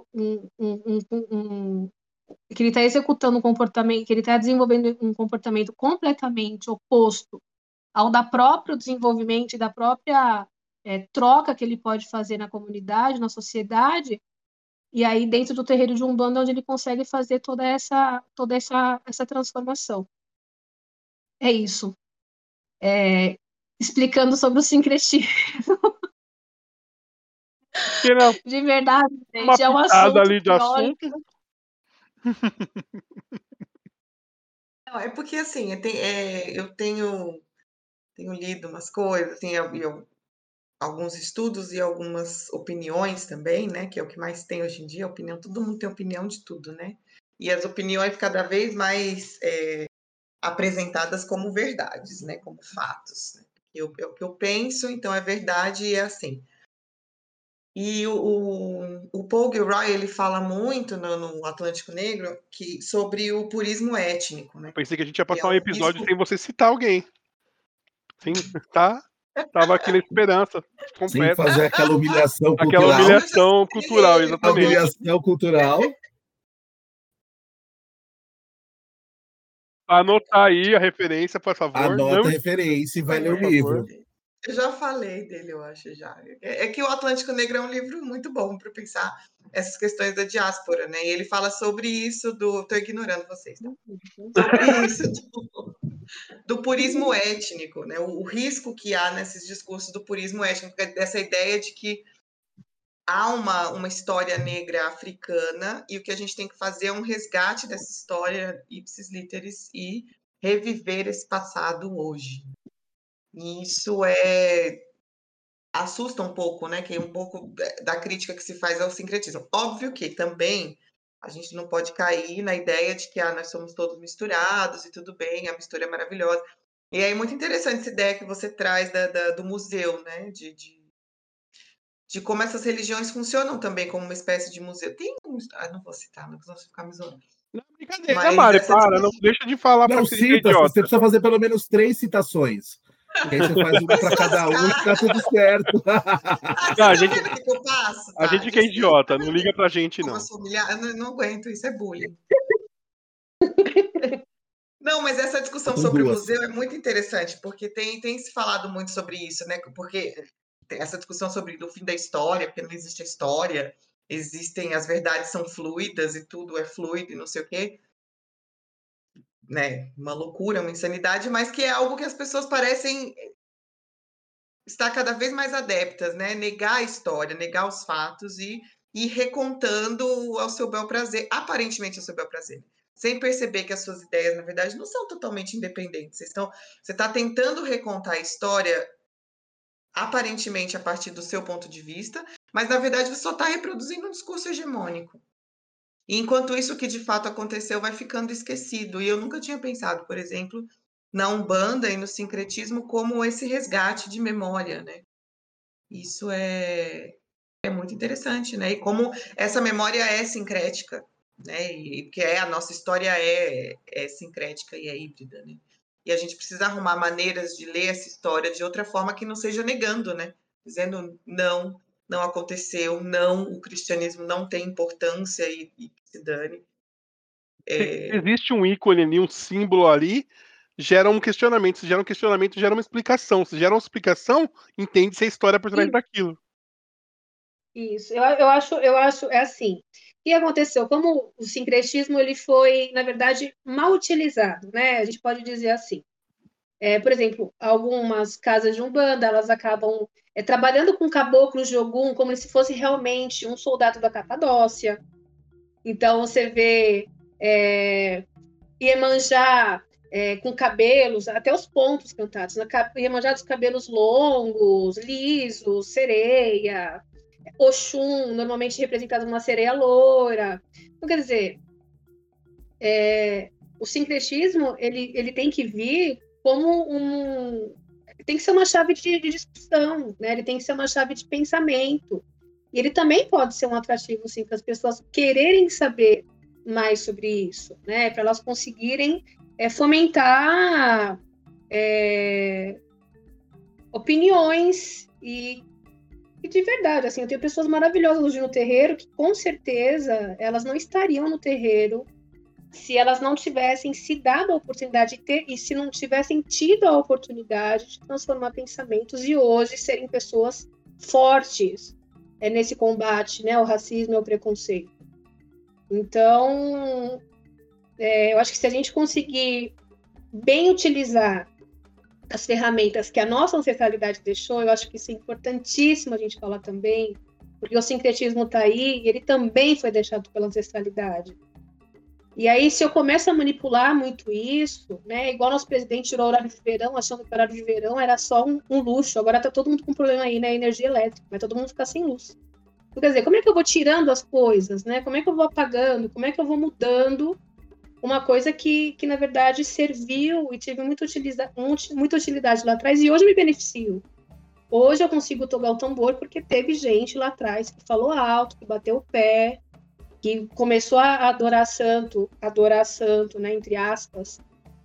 que ele está executando um comportamento, que ele está desenvolvendo um comportamento completamente oposto ao da próprio desenvolvimento e da própria troca que ele pode fazer na comunidade, na sociedade, e aí dentro do terreiro de Umbanda, onde ele consegue fazer toda essa transformação. É isso. Explicando sobre o sincretismo. De verdade, gente, é um assunto ali de assunto. Não, é porque assim, eu tenho lido umas coisas, assim, alguns estudos e algumas opiniões também, né? Que é o que mais tem hoje em dia, opinião, todo mundo tem opinião de tudo, né? E as opiniões cada vez mais apresentadas como verdades, né? Como fatos. Né? É o que eu penso, então é verdade e é assim. E o Paul Gilroy, ele fala muito no Atlântico Negro sobre o purismo étnico, né? Pensei que a gente ia passar um episódio sem você citar alguém. Sim, tava aqui na esperança. Sem fazer aquela humilhação cultural. Aquela humilhação cultural, exatamente. Humilhação cultural. Anotar aí a referência, por favor. Anota a referência e vai ler o livro. Eu já falei dele, eu acho, já. É que o Atlântico Negro é um livro muito bom para pensar essas questões da diáspora, né? E ele fala sobre isso Tô ignorando vocês, tá? Sobre isso do purismo étnico, né? O risco que há nesses discursos do purismo étnico, dessa ideia de que há uma história negra africana e o que a gente tem que fazer é um resgate dessa história ipsis literis e reviver esse passado hoje. E isso assusta um pouco, né? Que é um pouco da crítica que se faz ao sincretismo. Óbvio que também a gente não pode cair na ideia de que nós somos todos misturados e tudo bem, a mistura é maravilhosa. E aí, muito interessante essa ideia que você traz do museu, né? De como essas religiões funcionam também como uma espécie de museu. Não vou citar, não vou ficar me zoando. Não, brincadeira, Mari, para, não deixa de falar para que cita, você precisa fazer pelo menos 3 citações. Porque aí você faz uma para cada um e fica tudo certo. Não, a gente, o que eu faço? A gente que é idiota, não liga pra gente, não. Eu não aguento, isso é bullying. Não, mas essa discussão sobre o museu é muito interessante, porque tem se falado muito sobre isso, né? Porque tem essa discussão sobre o fim da história, porque não existe a história, as verdades são fluidas e tudo é fluido e não sei o quê. Né? Uma loucura, uma insanidade, mas que é algo que as pessoas parecem estar cada vez mais adeptas, né? Negar a história, negar os fatos e ir recontando ao seu bel prazer, aparentemente ao seu bel prazer, sem perceber que as suas ideias, na verdade, não são totalmente independentes. Você está tentando recontar a história aparentemente a partir do seu ponto de vista, mas na verdade você só está reproduzindo um discurso hegemônico. E enquanto isso que de fato aconteceu vai ficando esquecido. E eu nunca tinha pensado, por exemplo, na Umbanda e no sincretismo como esse resgate de memória, né? Isso é muito interessante, né? E como essa memória é sincrética, né? E porque a nossa história é sincrética e é híbrida, né? E a gente precisa arrumar maneiras de ler essa história de outra forma que não seja negando, né? Dizendo não, não aconteceu, não, o cristianismo não tem importância e se dane. Existe um ícone ali, um símbolo ali, gera um questionamento. Se gera um questionamento, gera uma explicação. Se gera uma explicação, entende-se a história por trás daquilo. Isso, eu acho, é assim. O que aconteceu? Como o sincretismo ele foi, na verdade, mal utilizado, né? A gente pode dizer assim. Por exemplo, algumas casas de Umbanda, elas acabam trabalhando com caboclos de Ogum como se fosse realmente um soldado da Capadócia. Então, você vê Iemanjá com cabelos, até os pontos cantados, né? Iemanjá dos cabelos longos, lisos, sereia, Oxum, normalmente representado uma sereia loura. Então, quer dizer, o sincretismo ele tem que vir como tem que ser uma chave de discussão, né? Ele tem que ser uma chave de pensamento. E ele também pode ser um atrativo, sim, para as pessoas quererem saber mais sobre isso, né? Para elas conseguirem fomentar opiniões e de verdade, assim, eu tenho pessoas maravilhosas hoje no terreiro que, com certeza, elas não estariam no terreiro se elas não tivessem se dado a oportunidade de ter, e se não tivessem tido a oportunidade de transformar pensamentos e hoje serem pessoas fortes nesse combate, né, ao racismo e ao preconceito. Então, eu acho que se a gente conseguir bem utilizar as ferramentas que a nossa ancestralidade deixou, eu acho que isso é importantíssimo a gente falar também, porque o sincretismo está aí e ele também foi deixado pela ancestralidade. E aí, se eu começo a manipular muito isso, né, igual nosso presidente tirou o horário de verão, achando que o horário de verão era só um luxo, agora está todo mundo com problema aí na energia elétrica, vai todo mundo ficar sem luz. Então, quer dizer, como é que eu vou tirando as coisas, né? Como é que eu vou apagando, como é que eu vou mudando uma coisa que na verdade, serviu e tive muita utilidade lá atrás e hoje me beneficio. Hoje eu consigo tocar o tambor porque teve gente lá atrás que falou alto, que bateu o pé, que começou a adorar santo, né, entre aspas,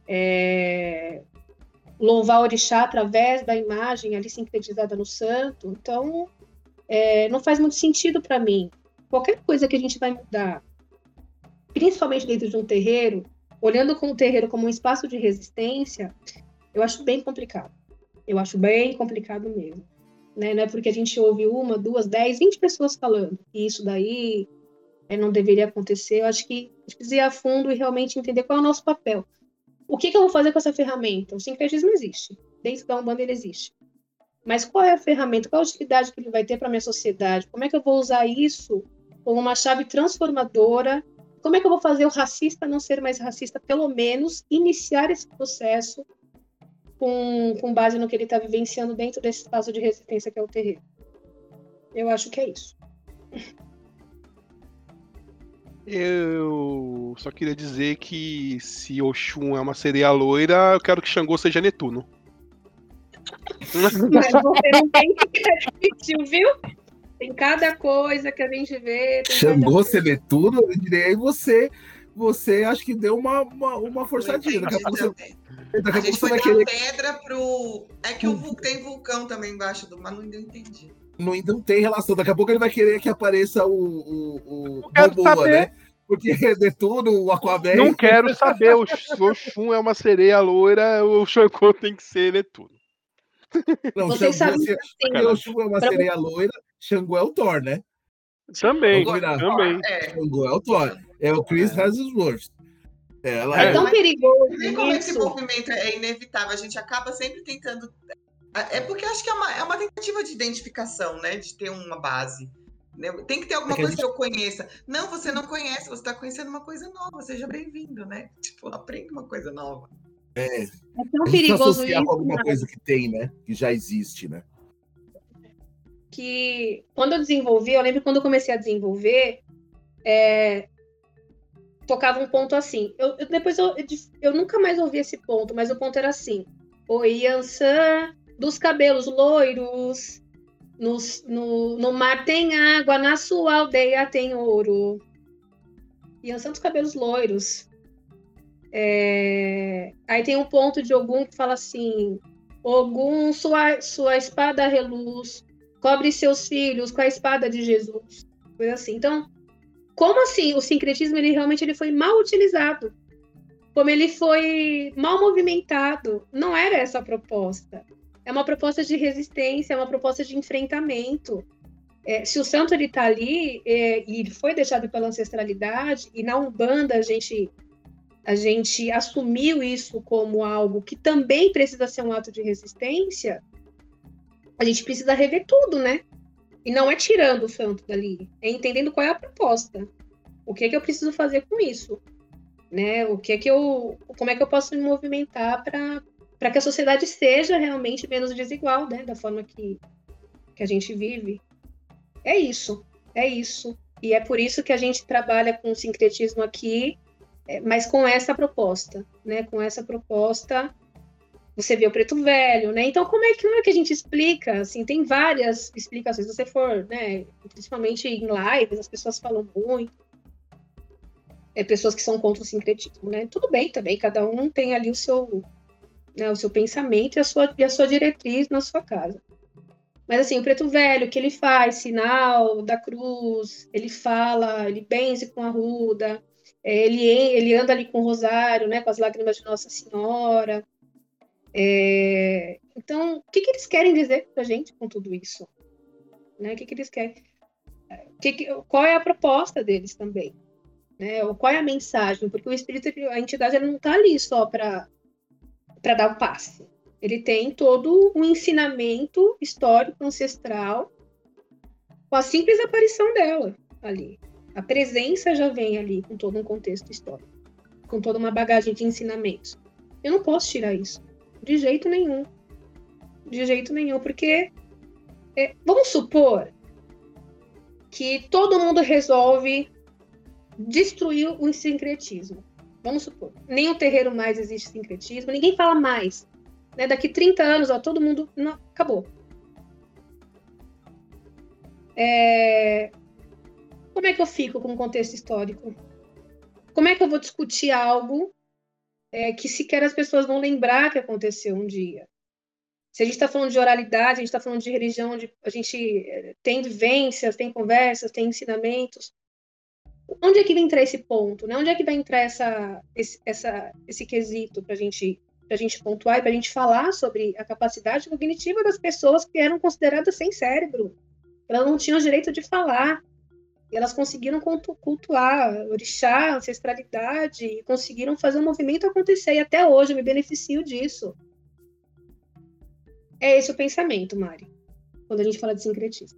louvar o orixá através da imagem ali sincretizada no santo. Então, não faz muito sentido para mim. Qualquer coisa que a gente vai mudar, principalmente dentro de um terreiro, olhando o terreiro como um espaço de resistência, eu acho bem complicado. Eu acho bem complicado mesmo. Né? Não é porque a gente ouve 1, 2, 10, 20 pessoas falando que isso daí não deveria acontecer. Eu acho que a gente precisa ir a fundo e realmente entender qual é o nosso papel. O que eu vou fazer com essa ferramenta? O sincretismo existe. Dentro da Umbanda ele existe. Mas qual é a ferramenta? Qual a utilidade que ele vai ter para a minha sociedade? Como é que eu vou usar isso como uma chave transformadora? Como é que eu vou fazer o racista não ser mais racista? Pelo menos iniciar esse processo com base no que ele está vivenciando dentro desse espaço de resistência que é o terreiro. Eu acho que é isso. Eu só queria dizer que se Oxum é uma sereia loira, eu quero que Xangô seja Netuno. Mas você não tem que repetir, viu? Tem cada coisa que a gente vê. Xangô ser Netuno, eu diria aí você acho que deu uma forçadinha. Daqui a pouco a gente foi dar querer... pedra pro... É que tem vulcão também embaixo do... Mas não entendi. Não tem relação. Daqui a pouco ele vai querer que apareça o Momoa, né? Porque Netuno, o Aquaman... Não quero saber. O Oxum é uma sereia loira, o Xangô tem que ser Netuno. Não, o Oxum é uma sereia loira, Xangô é o Thor, né? Também. Xangô é o Thor. É o Chris Hemsworth. É tão perigoso. E como esse movimento é inevitável, a gente acaba sempre tentando. É porque acho que é uma tentativa de identificação, né? De ter uma base. Né? Tem que ter alguma coisa que eu conheça. Não, você não conhece, você está conhecendo uma coisa nova, seja bem-vindo, né? Tipo, aprende uma coisa nova. É tão perigoso associar com alguma coisa que tem, né? Que já existe, né? Que quando eu desenvolvi, eu lembro quando eu comecei a desenvolver, tocava um ponto assim. Depois eu nunca mais ouvi esse ponto, mas o ponto era assim: o Yansan dos cabelos loiros, no mar tem água, na sua aldeia tem ouro. Ian Santos, cabelos loiros. Aí tem um ponto de Ogum que fala assim: Ogum, sua espada reluz, cobre seus filhos com a espada de Jesus. Coisa assim. Então, como assim o sincretismo ele realmente foi mal utilizado? Como ele foi mal movimentado? Não era essa a proposta. É uma proposta de resistência, é uma proposta de enfrentamento. Se o santo está ali e ele foi deixado pela ancestralidade, e na Umbanda a gente assumiu isso como algo que também precisa ser um ato de resistência, a gente precisa rever tudo, né? E não é tirando o santo dali, é entendendo qual é a proposta. O que é que eu preciso fazer com isso? Né? Como é que eu posso me movimentar para que a sociedade seja realmente menos desigual, né? Da forma que a gente vive. É isso. E é por isso que a gente trabalha com o sincretismo aqui, mas com essa proposta, né? Com essa proposta, você vê o preto velho, né? Então, como é que a gente explica? Assim, tem várias explicações. Se você for, né? Principalmente em lives, as pessoas falam muito. Pessoas que são contra o sincretismo, né? Tudo bem também, cada um tem ali o seu pensamento e a sua diretriz na sua casa. Mas assim, o preto velho, que ele faz sinal da cruz, ele fala, ele benze com a arruda, ele anda ali com o rosário, né, com as lágrimas de Nossa Senhora. Então, o que eles querem dizer pra gente com tudo isso? Né? O que eles querem? Qual é a proposta deles também? Né? Ou qual é a mensagem? Porque o espírito, a entidade, ele não está ali só para dar o passe. Ele tem todo um ensinamento histórico ancestral com a simples aparição dela ali. A presença já vem ali com todo um contexto histórico, com toda uma bagagem de ensinamentos. Eu não posso tirar isso. De jeito nenhum. De jeito nenhum, porque vamos supor que todo mundo resolve destruir o sincretismo. Vamos supor. Nem o terreiro mais existe sincretismo, ninguém fala mais. Né? Daqui 30 anos, todo mundo... Não, acabou. Como é que eu fico com o contexto histórico? Como é que eu vou discutir algo que sequer as pessoas vão lembrar que aconteceu um dia? Se a gente está falando de oralidade, a gente está falando de religião, a gente tem vivências, tem conversas, tem ensinamentos. Onde é que vai entrar esse ponto? Né? Onde é que vai entrar esse quesito para a gente pontuar e para a gente falar sobre a capacidade cognitiva das pessoas que eram consideradas sem cérebro? Elas não tinham direito de falar. E elas conseguiram cultuar orixá, ancestralidade, e conseguiram fazer o movimento acontecer. E até hoje eu me beneficio disso. É esse o pensamento, Mari, quando a gente fala de sincretismo.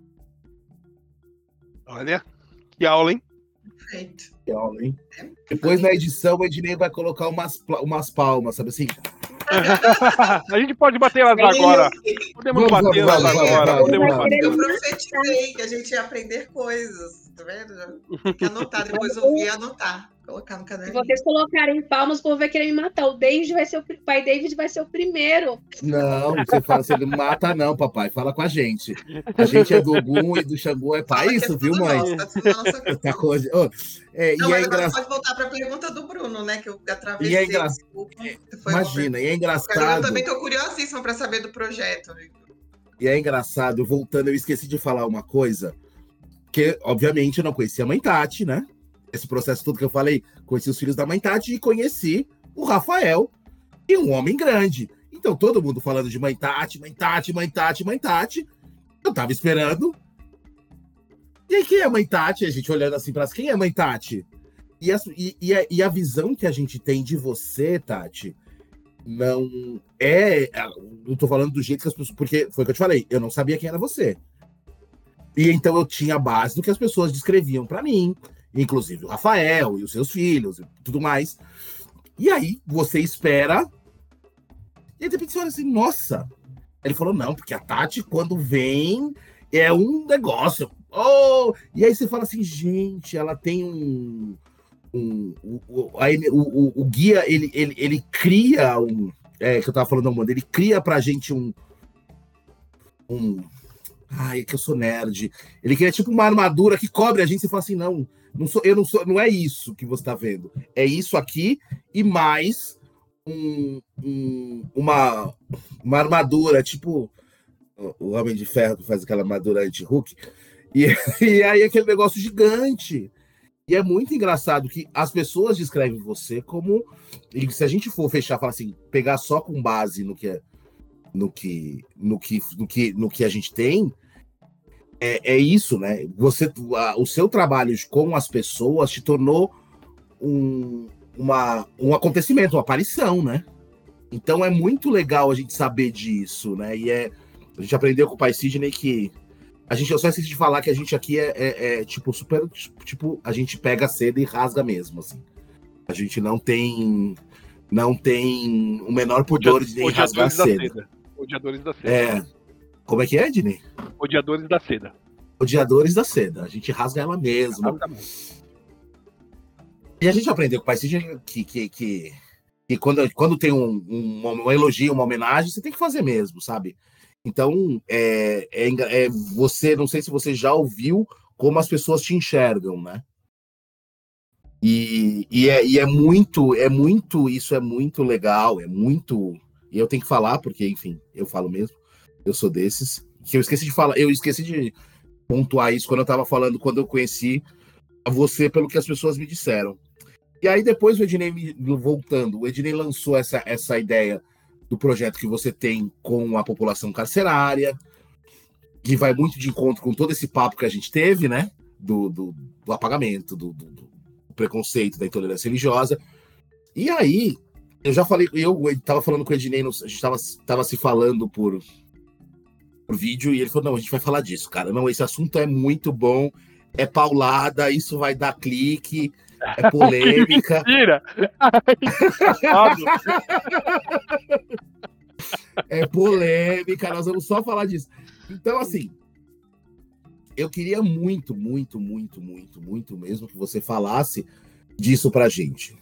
Olha, que aula, hein? Perfeito. Que aula, hein? Depois na edição o Ednei vai colocar umas palmas, sabe assim? A gente pode bater elas agora. Podemos bater elas agora. Eu profetizei que a gente ia aprender coisas, tá vendo? Tem que anotar, depois ouvir e anotar. Colocar no caderno. Se vocês colocarem palmas, o povo vai querer me matar. O pai David vai ser o primeiro. Não, você não mata não, papai. Fala com a gente. A gente é do Ogum e do Xangô, é pra isso, viu, mãe? Tá coisa. Não, mas agora pode voltar para a pergunta do Bruno, né? Que eu atravessei. E é Imagina, e é engraçado. Eu também tô curiosíssima para saber do projeto. E é engraçado, voltando, eu esqueci de falar uma coisa, que obviamente eu não conhecia a mãe Tati, né? Esse processo todo que eu falei, conheci os filhos da mãe Tati e conheci o Rafael, e um homem grande. Então, todo mundo falando de mãe Tati, mãe Tati, mãe Tati, mãe Tati. Eu tava esperando. E aí, quem é mãe Tati? A gente olhando assim para quem é mãe Tati? E a visão que a gente tem de você, Tati, não é... Eu tô falando do jeito que as pessoas... Porque foi o que eu te falei, eu não sabia quem era você. E então eu tinha a base do que as pessoas descreviam para mim, inclusive o Rafael e os seus filhos e tudo mais. E aí você espera... E aí de repente você olha assim, nossa... Ele falou, não, porque a Tati, quando vem, é um negócio. Oh! E aí você fala assim, gente, ela tem o guia, ele cria que eu tava falando, ele cria pra gente Ai, é que eu sou nerd. Ele queria tipo uma armadura que cobre a gente. Você fala assim, não, não é isso que você tá vendo. É isso aqui e mais uma armadura, tipo o Homem de Ferro que faz aquela armadura anti-Hulk. E, e aí aquele negócio gigante. E é muito engraçado que as pessoas descrevem você como. E se a gente for fechar, falar assim, pegar só com base no que a gente tem, é isso, né? O seu trabalho com as pessoas te tornou um acontecimento, uma aparição, né? Então é muito legal a gente saber disso, né? A gente aprendeu com o pai Sidney que eu só esqueci de falar que a gente aqui tipo super, tipo, a gente pega a seda e rasga mesmo, assim. A gente não tem o menor pudor de nem rasgar a seda. Odiadores da seda. Como é que é, Ednei? Odiadores da seda. Odiadores da seda. A gente rasga ela mesma. E a gente aprendeu com o pai Sidney que quando tem um elogio, uma homenagem, você tem que fazer mesmo, sabe? Então, você, não sei se você já ouviu como as pessoas te enxergam, né? E isso é muito legal, e eu tenho que falar, porque, enfim, eu falo mesmo, eu sou desses, que eu esqueci de pontuar isso quando eu tava falando, quando eu conheci você, pelo que as pessoas me disseram. E aí depois o Ednei lançou essa ideia do projeto que você tem com a população carcerária, que vai muito de encontro com todo esse papo que a gente teve, né? Do apagamento, do preconceito, da intolerância religiosa. E aí, eu já falei, eu estava falando com o Ednei, a gente estava se falando por vídeo, e ele falou, não, a gente vai falar disso, cara. Não, esse assunto é muito bom, é paulada, isso vai dar clique, é polêmica. Mentira! É polêmica, nós vamos só falar disso. Então, assim, eu queria muito, muito, muito, muito, muito mesmo que você falasse disso pra gente.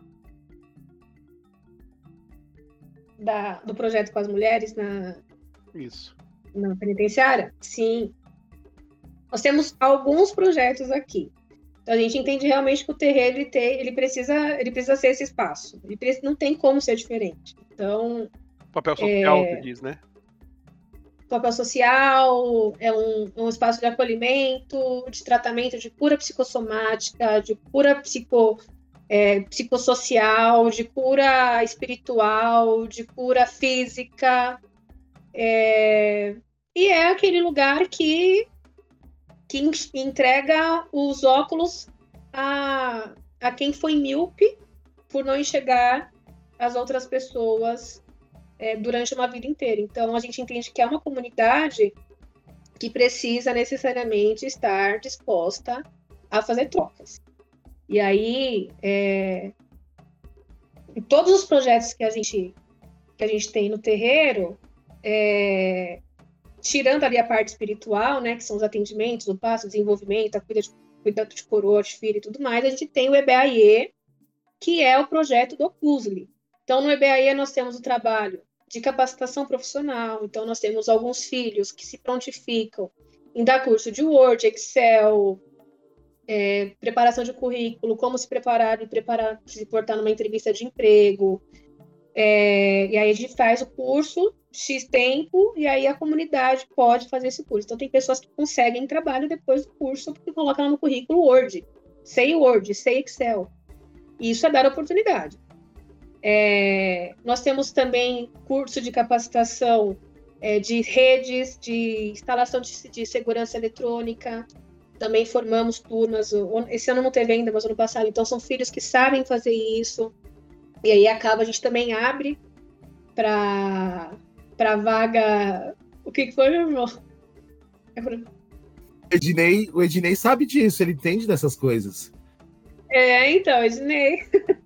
Do projeto com as mulheres Isso. Na penitenciária? Sim. Nós temos alguns projetos aqui. Então, a gente entende realmente que o terreiro ele precisa ser esse espaço. Não tem como ser diferente. Então, papel social, você diz, né? Papel social, é um espaço de acolhimento, de tratamento de cura psicossomática, de cura psicossocial, de cura espiritual, de cura física. E é aquele lugar que entrega os óculos a quem foi míope por não enxergar as outras pessoas durante uma vida inteira. Então, a gente entende que é uma comunidade que precisa necessariamente estar disposta a fazer trocas. E aí, em todos os projetos que a gente tem no terreiro, tirando ali a parte espiritual, né, que são os atendimentos, o passo, o desenvolvimento, a cuidado de coroa, de filho e tudo mais, a gente tem o EBAE, que é o projeto do CUSLI. Então, no EBAE, nós temos o trabalho de capacitação profissional. Então, nós temos alguns filhos que se prontificam em dar curso de Word, Excel, preparação de currículo, como se preparar se portar numa entrevista de emprego. E aí a gente faz o curso X tempo, e aí a comunidade pode fazer esse curso. Então, tem pessoas que conseguem trabalho depois do curso, porque colocam lá no currículo Word, sei Excel. E isso é dar oportunidade. Nós temos também curso de capacitação de redes, de instalação de segurança eletrônica. Também formamos turmas. Esse ano não teve ainda, mas ano passado. Então, são filhos que sabem fazer isso. E aí a gente também abre para vaga. O que foi, meu irmão? O Ednei sabe disso, ele entende dessas coisas. Então, Ednei.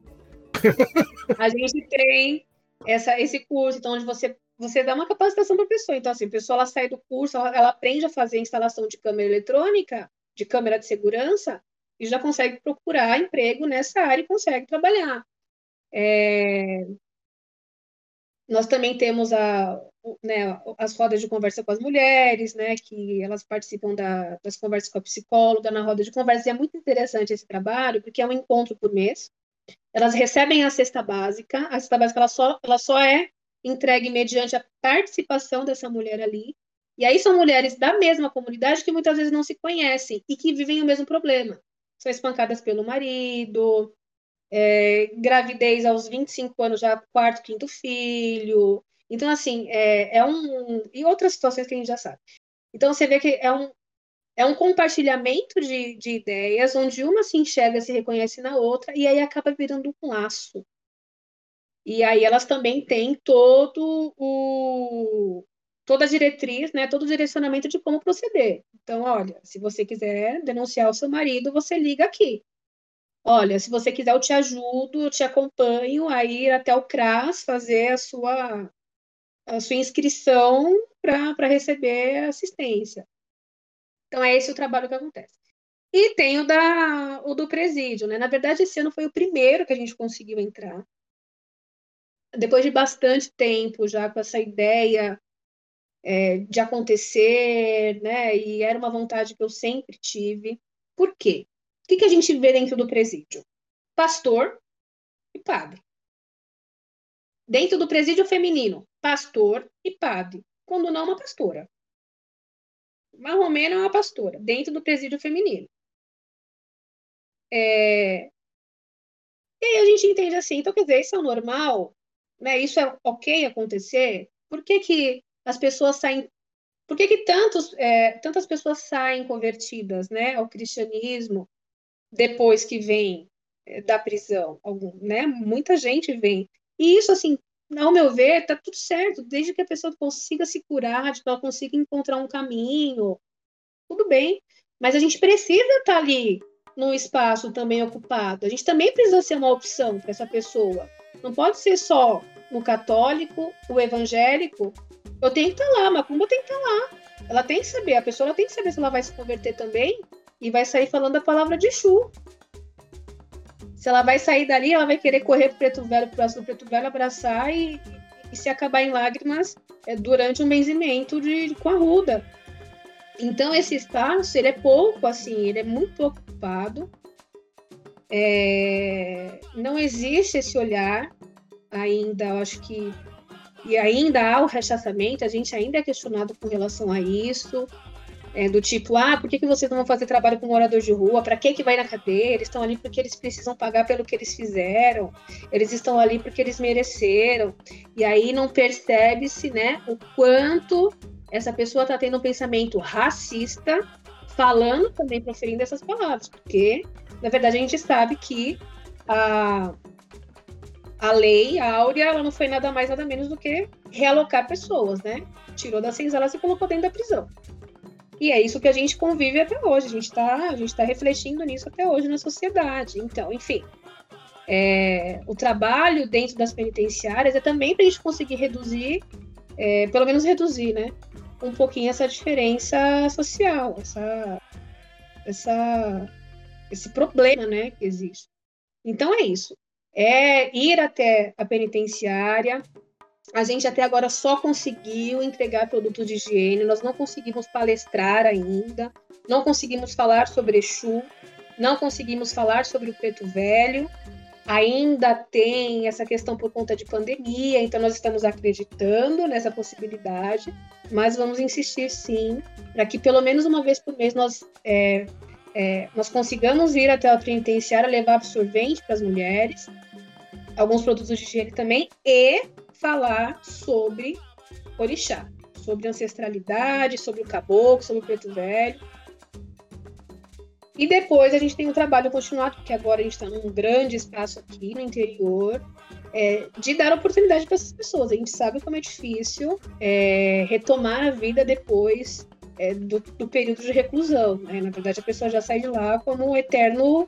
A gente tem esse curso, então, onde você dá uma capacitação para a pessoa. Então, assim, a pessoa ela sai do curso, ela aprende a fazer instalação de câmera eletrônica, de câmera de segurança, e já consegue procurar emprego nessa área e consegue trabalhar. Nós também temos né, as rodas de conversa com as mulheres, né, que elas participam das conversas com a psicóloga na roda de conversa. E é muito interessante esse trabalho, porque é um encontro por mês. Elas recebem a cesta básica. A cesta básica ela só é entregue mediante a participação dessa mulher ali. E aí são mulheres da mesma comunidade que muitas vezes não se conhecem e que vivem o mesmo problema. São espancadas pelo marido, gravidez aos 25 anos, já quarto, quinto filho. Então, assim, e outras situações que a gente já sabe. Então, você vê que é um compartilhamento de ideias, onde uma se enxerga, se reconhece na outra, e aí acaba virando um laço. E aí elas também têm toda a diretriz, né, todo o direcionamento de como proceder. Então, olha, se você quiser denunciar o seu marido, você liga aqui. Olha, se você quiser, eu te ajudo, eu te acompanho a ir até o CRAS fazer a sua inscrição para receber assistência. Então, é esse o trabalho que acontece. E tem o do presídio, né? Na verdade, esse ano foi o primeiro que a gente conseguiu entrar. Depois de bastante tempo já com essa ideia de acontecer, né? E era uma vontade que eu sempre tive. Por quê? O que a gente vê dentro do presídio? Pastor e padre. Dentro do presídio feminino, pastor e padre. Quando não, uma pastora. Marromeno é uma pastora, dentro do presídio feminino. E aí a gente entende assim, então quer dizer, isso é o normal, né? Isso é ok acontecer? Por que as pessoas saem... Por que tantas pessoas saem convertidas, né, ao cristianismo depois que vêm da prisão? Né? Muita gente vem. E isso, assim, ao meu ver, tá tudo certo, desde que a pessoa consiga se curar, de que ela consiga encontrar um caminho, tudo bem. Mas a gente precisa estar ali num espaço também ocupado. A gente também precisa ser uma opção para essa pessoa. Não pode ser só o católico, o evangélico. Eu tenho que estar lá, a macumba tem que estar lá. Ela tem que saber, a pessoa tem que saber se ela vai se converter também e vai sair falando a palavra de Exu. Se ela vai sair dali, ela vai querer correr pro Preto Velho, pro próximo Preto Velho, abraçar e se acabar em lágrimas durante um benzimento com a ruda. Então, esse espaço, ele é pouco, assim, ele é muito pouco ocupado. Não existe esse olhar ainda, eu acho que... E ainda há o rechaçamento, a gente ainda é questionado com relação a isso. Do tipo, por que vocês não vão fazer trabalho com morador de rua? Para que vai na cadeia? Eles estão ali porque eles precisam pagar pelo que eles fizeram. Eles estão ali porque eles mereceram. E aí não percebe-se, né, o quanto essa pessoa está tendo um pensamento racista, falando também, proferindo essas palavras. Porque, na verdade, a gente sabe que a lei Áurea, ela não foi nada mais, nada menos do que realocar pessoas, né? Tirou das senzalas e colocou dentro da prisão. E é isso que a gente convive até hoje, a gente tá refletindo nisso até hoje na sociedade. Então, enfim, o trabalho dentro das penitenciárias é também para a gente conseguir reduzir, pelo menos reduzir, né, um pouquinho essa diferença social, esse problema, né, que existe. Então é isso, ir até a penitenciária. A gente até agora só conseguiu entregar produtos de higiene, nós não conseguimos palestrar ainda, não conseguimos falar sobre Exu, não conseguimos falar sobre o Preto Velho, ainda tem essa questão por conta de pandemia, então nós estamos acreditando nessa possibilidade, mas vamos insistir sim, para que pelo menos uma vez por mês nós consigamos ir até a penitenciária, levar absorvente para as mulheres, alguns produtos de higiene também, e falar sobre orixá, sobre ancestralidade, sobre o caboclo, sobre o Preto Velho. E depois a gente tem um trabalho continuado, porque agora a gente está num grande espaço aqui no interior, de dar oportunidade para essas pessoas. A gente sabe como é difícil retomar a vida depois do período de reclusão, né? Na verdade, a pessoa já sai de lá como eterna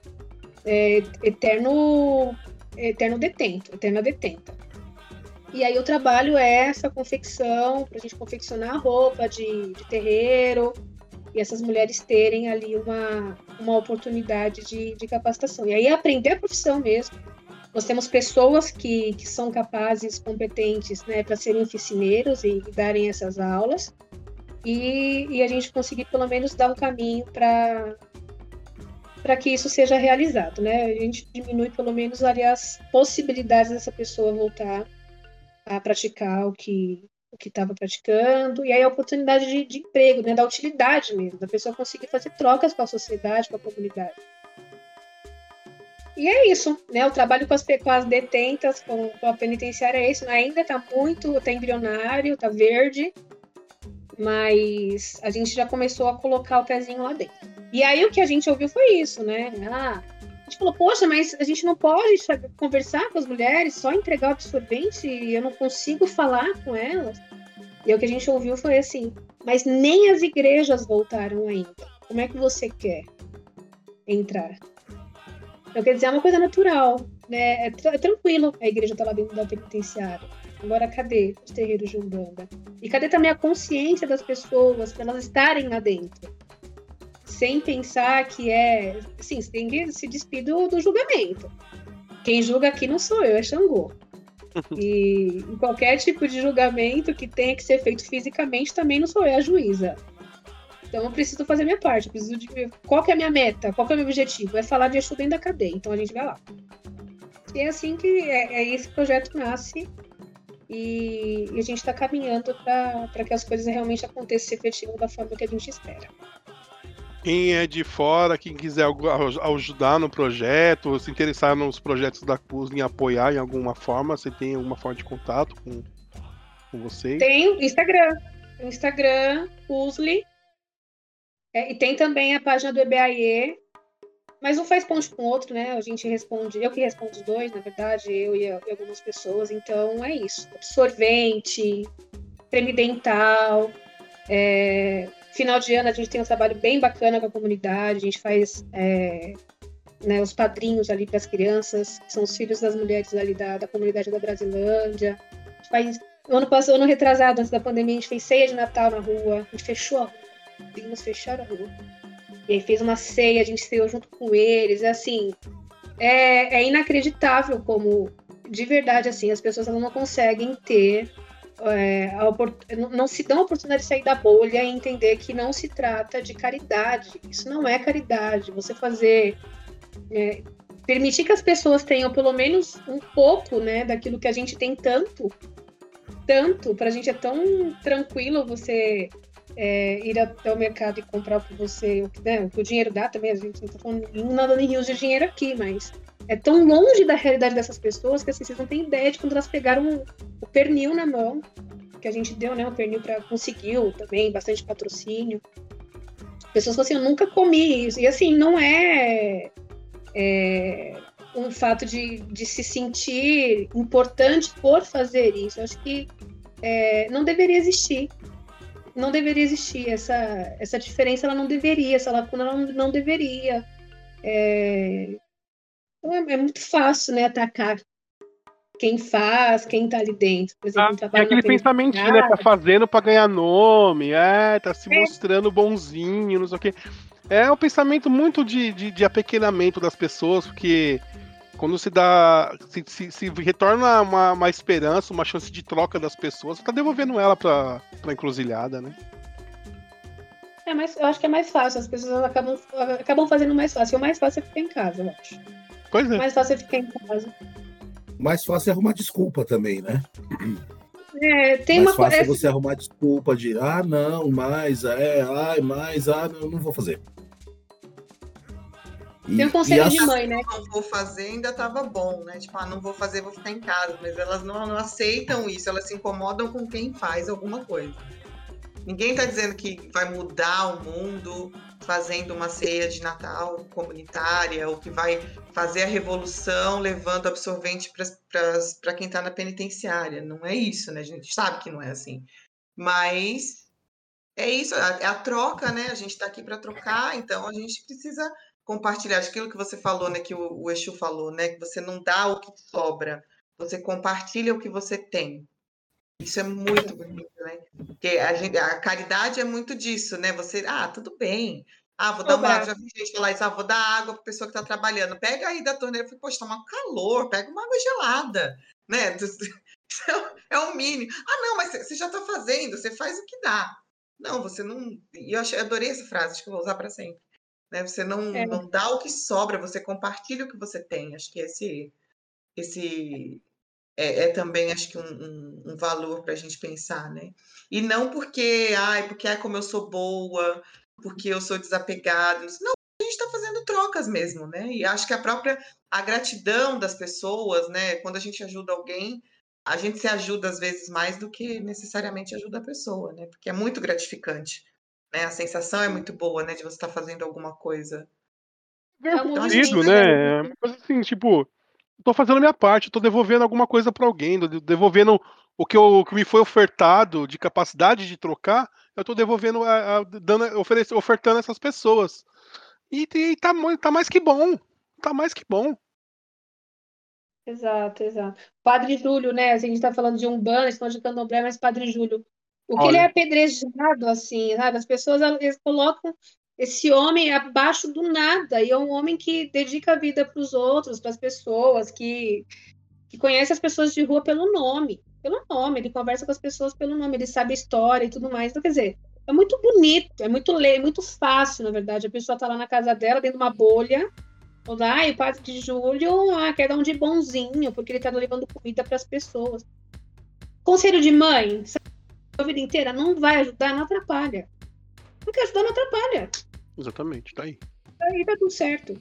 detenta. E aí o trabalho é essa confecção, para a gente confeccionar a roupa de terreiro, e essas mulheres terem ali uma oportunidade de capacitação. E aí aprender a profissão mesmo, Nós temos pessoas que são capazes, competentes, né, para serem oficineiros e darem essas aulas, e a gente conseguir pelo menos dar um caminho para que isso seja realizado, né? A gente diminui pelo menos ali as possibilidades dessa pessoa voltar a praticar o que estava praticando, e aí a oportunidade de emprego, né, da utilidade mesmo, da pessoa conseguir fazer trocas com a sociedade, com a comunidade. E é isso, né? O trabalho com as detentas, com a penitenciária é isso. Ainda está embrionário, está verde, mas a gente já começou a colocar o pezinho lá dentro. E aí o que a gente ouviu foi isso, né? A gente falou, poxa, mas a gente não pode conversar com as mulheres, só entregar o absorvente e eu não consigo falar com elas. E o que a gente ouviu foi assim, mas nem as igrejas voltaram ainda. Como é que você quer entrar? Então, quer dizer, é uma coisa natural, né? É tranquilo a igreja estar lá dentro da penitenciária. Agora, cadê os terreiros de Umbanda? E cadê também a consciência das pessoas para elas estarem lá dentro? Sem pensar que assim, você tem que se despir do julgamento. Quem julga aqui não sou eu, é Xangô. E em qualquer tipo de julgamento que tenha que ser feito fisicamente, também não sou eu a juíza. Então eu preciso fazer a minha parte, eu preciso de ver qual que é a minha meta, qual que é o meu objetivo, é falar de Exu dentro da cadeia, então a gente vai lá. E é assim que esse projeto nasce e a gente está caminhando para que as coisas realmente aconteçam e se efetivam da forma que a gente espera. Quem é de fora, quem quiser ajudar no projeto, se interessar nos projetos da CUSL, em apoiar em alguma forma, você tem alguma forma de contato com vocês? Tem Instagram, CUSL, e tem também a página do EBAE, mas um faz ponte com o outro, né? A gente responde, eu que respondo os dois, na verdade, eu e algumas pessoas, então é isso. Absorvente, creme dental, final de ano a gente tem um trabalho bem bacana com a comunidade, a gente faz né, os padrinhos ali para as crianças, que são os filhos das mulheres ali da comunidade da Brasilândia. A gente faz, ano retrasado, antes da pandemia, a gente fez ceia de Natal na rua, a gente fechou a rua, conseguimos fechar a rua. E aí fez uma ceia, a gente ceou junto com eles, assim, é inacreditável como, de verdade, assim, as pessoas elas não conseguem ter, não se dão a oportunidade de sair da bolha e entender que não se trata de caridade, isso não é caridade, você fazer, permitir que as pessoas tenham pelo menos um pouco, né, daquilo que a gente tem tanto, pra gente é tão tranquilo você ir até o mercado e comprar o que você, né, o que o dinheiro dá também, a gente não está falando nada em rios de dinheiro aqui, mas é tão longe da realidade dessas pessoas que assim, vocês não têm ideia de quando elas pegaram o pernil na mão, que a gente deu, né, o pernil conseguiu também, bastante patrocínio. Pessoas falam assim, eu nunca comi isso, e assim, não é um fato de se sentir importante por fazer isso, eu acho que não deveria existir. Não deveria existir essa diferença, ela não deveria, essa lacuna ela não deveria. Então é muito fácil, né, atacar quem faz, quem tá ali dentro. Por exemplo, um trabalho aquele pensamentinho, né? Tá fazendo pra ganhar nome, tá se mostrando bonzinho, não sei o quê. É um pensamento muito de apequenamento das pessoas, porque quando se dá. Se retorna uma esperança, uma chance de troca das pessoas, você tá devolvendo ela pra encruzilhada, né? Mas eu acho que é mais fácil, as pessoas acabam fazendo mais fácil. O mais fácil é ficar em casa, eu acho. Pois é. O mais fácil é ficar em casa. Mais fácil é arrumar desculpa também, né? Tem mais uma fácil é você arrumar desculpa de não, não vou fazer. Tem um conselho de mãe, né? Não vou fazer, ainda estava bom, né? Tipo, não vou fazer, vou ficar em casa. Mas elas não aceitam isso, elas se incomodam com quem faz alguma coisa. Ninguém está dizendo que vai mudar o mundo fazendo uma ceia de Natal comunitária ou que vai fazer a revolução levando absorvente para quem está na penitenciária. Não é isso, né? A gente sabe que não é assim. Mas é isso, é a troca, né? A gente está aqui para trocar, então a gente precisa compartilhar aquilo que você falou, né? Que o Exu falou, né? Que você não dá o que sobra, você compartilha o que você tem. Isso é muito bonito, né? Porque a caridade é muito disso, né? Você, tudo bem, Vou dar uma água. Cobrar. Já vi gente falar isso, vou dar água para pessoa que está trabalhando. Pega aí da torneira. Eu falei, poxa, tá um calor, pega uma água gelada, né? É um mínimo. Não, mas você já está fazendo, você faz o que dá. Não, você não. E eu adorei essa frase, acho que eu vou usar para sempre. Né? Você não dá o que sobra, você compartilha o que você tem. Acho que esse é também, acho que um valor para a gente pensar, né? E não porque é como eu sou boa, porque eu sou desapegada. Não, a gente está fazendo trocas mesmo, né? E acho que a gratidão das pessoas, né? Quando a gente ajuda alguém, a gente se ajuda às vezes mais do que necessariamente ajuda a pessoa, né? Porque é muito gratificante, né? A sensação é muito boa, né? De você estar fazendo alguma coisa. É um Então, a gente movimento, né? né? É uma coisa assim, tipo, tô fazendo a minha parte, tô devolvendo alguma coisa pra alguém, devolvendo o que me foi ofertado de capacidade de trocar, eu tô devolvendo, ofertando essas pessoas. E tá mais que bom. Tá mais que bom. Exato, exato. Padre Júlio, né? A gente está falando de Umbanda, estamos de Candomblé, mas Padre Júlio, o que ele é Olha, apedrejado, assim, sabe? As pessoas eles colocam esse homem abaixo do nada, e é um homem que dedica a vida para os outros, para as pessoas, que conhece as pessoas de rua pelo nome. Pelo nome, ele conversa com as pessoas pelo nome, ele sabe a história e tudo mais. Então, quer dizer, é muito bonito, é muito fácil, na verdade. A pessoa está lá na casa dela, dentro de uma bolha. O Padre de Júlio quer dar um de bonzinho, porque ele tá levando comida para as pessoas. Conselho de mãe, sabe, a vida inteira, não vai ajudar, não atrapalha. Não quer ajudar, não atrapalha. exatamente, tá aí. Aí tá tudo certo.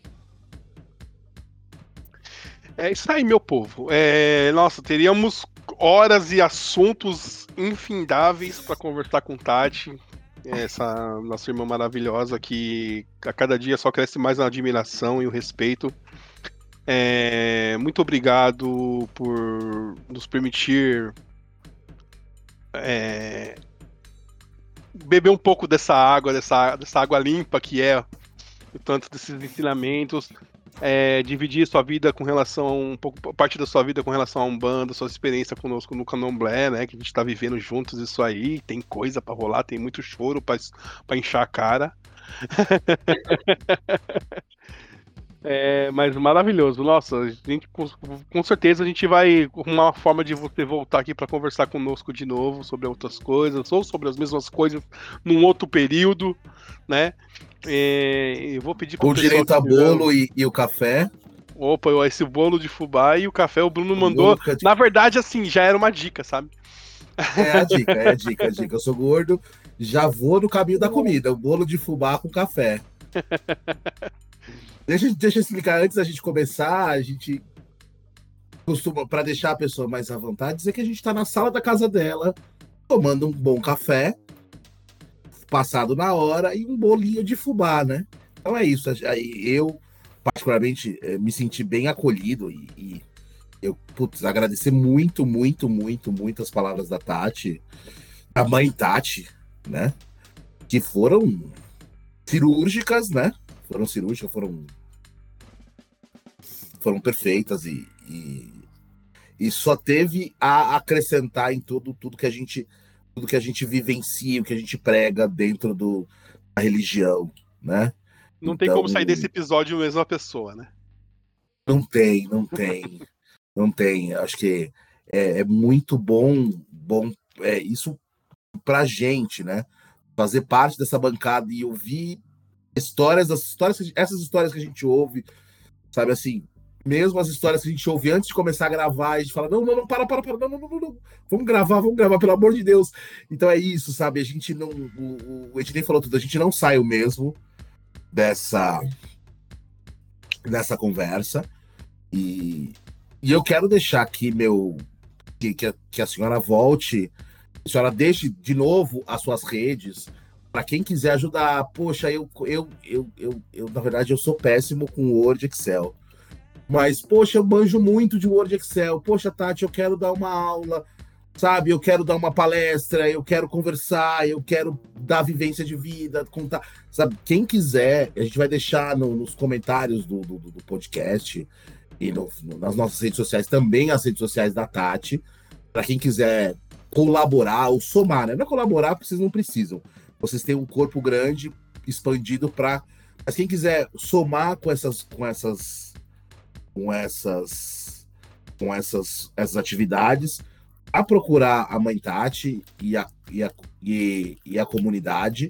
É isso aí, meu povo. Nossa, teríamos horas e assuntos infindáveis para conversar com Tati, essa nossa irmã maravilhosa que a cada dia só cresce mais a admiração e o respeito. Muito obrigado por nos permitir beber um pouco dessa água limpa que é o tanto desses ensinamentos. Dividir sua vida com relação, parte da sua vida com relação a Umbanda, sua experiência conosco no Candomblé, né? Que a gente tá vivendo juntos isso aí, tem coisa pra rolar, tem muito choro pra inchar a cara. Mas maravilhoso, nossa, a gente, com certeza a gente vai arrumar uma forma de você voltar aqui pra conversar conosco de novo sobre outras coisas, ou sobre as mesmas coisas num outro período, né? Eu vou pedir pro Com pessoal direito a que bolo e o café. Opa, esse bolo de fubá e o café o Bruno O mandou. bolo fica de- Na verdade, assim, já era uma dica, sabe? É a dica, é a dica, é a dica. Eu sou gordo, já vou no caminho da comida. O bolo de fubá com café. Deixa eu explicar, antes da gente começar, a gente costuma, para deixar a pessoa mais à vontade, dizer que a gente está na sala da casa dela, tomando um bom café, passado na hora, e um bolinho de fubá, né? Então é isso. Eu, particularmente, me senti bem acolhido e eu, agradecer muito, muito, muito, muito as palavras da Tati, da mãe Tati, né? Que foram cirúrgicas, né? Foram cirúrgicas, foram perfeitas e só teve a acrescentar em tudo que a gente vivencia, o que a gente prega dentro da religião, né? Não tem como sair desse episódio mesma pessoa, né? Não tem. Acho que é muito bom isso pra gente, né? Fazer parte dessa bancada e ouvir essas histórias que a gente ouve, sabe assim, mesmo as histórias que a gente ouve antes de começar a gravar, a gente fala, não, para, não, vamos gravar, pelo amor de Deus. Então é isso, sabe, a gente não, o Ednei falou tudo, a gente não sai o mesmo dessa conversa, e eu quero deixar aqui que a senhora volte, a senhora deixe de novo as suas redes, para quem quiser ajudar. Poxa, eu, na verdade, eu sou péssimo com Word e Excel. Mas, poxa, eu manjo muito de Word e Excel. Poxa, Tati, eu quero dar uma aula, sabe? Eu quero dar uma palestra, eu quero conversar, eu quero dar vivência de vida, contar. Sabe? Quem quiser, a gente vai deixar nos comentários do podcast e nas nossas redes sociais, também as redes sociais da Tati, para quem quiser colaborar ou somar, né? Não é colaborar porque vocês não precisam. Vocês têm um corpo grande, expandido para. Mas quem quiser somar com essas atividades, a procurar a Mãe Tati e a comunidade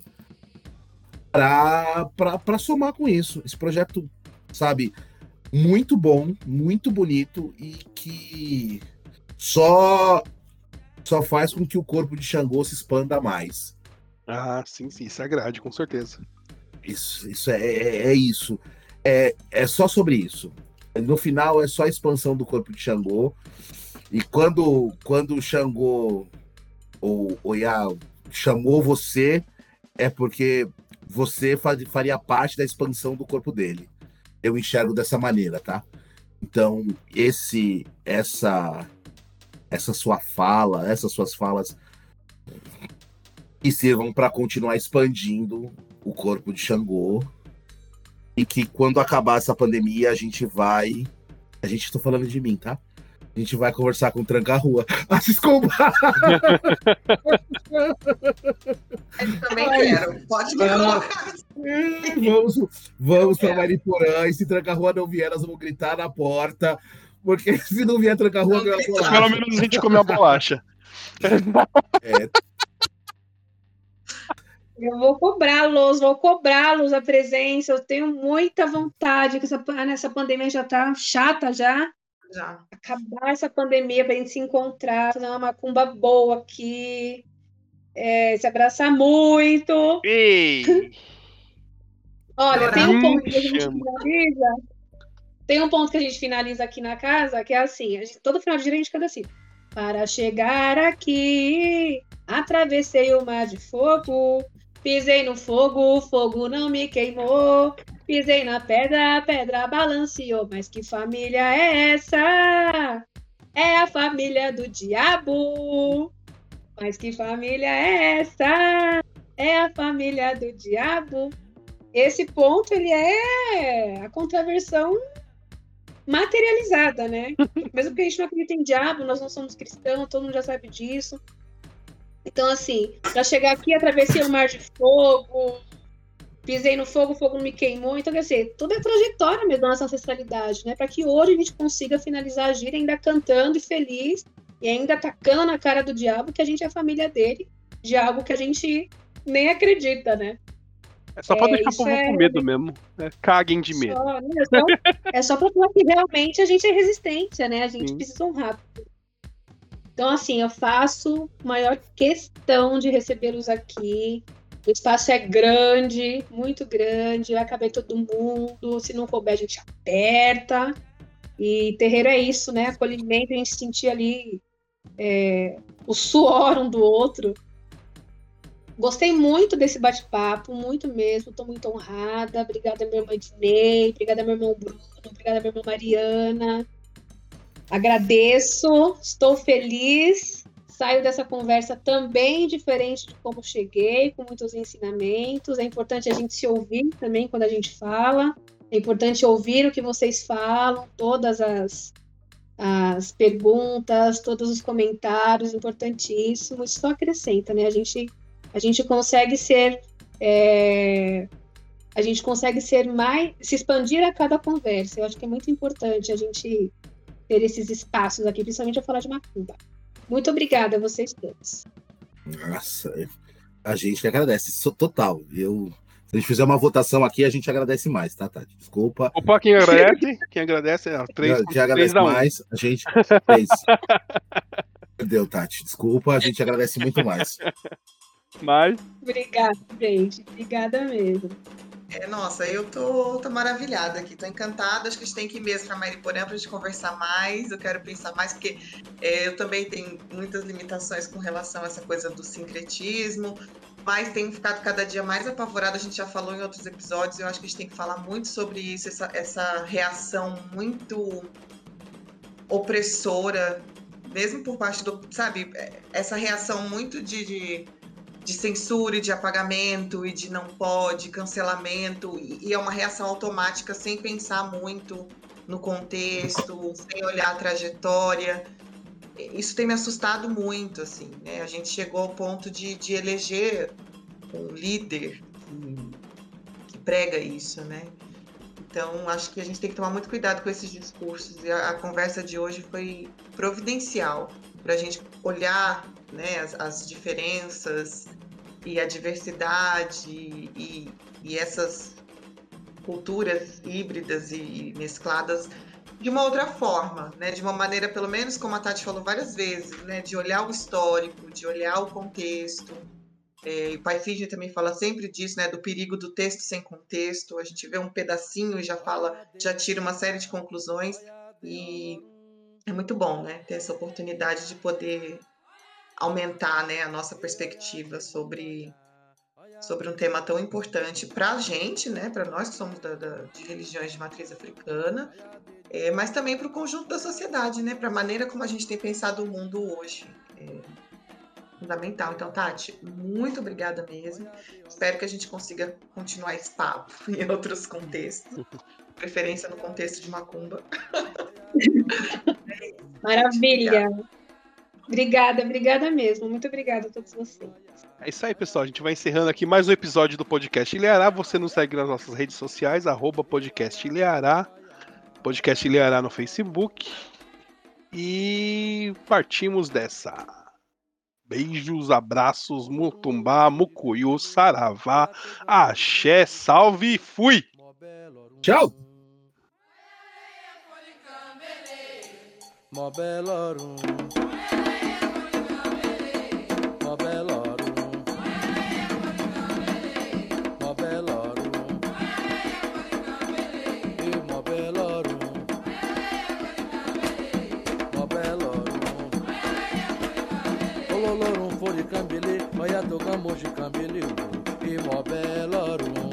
para somar com isso. Esse projeto, sabe, muito bom, muito bonito e que só faz com que o corpo de Xangô se expanda mais. Ah, sim, isso é grade, com certeza. Isso é isso. É só sobre isso. No final é só a expansão do corpo de Xangô. E quando o Xangô ou Oiá chamou você, é porque você faria parte da expansão do corpo dele. Eu enxergo dessa maneira, tá? Então, essa sua fala, essas suas falas que sirvam para continuar expandindo o corpo de Xangô. E que quando acabar essa pandemia, tô falando de mim, tá? A gente vai conversar com o Tranca-Rua. Ah, desculpa! Eu também quero. Pode me colocar. Vamos para Mariporã. E se Tranca-Rua não vier, nós vamos gritar na porta. Porque se não vier Tranca-Rua, ganha bolacha. Pelo menos a gente come a bolacha. Eu vou cobrá-los a presença. Eu tenho muita vontade, que nessa pandemia já tá chata já. Já. Acabar essa pandemia pra gente se encontrar, fazer uma macumba boa aqui, se abraçar muito. Ei! Olha, tem um ponto que a gente chama. finaliza. Tem um ponto que a gente finaliza aqui na casa, que é assim, todo final de dia a gente canta assim. Para chegar aqui, atravessei o mar de fogo, pisei no fogo, o fogo não me queimou. Pisei na pedra, a pedra balanceou. Mas que família é essa? É a família do diabo. Mas que família é essa? É a família do diabo. Esse ponto, ele é a contraversão materializada, né? Mesmo que a gente não acredite em diabo, nós não somos cristãos, todo mundo já sabe disso. Então, assim, para chegar aqui, atravessei o mar de fogo, pisei no fogo, o fogo não me queimou. Então, quer dizer, tudo é trajetória mesmo da nossa ancestralidade, né? Para que hoje a gente consiga finalizar a gira ainda cantando e feliz e ainda tacando na cara do diabo que a gente é a família dele, de algo que a gente nem acredita, né? É só pra deixar o povo com medo mesmo. Caguem de medo. É só pra falar que realmente a gente é resistência, né? A gente precisa honrar. Então, assim, eu faço maior questão de recebê-los aqui. O espaço é grande, muito grande, vai caber todo mundo. Se não couber, a gente aperta. E terreiro é isso, né? Acolhimento, a gente sentir ali o suor um do outro. Gostei muito desse bate-papo, muito mesmo. Estou muito honrada. Obrigada, minha irmã Ednei. Obrigada, meu irmão Bruno. Obrigada, minha irmã Mariana. Agradeço. Estou feliz. Saio dessa conversa também diferente de como cheguei, com muitos ensinamentos. É importante a gente se ouvir também quando a gente fala. É importante ouvir o que vocês falam, todas as perguntas, todos os comentários, importantíssimo. Isso só acrescenta, né? A gente consegue ser mais, se expandir a cada conversa. Eu acho que é muito importante a gente ter esses espaços aqui, principalmente a falar de macumba. Muito obrigada a vocês todos. Nossa, a gente agradece, total. Se a gente fizer uma votação aqui, a gente agradece mais, tá, Tati? Desculpa. Opa, quem agradece? Quem agradece é 3. Quem agradece mais, a gente... 3. Perdeu, Tati. Desculpa, a gente agradece muito mais. Mas... Obrigada, gente. Obrigada mesmo. Nossa, eu tô maravilhada aqui, tô encantada. Acho que a gente tem que ir mesmo para Mariporã pra gente conversar mais. Eu quero pensar mais, porque eu também tenho muitas limitações com relação a essa coisa do sincretismo, mas tenho ficado cada dia mais apavorada. A gente já falou em outros episódios, eu acho que a gente tem que falar muito sobre isso, essa reação muito opressora, mesmo por parte do, sabe, essa reação muito de censura e de apagamento e de não pode, cancelamento, e é uma reação automática sem pensar muito no contexto, sem olhar a trajetória. Isso tem me assustado muito, assim, né? A gente chegou ao ponto de eleger um líder prega isso, né? Então, acho que a gente tem que tomar muito cuidado com esses discursos. E a conversa de hoje foi providencial para a gente olhar, né, as diferenças e a diversidade e essas culturas híbridas e mescladas de uma outra forma, né? De uma maneira, pelo menos, como a Tati falou várias vezes, né? De olhar o histórico, de olhar o contexto. E o Pai Sidney também fala sempre disso, né? Do perigo do texto sem contexto. A gente vê um pedacinho e já tira uma série de conclusões. E é muito bom, né? Ter essa oportunidade de poder aumentar, né, a nossa perspectiva sobre um tema tão importante para a gente, né? Para nós que somos de religiões de matriz africana, mas também para o conjunto da sociedade, né? Para a maneira como a gente tem pensado o mundo hoje. Fundamental. Então, Tati, muito obrigada mesmo. Espero que a gente consiga continuar esse papo em outros contextos, preferência no contexto de macumba. Maravilha. Obrigada mesmo. Muito obrigada a todos vocês. É isso aí, pessoal. A gente vai encerrando aqui mais um episódio do Podcast Ilhará. Você nos segue nas nossas redes sociais, @Podcast Ilhará, Podcast Ilhará no Facebook. E partimos dessa. Beijos, abraços, mutumbá, mucuyu, saravá, axé, salve e fui! Tchau! Cambele, oya to gamoji cambele, e mo belorum.